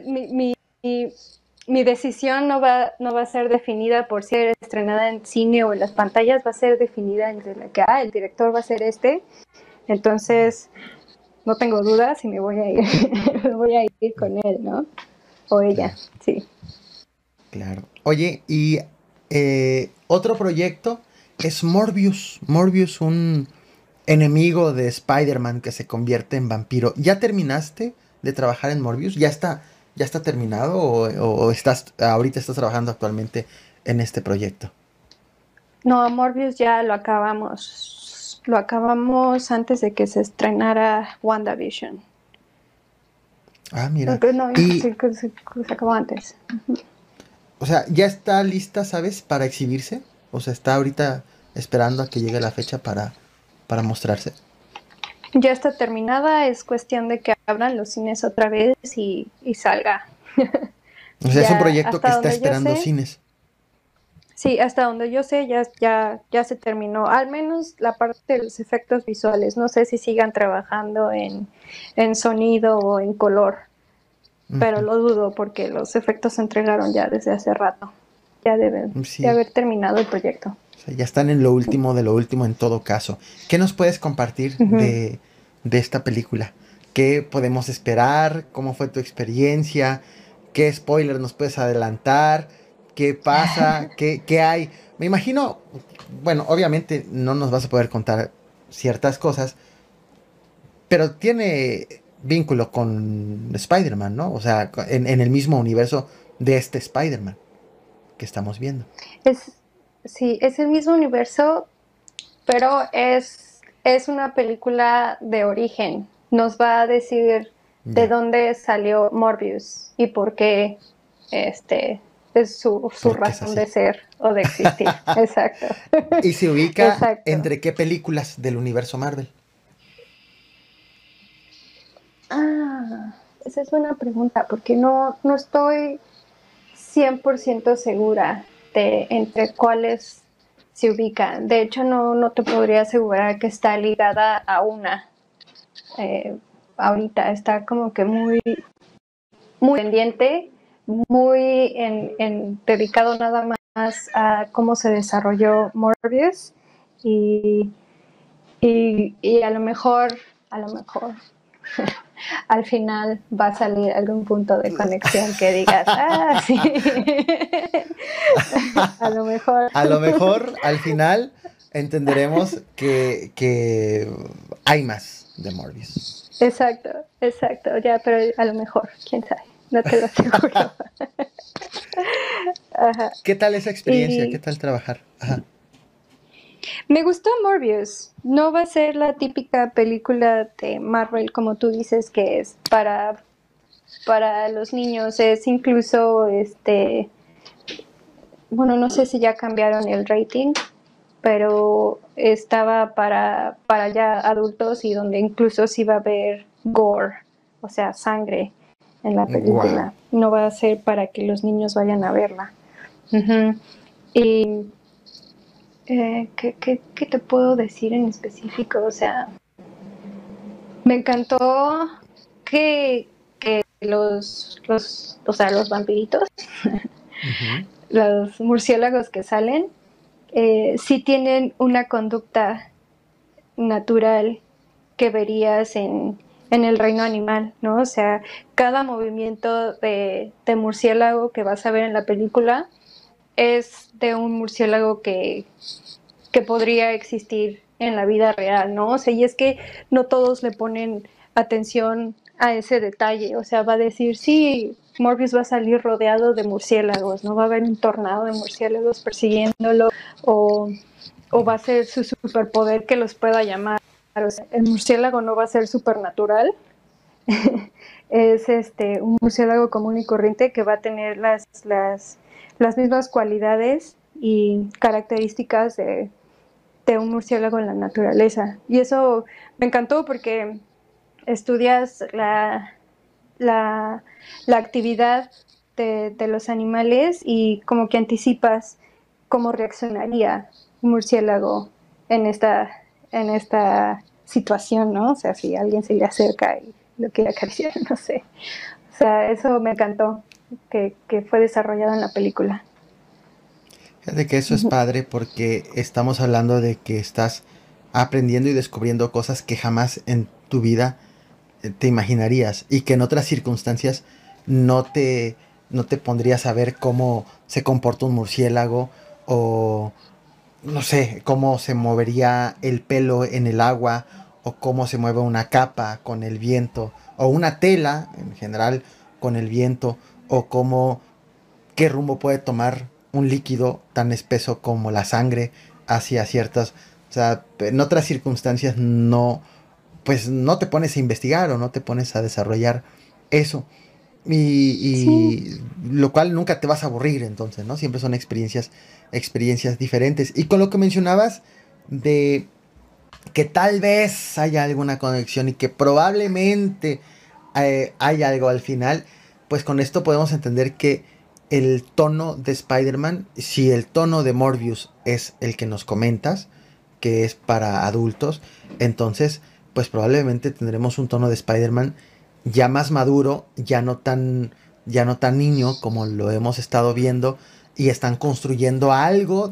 mi decisión no va a ser definida por ser estrenada en cine o en las pantallas, va a ser definida entre la que, el director va a ser entonces no tengo dudas y me voy a ir, me voy a ir con él, ¿no? O ella, Claro, sí. claro. Oye, y otro proyecto es Morbius. Morbius, un enemigo de Spider-Man que se convierte en vampiro. ¿Ya terminaste de trabajar en Morbius? Ya está terminado o estás ahorita estás trabajando actualmente en este proyecto? No, Morbius ya lo acabamos. Lo acabamos antes de que se estrenara WandaVision. Ah, mira. No, Y, sí, se acabó antes. o sea, ¿ya está lista, sabes, para exhibirse? O sea, está ahorita esperando a que llegue la fecha para mostrarse. Ya está terminada, es cuestión de que abran los cines otra vez y salga. O sea, es un Ya proyecto que hasta está donde yo esperando sé, cines. sí, hasta donde yo sé ya se terminó, al menos la parte de los efectos visuales. No sé si sigan trabajando en sonido o en color, pero Ujú. lo dudo porque los efectos se entregaron ya desde hace rato. Ya deben de Sí, haber terminado el proyecto. o sea, ya están en lo último de lo último en todo caso. ¿Qué nos puedes compartir Ujú. de esta película? ¿Qué podemos esperar? ¿Cómo fue tu experiencia? ¿Qué spoiler nos puedes adelantar? ¿Qué pasa? ¿Qué hay? Me imagino, bueno, obviamente no nos vas a poder contar ciertas cosas, pero tiene vínculo con Spider-Man, ¿no? O sea, en el mismo universo de este Spider-Man que estamos viendo. Es, sí, es el mismo universo, pero es una película de origen. Nos va a decir de Ya, dónde salió Morbius y por qué este, es su porque es razón de así. ser o de existir. Exacto. Y se ubica Exacto. entre qué películas del universo Marvel. Esa es buena pregunta porque no estoy 100% segura de entre cuáles se ubican. De hecho, no te podría asegurar que está ligada a una. Eh, Ahorita está como que muy pendiente, muy dedicado nada más a cómo se desarrolló Morbius y, y a lo mejor al final va a salir algún punto de conexión que digas, sí, a lo mejor. A lo mejor al final entenderemos que hay más de Morbius. Exacto, exacto, ya, pero a lo mejor, quién sabe, no te lo aseguro. Ajá. ¿Qué tal esa experiencia? ¿Qué Y tal trabajar? Ajá. me gustó Morbius. No va a ser la típica película de Marvel, como tú dices, que es para los niños. Es incluso, bueno, no sé si ya cambiaron el rating, pero estaba para ya adultos y donde incluso sí va a haber gore, o sea, sangre en la Wow. película. No va a ser para que los niños vayan a verla. Ujú. Y ¿qué te puedo decir en específico? O sea, me encantó que o sea, los vampiritos, Ujú. los murciélagos que salen, sí tienen una conducta natural que verías en el reino animal, ¿no? O sea, cada movimiento de murciélago que vas a ver en la película es de un murciélago que podría existir en la vida real, ¿no? O sea, y es que no todos le ponen atención a ese detalle, o sea, va a decir, sí, Morbius va a salir rodeado de murciélagos, no va a haber un tornado de murciélagos persiguiéndolo, o, o va a ser su superpoder que los pueda llamar. O sea, el murciélago no va a ser supernatural, es un murciélago común y corriente que va a tener las mismas cualidades y características de un murciélago en la naturaleza. Y eso me encantó porque estudias la, la actividad de los animales y como que anticipas cómo reaccionaría un murciélago en esta situación, ¿no? O sea, si alguien se le acerca y lo quiere acariciar, no sé. O sea, eso me encantó, que fue desarrollado en la película. Fíjate que eso es padre porque estamos hablando de que estás aprendiendo y descubriendo cosas que jamás en tu vida te imaginarías y que en otras circunstancias no te, no te pondrías a ver cómo se comporta un murciélago o no sé, cómo se movería el pelo en el agua o cómo se mueve una capa con el viento o una tela en general con el viento o cómo qué rumbo puede tomar un líquido tan espeso como la sangre hacia ciertas, o sea, en otras circunstancias no, pues no te pones a investigar o no te pones a desarrollar eso. Sí, Y lo cual nunca te vas a aburrir entonces, ¿no? Siempre son experiencias diferentes. Y con lo que mencionabas de que tal vez haya alguna conexión y que probablemente hay algo al final, pues con esto podemos entender que el tono de Spider-Man, si el tono de Morbius es el que nos comentas, que es para adultos, entonces pues probablemente tendremos un tono de Spider-Man ya más maduro, ya no tan niño como lo hemos estado viendo y están construyendo algo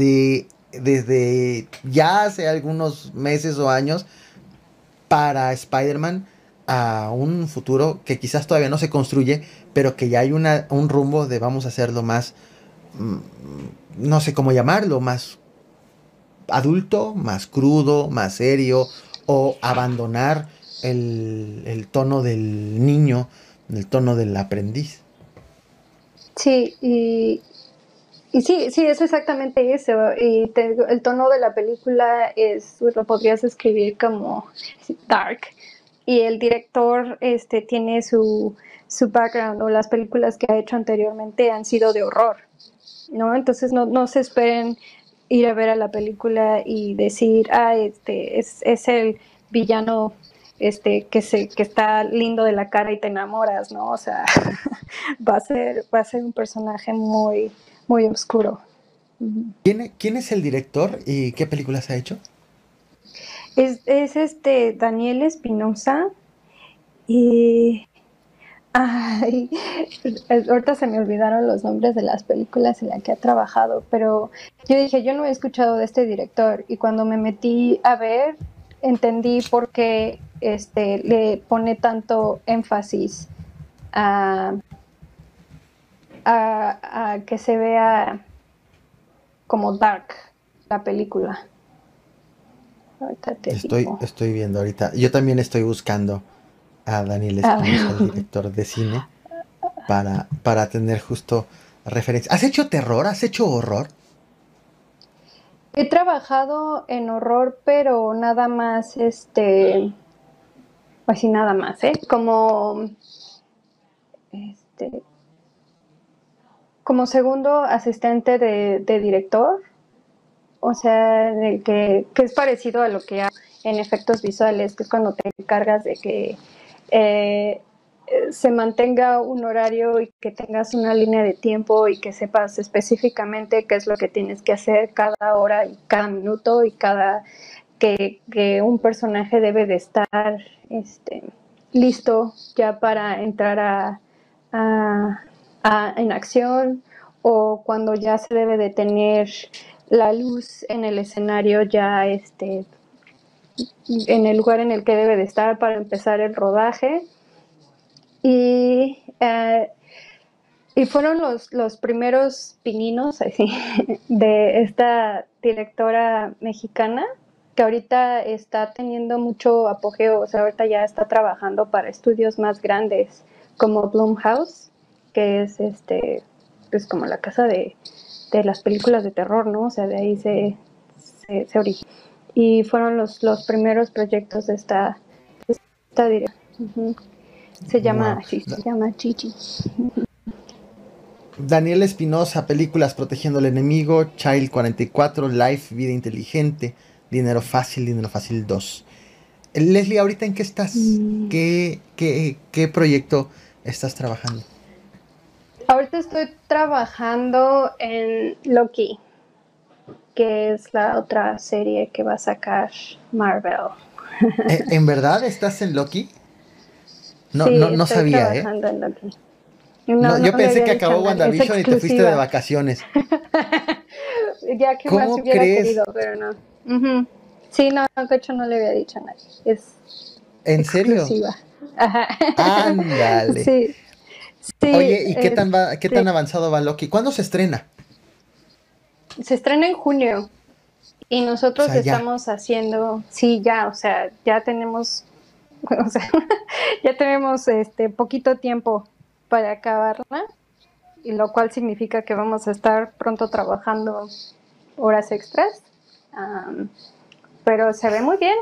desde ya hace algunos meses o años para Spider-Man a un futuro que quizás todavía no se construye, pero que ya hay un rumbo de vamos a hacerlo más, mm, no sé cómo llamarlo, más adulto, más crudo, más serio, o abandonar el tono del niño, el tono del aprendiz. sí, y sí, sí, es exactamente eso. Y el tono de la película lo podrías escribir como dark. Y el director tiene su background o las películas que ha hecho anteriormente han sido de horror, ¿no? Entonces no se esperen ir a ver a la película y decir, ah, es el villano que está lindo de la cara y te enamoras, ¿no? O sea, va a ser un personaje muy, muy oscuro. Quién es el director y qué películas ha hecho? Es Daniel Espinosa y ay, ahorita se me olvidaron los nombres de las películas en las que ha trabajado, pero yo dije, yo no he escuchado de este director y cuando me metí a ver, entendí por qué le pone tanto énfasis a, a que se vea como dark la película. Ahorita te digo. Estoy viendo ahorita. Yo también estoy buscando a Daniel A Espinosa, el ver. director de cine, para tener justo referencia. ¿Has hecho terror? ¿Has hecho horror? He trabajado en horror, pero nada más, pues sí, nada más, ¿eh? Este, como segundo asistente de director, o sea, que es parecido a lo que hago en efectos visuales, que es cuando te encargas de que eh, se mantenga un horario y que tengas una línea de tiempo y que sepas específicamente qué es lo que tienes que hacer cada hora y cada minuto y que un personaje debe de estar listo ya para entrar en acción, o cuando ya se debe de tener la luz en el escenario ya en el lugar en el que debe de estar para empezar el rodaje. Y, y fueron los primeros pininos así, de esta directora mexicana que ahorita está teniendo mucho apogeo, o sea, ahorita ya está trabajando para estudios más grandes como Blumhouse, que es pues como la casa de las películas de terror, ¿no? O sea, de ahí se originó. Y fueron los primeros proyectos de esta directora. Uh-huh. Wow. Se llama Gigi. Daniel Espinosa, películas Protegiendo al Enemigo, Child 44, Life, Vida Inteligente, Dinero Fácil 2. Leslie, ¿ahorita en qué estás? Mm. ¿Qué proyecto estás trabajando? Ahorita estoy trabajando en Loki, que es la otra serie que va a sacar Marvel. ¿En verdad estás en Loki? No, Sí, no estoy sabía, ¿eh? trabajando en Loki. No, No, no yo le pensé había que dicho a acabó nadie, es WandaVision y te fuiste de exclusiva. vacaciones. Ya que más ¿Cómo hubiera crees? querido, pero no. Uh-huh. Sí, no, de hecho no le había dicho a nadie, es ¿En serio? exclusiva. Ajá. Ándale. Sí, sí, Oye, ¿y qué tan avanzado va Loki? ¿Cuándo se estrena? se estrena en junio. Y O nosotros sea, ya. estamos haciendo, sí, ya, o sea, ya tenemos, o sea, ya tenemos poquito tiempo para acabarla, y lo cual significa que vamos a estar pronto trabajando horas extras. Um, pero se ve muy bien.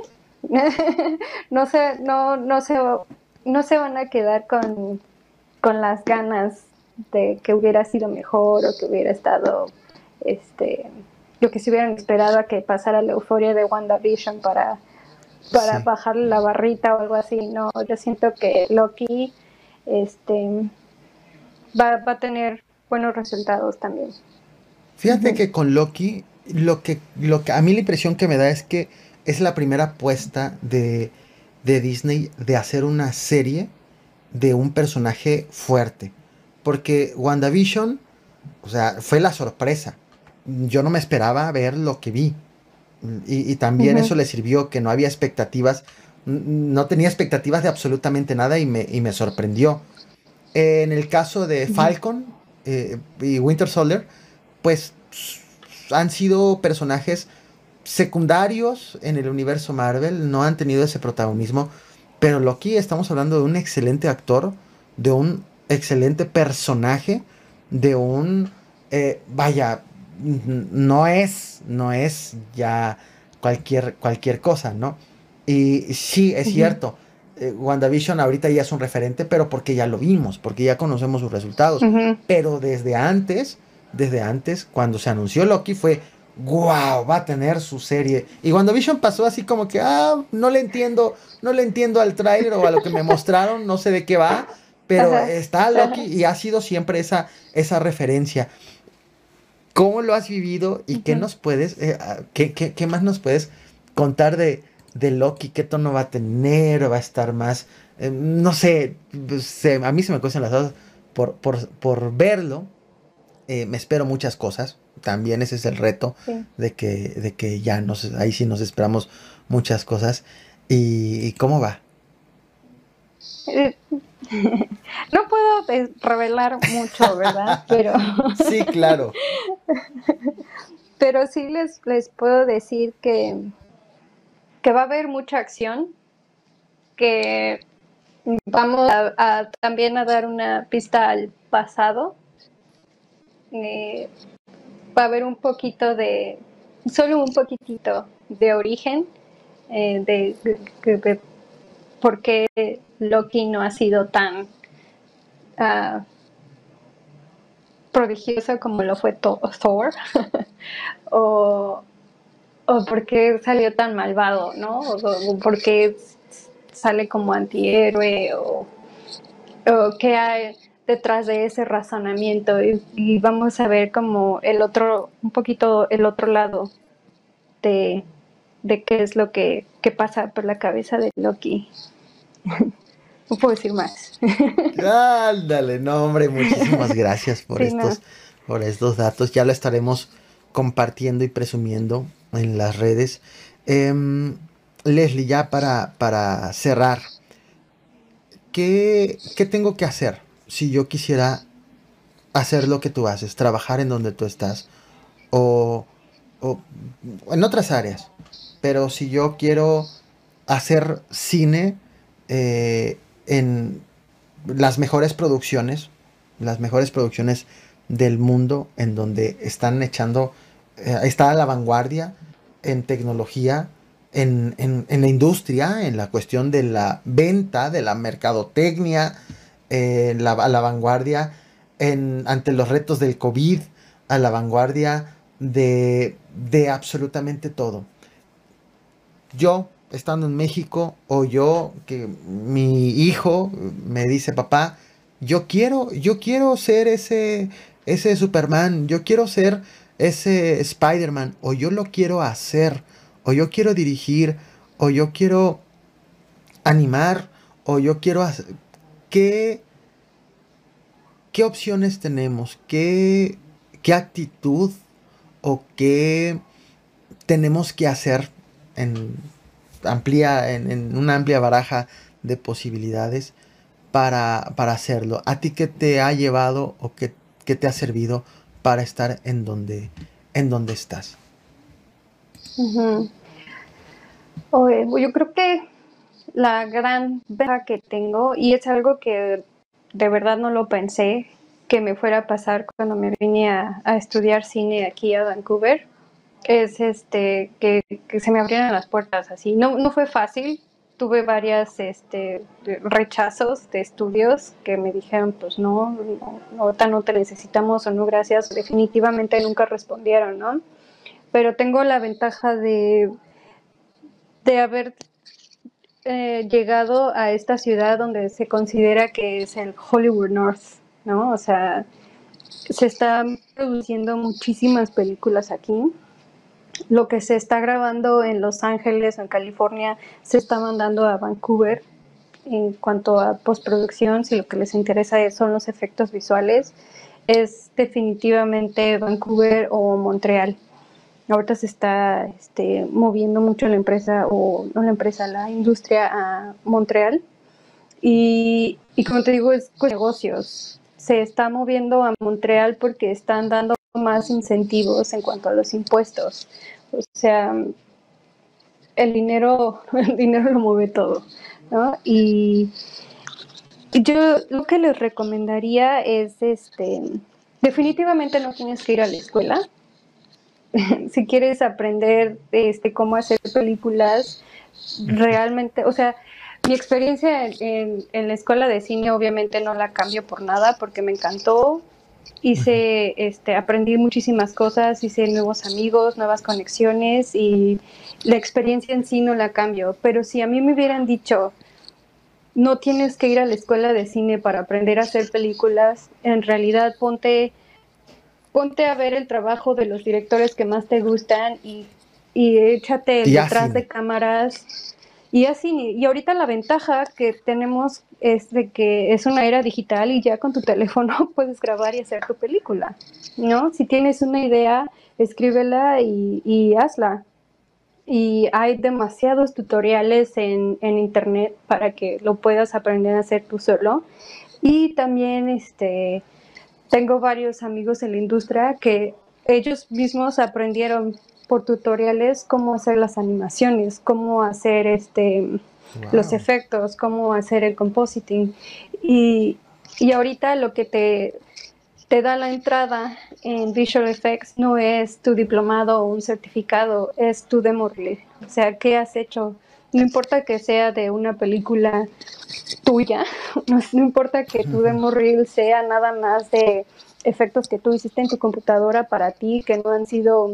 no se, no, no se, no se van a quedar con las ganas de que hubiera sido mejor o que hubiera estado lo que se hubieran esperado a que pasara la euforia de WandaVision para Sí. bajarle la barrita o algo así. No, yo siento que Loki este, va a tener buenos resultados también. Fíjate que con Loki, lo que a mí la impresión que me da es que es la primera apuesta de Disney de hacer una serie de un personaje fuerte. Porque WandaVision, o sea, fue la sorpresa. Yo no me esperaba ver lo que vi. Y también eso Ujú. le sirvió que no había expectativas. No tenía expectativas de absolutamente nada y me sorprendió. En el caso de Ujú. Falcon y Winter Soldier, pues han sido personajes secundarios en el universo Marvel, no han tenido ese protagonismo, pero Loki estamos hablando de un excelente actor, de un excelente personaje, de un vaya, no es ya cualquier cosa, ¿no? Y sí, es Ujú. cierto, WandaVision ahorita ya es un referente, pero porque ya lo vimos, porque ya conocemos sus resultados. Ujú. Pero desde antes, cuando se anunció Loki, fue wow, va a tener su serie. Y WandaVision pasó así como que, no le entiendo al tráiler o a lo que me mostraron, no sé de qué va, pero Ajá, está Loki ajá. y ha sido siempre esa referencia. ¿Cómo lo has vivido y qué Ujú. nos puedes, qué más nos puedes contar de Loki? ¿Qué tono va a tener? ¿Va a estar más, no sé, pues, a mí se me cuestan las cosas por verlo? Me espero muchas cosas. También ese es el reto Sí. de que ya ahí sí nos esperamos muchas cosas. Y cómo va? Eh, No puedo revelar mucho, ¿verdad? Pero, Sí, claro. pero sí les puedo decir que va a haber mucha acción, que vamos también a dar una pista al pasado, va a haber un poquito solo un poquitito de origen, de por qué Loki no ha sido tan uh, prodigioso como lo fue Thor, o, o por qué salió tan malvado, ¿no? O por qué sale como antihéroe, o qué hay detrás de ese razonamiento, y vamos a ver como un poquito el otro lado de, de qué es lo que pasa por la cabeza de Loki. No puedo decir más. Ándale, no, hombre, muchísimas gracias Sí, no. por estos datos. Ya lo estaremos compartiendo y presumiendo en las redes. Leslie, ya para cerrar, ¿qué tengo que hacer si yo quisiera hacer lo que tú haces, trabajar en donde tú estás o, o en otras áreas? Pero si yo quiero hacer cine en las mejores producciones del mundo, en donde están echando, está a la vanguardia en tecnología, en la industria, en la cuestión de la venta, de la mercadotecnia, a la vanguardia ante los retos del COVID, a la vanguardia de absolutamente todo. Yo, estando en México, o yo, que mi hijo me dice, papá, yo quiero ser ese Superman, yo quiero ser ese Spider-Man, o yo lo quiero hacer, o yo quiero dirigir, o yo quiero animar, o yo quiero hacer. ¿Qué, qué opciones tenemos? ¿Qué actitud o qué tenemos que hacer en, en una amplia baraja de posibilidades para hacerlo? ¿A ti qué te ha llevado o qué te ha servido para estar en donde estás? Uh-huh. Oye, yo creo que la gran ventaja que tengo, y es algo que de verdad no lo pensé que me fuera a pasar cuando me vine a estudiar cine aquí a Vancouver, es que se me abrieran las puertas así. No fue fácil, tuve varias rechazos de estudios que me dijeron, pues no, ahorita no te necesitamos, o no, gracias, definitivamente nunca respondieron, ¿no? Pero tengo la ventaja de haber llegado a esta ciudad donde se considera que es el Hollywood North, ¿no? O sea, se están produciendo muchísimas películas aquí. Lo que se está grabando en Los Ángeles o en California se está mandando a Vancouver en cuanto a postproducción. Si lo que les interesa son los efectos visuales, es definitivamente Vancouver o Montreal. Ahorita se está moviendo mucho la empresa, o no la empresa, la industria a Montreal. Y como te digo, es con negocios. Se está moviendo a Montreal porque están dando más incentivos en cuanto a los impuestos. O sea, el dinero lo mueve todo, ¿no? Y yo lo que les recomendaría es, definitivamente no tienes que ir a la escuela. Si quieres aprender cómo hacer películas, realmente, o sea, mi experiencia en la escuela de cine obviamente no la cambio por nada, porque me encantó. Hice, aprendí muchísimas cosas, hice nuevos amigos, nuevas conexiones, y la experiencia en sí no la cambio. Pero si a mí me hubieran dicho, no tienes que ir a la escuela de cine para aprender a hacer películas, en realidad ponte a ver el trabajo de los directores que más te gustan, y échate el Y detrás así. de cámaras y así. Y ahorita la ventaja que tenemos es de que es una era digital, y ya con tu teléfono puedes grabar y hacer tu película, ¿no? Si tienes una idea, escríbela y hazla. Y hay demasiados tutoriales en internet para que lo puedas aprender a hacer tú solo. Y también tengo varios amigos en la industria que ellos mismos aprendieron por tutoriales cómo hacer las animaciones, cómo hacer los Wow. efectos, cómo hacer el compositing. Y ahorita lo que te da la entrada en Visual Effects no es tu diplomado o un certificado, es tu demo reel. O sea, ¿qué has hecho? No importa que sea de una película tuya, no importa que tu demo reel sea nada más de efectos que tú hiciste en tu computadora para ti, que no han sido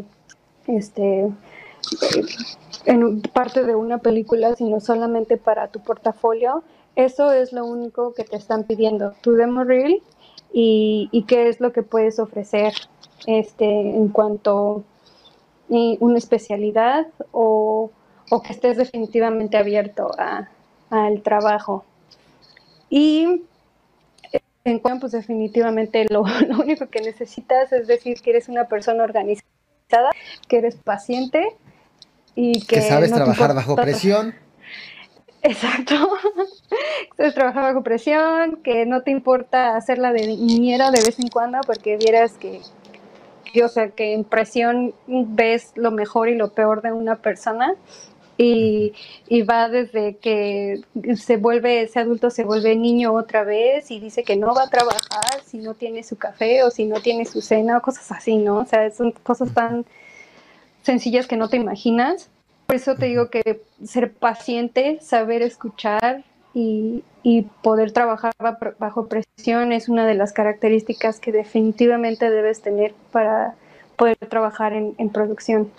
en parte de una película, sino solamente para tu portafolio. Eso es lo único que te están pidiendo, tu demo reel y qué es lo que puedes ofrecer en cuanto a una especialidad o que estés definitivamente abierto al trabajo. Y en cuanto, pues definitivamente lo único que necesitas es decir que eres una persona organizada, que eres paciente y Que que sabes no te trabajar importa. bajo presión. Exacto. Sabes trabajar bajo presión, que no te importa hacerla de niñera de vez en cuando, porque vieras o sea, que en presión ves lo mejor y lo peor de una persona. Y va desde que ese adulto se vuelve niño otra vez y dice que no va a trabajar si no tiene su café o si no tiene su cena o cosas así, ¿no? O sea, son cosas tan sencillas que no te imaginas. Por eso te digo que ser paciente, saber escuchar y poder trabajar bajo presión es una de las características que definitivamente debes tener para poder trabajar en producción.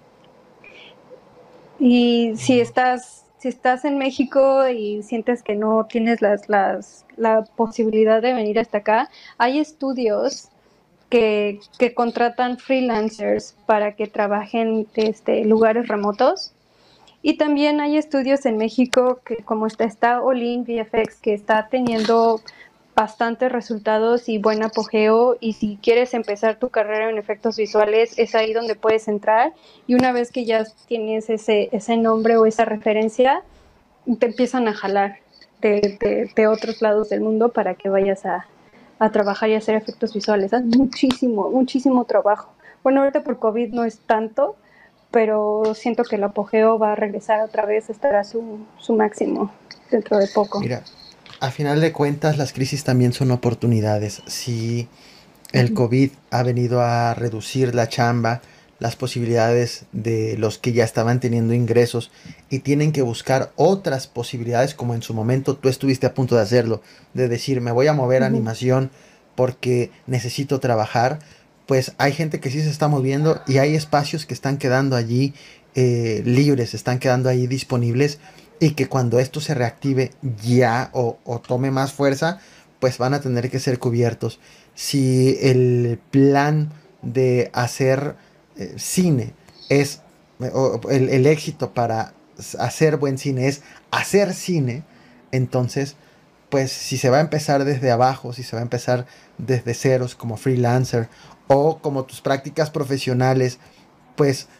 Y si estás en México y sientes que no tienes la posibilidad de venir hasta acá, hay estudios que contratan freelancers para que trabajen desde lugares remotos. Y también hay estudios en México que como está Olin VFX, que está teniendo bastantes resultados y buen apogeo, y si quieres empezar tu carrera en efectos visuales es ahí donde puedes entrar, y una vez que ya tienes ese nombre o esa referencia te empiezan a jalar de otros lados del mundo para que vayas a trabajar y hacer efectos visuales. Es muchísimo trabajo. Bueno, ahorita por COVID no es tanto, pero siento que el apogeo va a regresar otra vez, estará su máximo dentro de poco. Mira, a final de cuentas las crisis también son oportunidades. Si el COVID ha venido a reducir la chamba, las posibilidades de los que ya estaban teniendo ingresos y tienen que buscar otras posibilidades, como en su momento tú estuviste a punto de hacerlo, de decir me voy a mover a animación porque necesito trabajar, pues hay gente que sí se está moviendo y hay espacios que están quedando allí libres, están quedando ahí disponibles, y que cuando esto se reactive ya o tome más fuerza, pues van a tener que ser cubiertos. Si el plan de hacer cine es, o el éxito para hacer buen cine es hacer cine, entonces, pues si se va a empezar desde abajo, si se va a empezar desde ceros como freelancer o como tus prácticas profesionales, pues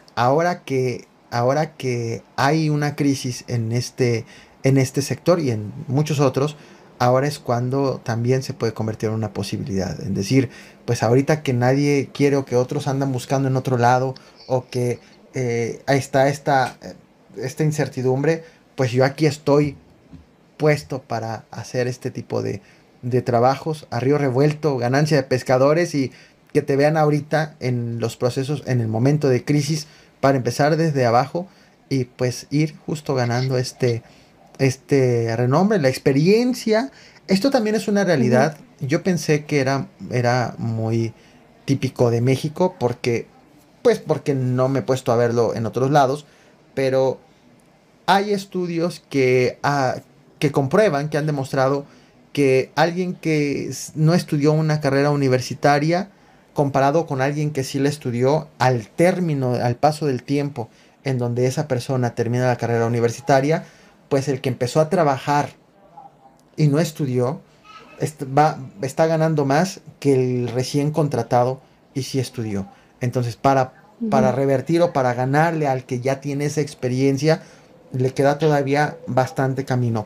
ahora que hay una crisis en este sector y en muchos otros, ahora es cuando también se puede convertir en una posibilidad. En decir, pues ahorita que nadie quiere o que otros andan buscando en otro lado o que ahí está esta incertidumbre, pues yo aquí estoy puesto para hacer este tipo de trabajos a río revuelto, ganancia de pescadores, y que te vean ahorita en los procesos, en el momento de crisis, para empezar desde abajo y pues ir justo ganando este renombre, la experiencia. Esto también es una realidad. Yo pensé que era muy típico de México porque no me he puesto a verlo en otros lados, pero hay estudios que comprueban, que han demostrado que alguien que no estudió una carrera universitaria, comparado con alguien que sí la estudió, al término, al paso del tiempo en donde esa persona termina la carrera universitaria, pues el que empezó a trabajar y no estudió, está ganando más que el recién contratado y sí estudió. Entonces, para revertir o para ganarle al que ya tiene esa experiencia, le queda todavía bastante camino.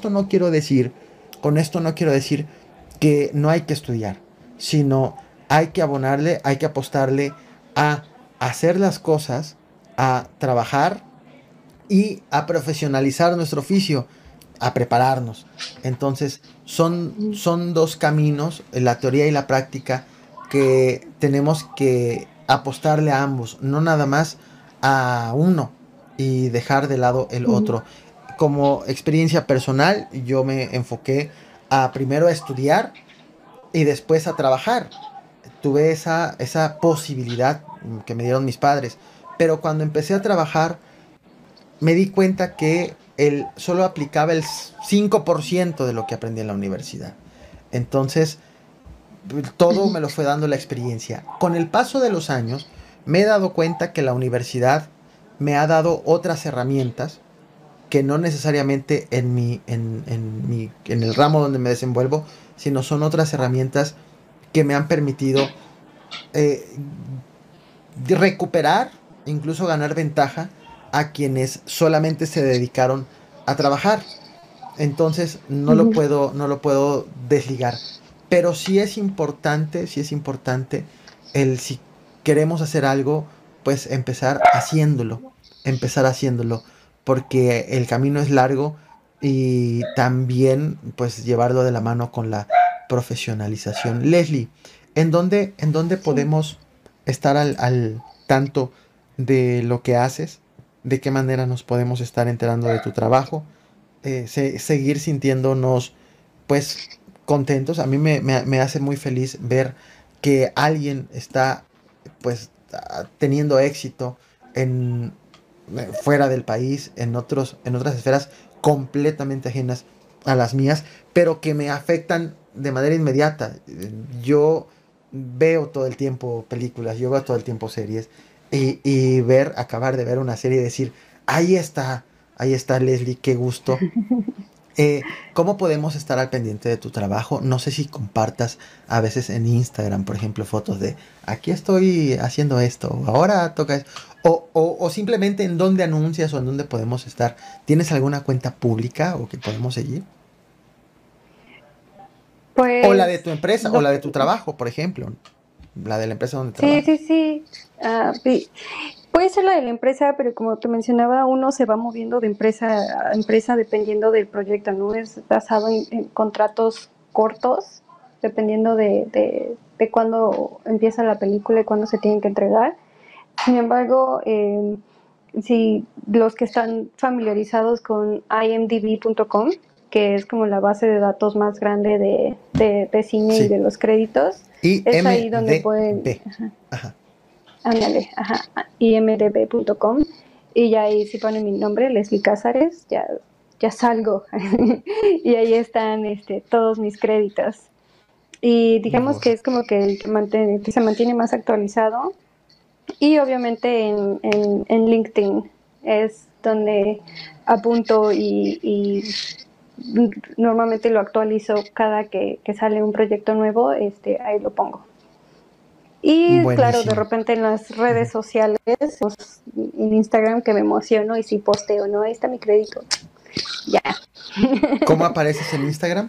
Con esto no quiero decir que no hay que estudiar, sino hay que abonarle, hay que apostarle a hacer las cosas, a trabajar y a profesionalizar nuestro oficio, a prepararnos. Entonces, son dos caminos, la teoría y la práctica, que tenemos que apostarle a ambos, no nada más a uno y dejar de lado el Ujú, otro. Como experiencia personal, yo me enfoqué a primero a estudiar y después a trabajar. Tuve esa posibilidad que me dieron mis padres. Pero cuando empecé a trabajar, me di cuenta que él solo aplicaba el 5% de lo que aprendí en la universidad. Entonces, todo me lo fue dando la experiencia. Con el paso de los años, me he dado cuenta que la universidad me ha dado otras herramientas que no necesariamente en el ramo donde me desenvuelvo, sino son otras herramientas que me han permitido eh, recuperar, incluso ganar ventaja a quienes solamente se dedicaron a trabajar. Entonces ujú. no lo puedo desligar. Pero sí es importante el si queremos hacer algo, pues empezar haciéndolo, porque el camino es largo y también pues llevarlo de la mano con la profesionalización. Leslie, en dónde Sí. podemos estar al tanto de lo que haces? ¿De qué manera nos podemos estar enterando de tu trabajo? Seguir sintiéndonos pues contentos. A mí me hace muy feliz ver que alguien está pues teniendo éxito en fuera del país, en otras esferas completamente ajenas a las mías, pero que me afectan de manera inmediata. Yo veo todo el tiempo películas, yo veo todo el tiempo series y acabar de ver una serie y decir, ahí está Leslie, qué gusto. ¿Cómo podemos estar al pendiente de tu trabajo? No sé si compartas a veces en Instagram, por ejemplo, fotos de aquí estoy haciendo esto, o ahora toca esto, o simplemente en dónde anuncias o en dónde podemos estar. ¿Tienes alguna cuenta pública o que podemos seguir? O la de Pues tu empresa, o lo la de que, tu trabajo, por ejemplo, la de la empresa donde sí, sí, trabajas. sí. Puede ser la de la empresa, pero como te mencionaba, uno se va moviendo de empresa a empresa dependiendo del proyecto, ¿no? Es basado en contratos cortos, dependiendo de cuándo empieza la película y cuándo se tienen que entregar. Sin embargo, si los que están familiarizados con imdb.com, que es como la base de datos más grande de cine y Sí. de los créditos, es ahí donde pueden, IMDB. Ajá. ándale, ajá, imdb.com, y ya ahí si ponen mi nombre, Leslie Cázares, ya salgo. Y ahí están todos mis créditos. Y digamos que Wow. es como que el que se mantiene más actualizado. Y obviamente en LinkedIn es donde apunto y normalmente lo actualizo cada que sale un proyecto nuevo, ahí lo pongo. Y claro, de Buenísimo. repente en las redes sociales, pues, en Instagram que me emociono y si posteo, ¿no? Ahí está mi crédito. Ya. ¿Cómo apareces en Instagram?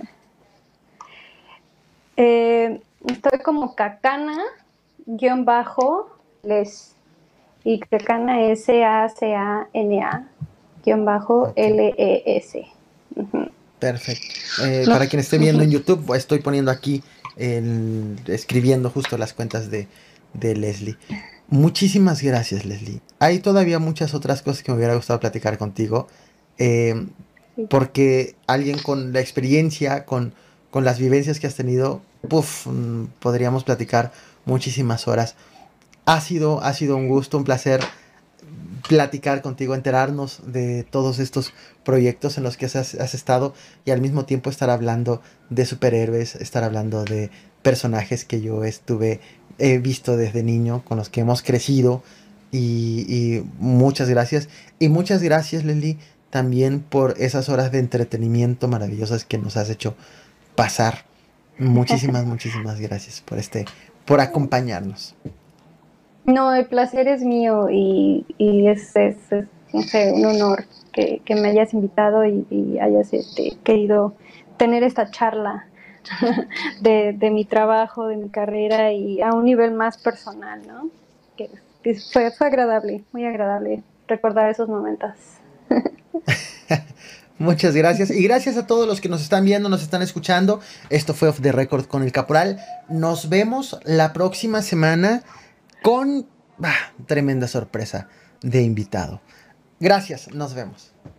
Estoy como cacana, guión bajo, les. Y Cacana SACANA, guión bajo Ok. LES. Ujú. Perfecto. No, Para quien esté viendo en ujú. YouTube, pues, estoy poniendo aquí, escribiendo justo las cuentas de Leslie. Muchísimas gracias, Leslie. Hay todavía muchas otras cosas que me hubiera gustado platicar contigo, eh, Sí. porque alguien con la experiencia, con las vivencias que has tenido, podríamos platicar muchísimas horas. Ha sido un gusto, un placer platicar contigo, enterarnos de todos estos proyectos en los que has estado y al mismo tiempo estar hablando de superhéroes, estar hablando de personajes que yo he visto desde niño, con los que hemos crecido y muchas gracias. Y muchas gracias, Leslie, también por esas horas de entretenimiento maravillosas que nos has hecho pasar. Muchísimas gracias por acompañarnos. No, el placer es mío y es, no sé, un honor que me hayas invitado y hayas querido tener esta charla de mi trabajo, de mi carrera y a un nivel más personal, ¿no? Que fue agradable, muy agradable recordar esos momentos. Muchas gracias. Y gracias a todos los que nos están viendo, nos están escuchando. Esto fue Off the Record con el Caporal. Nos vemos la próxima semana con tremenda sorpresa de invitado. Gracias, nos vemos.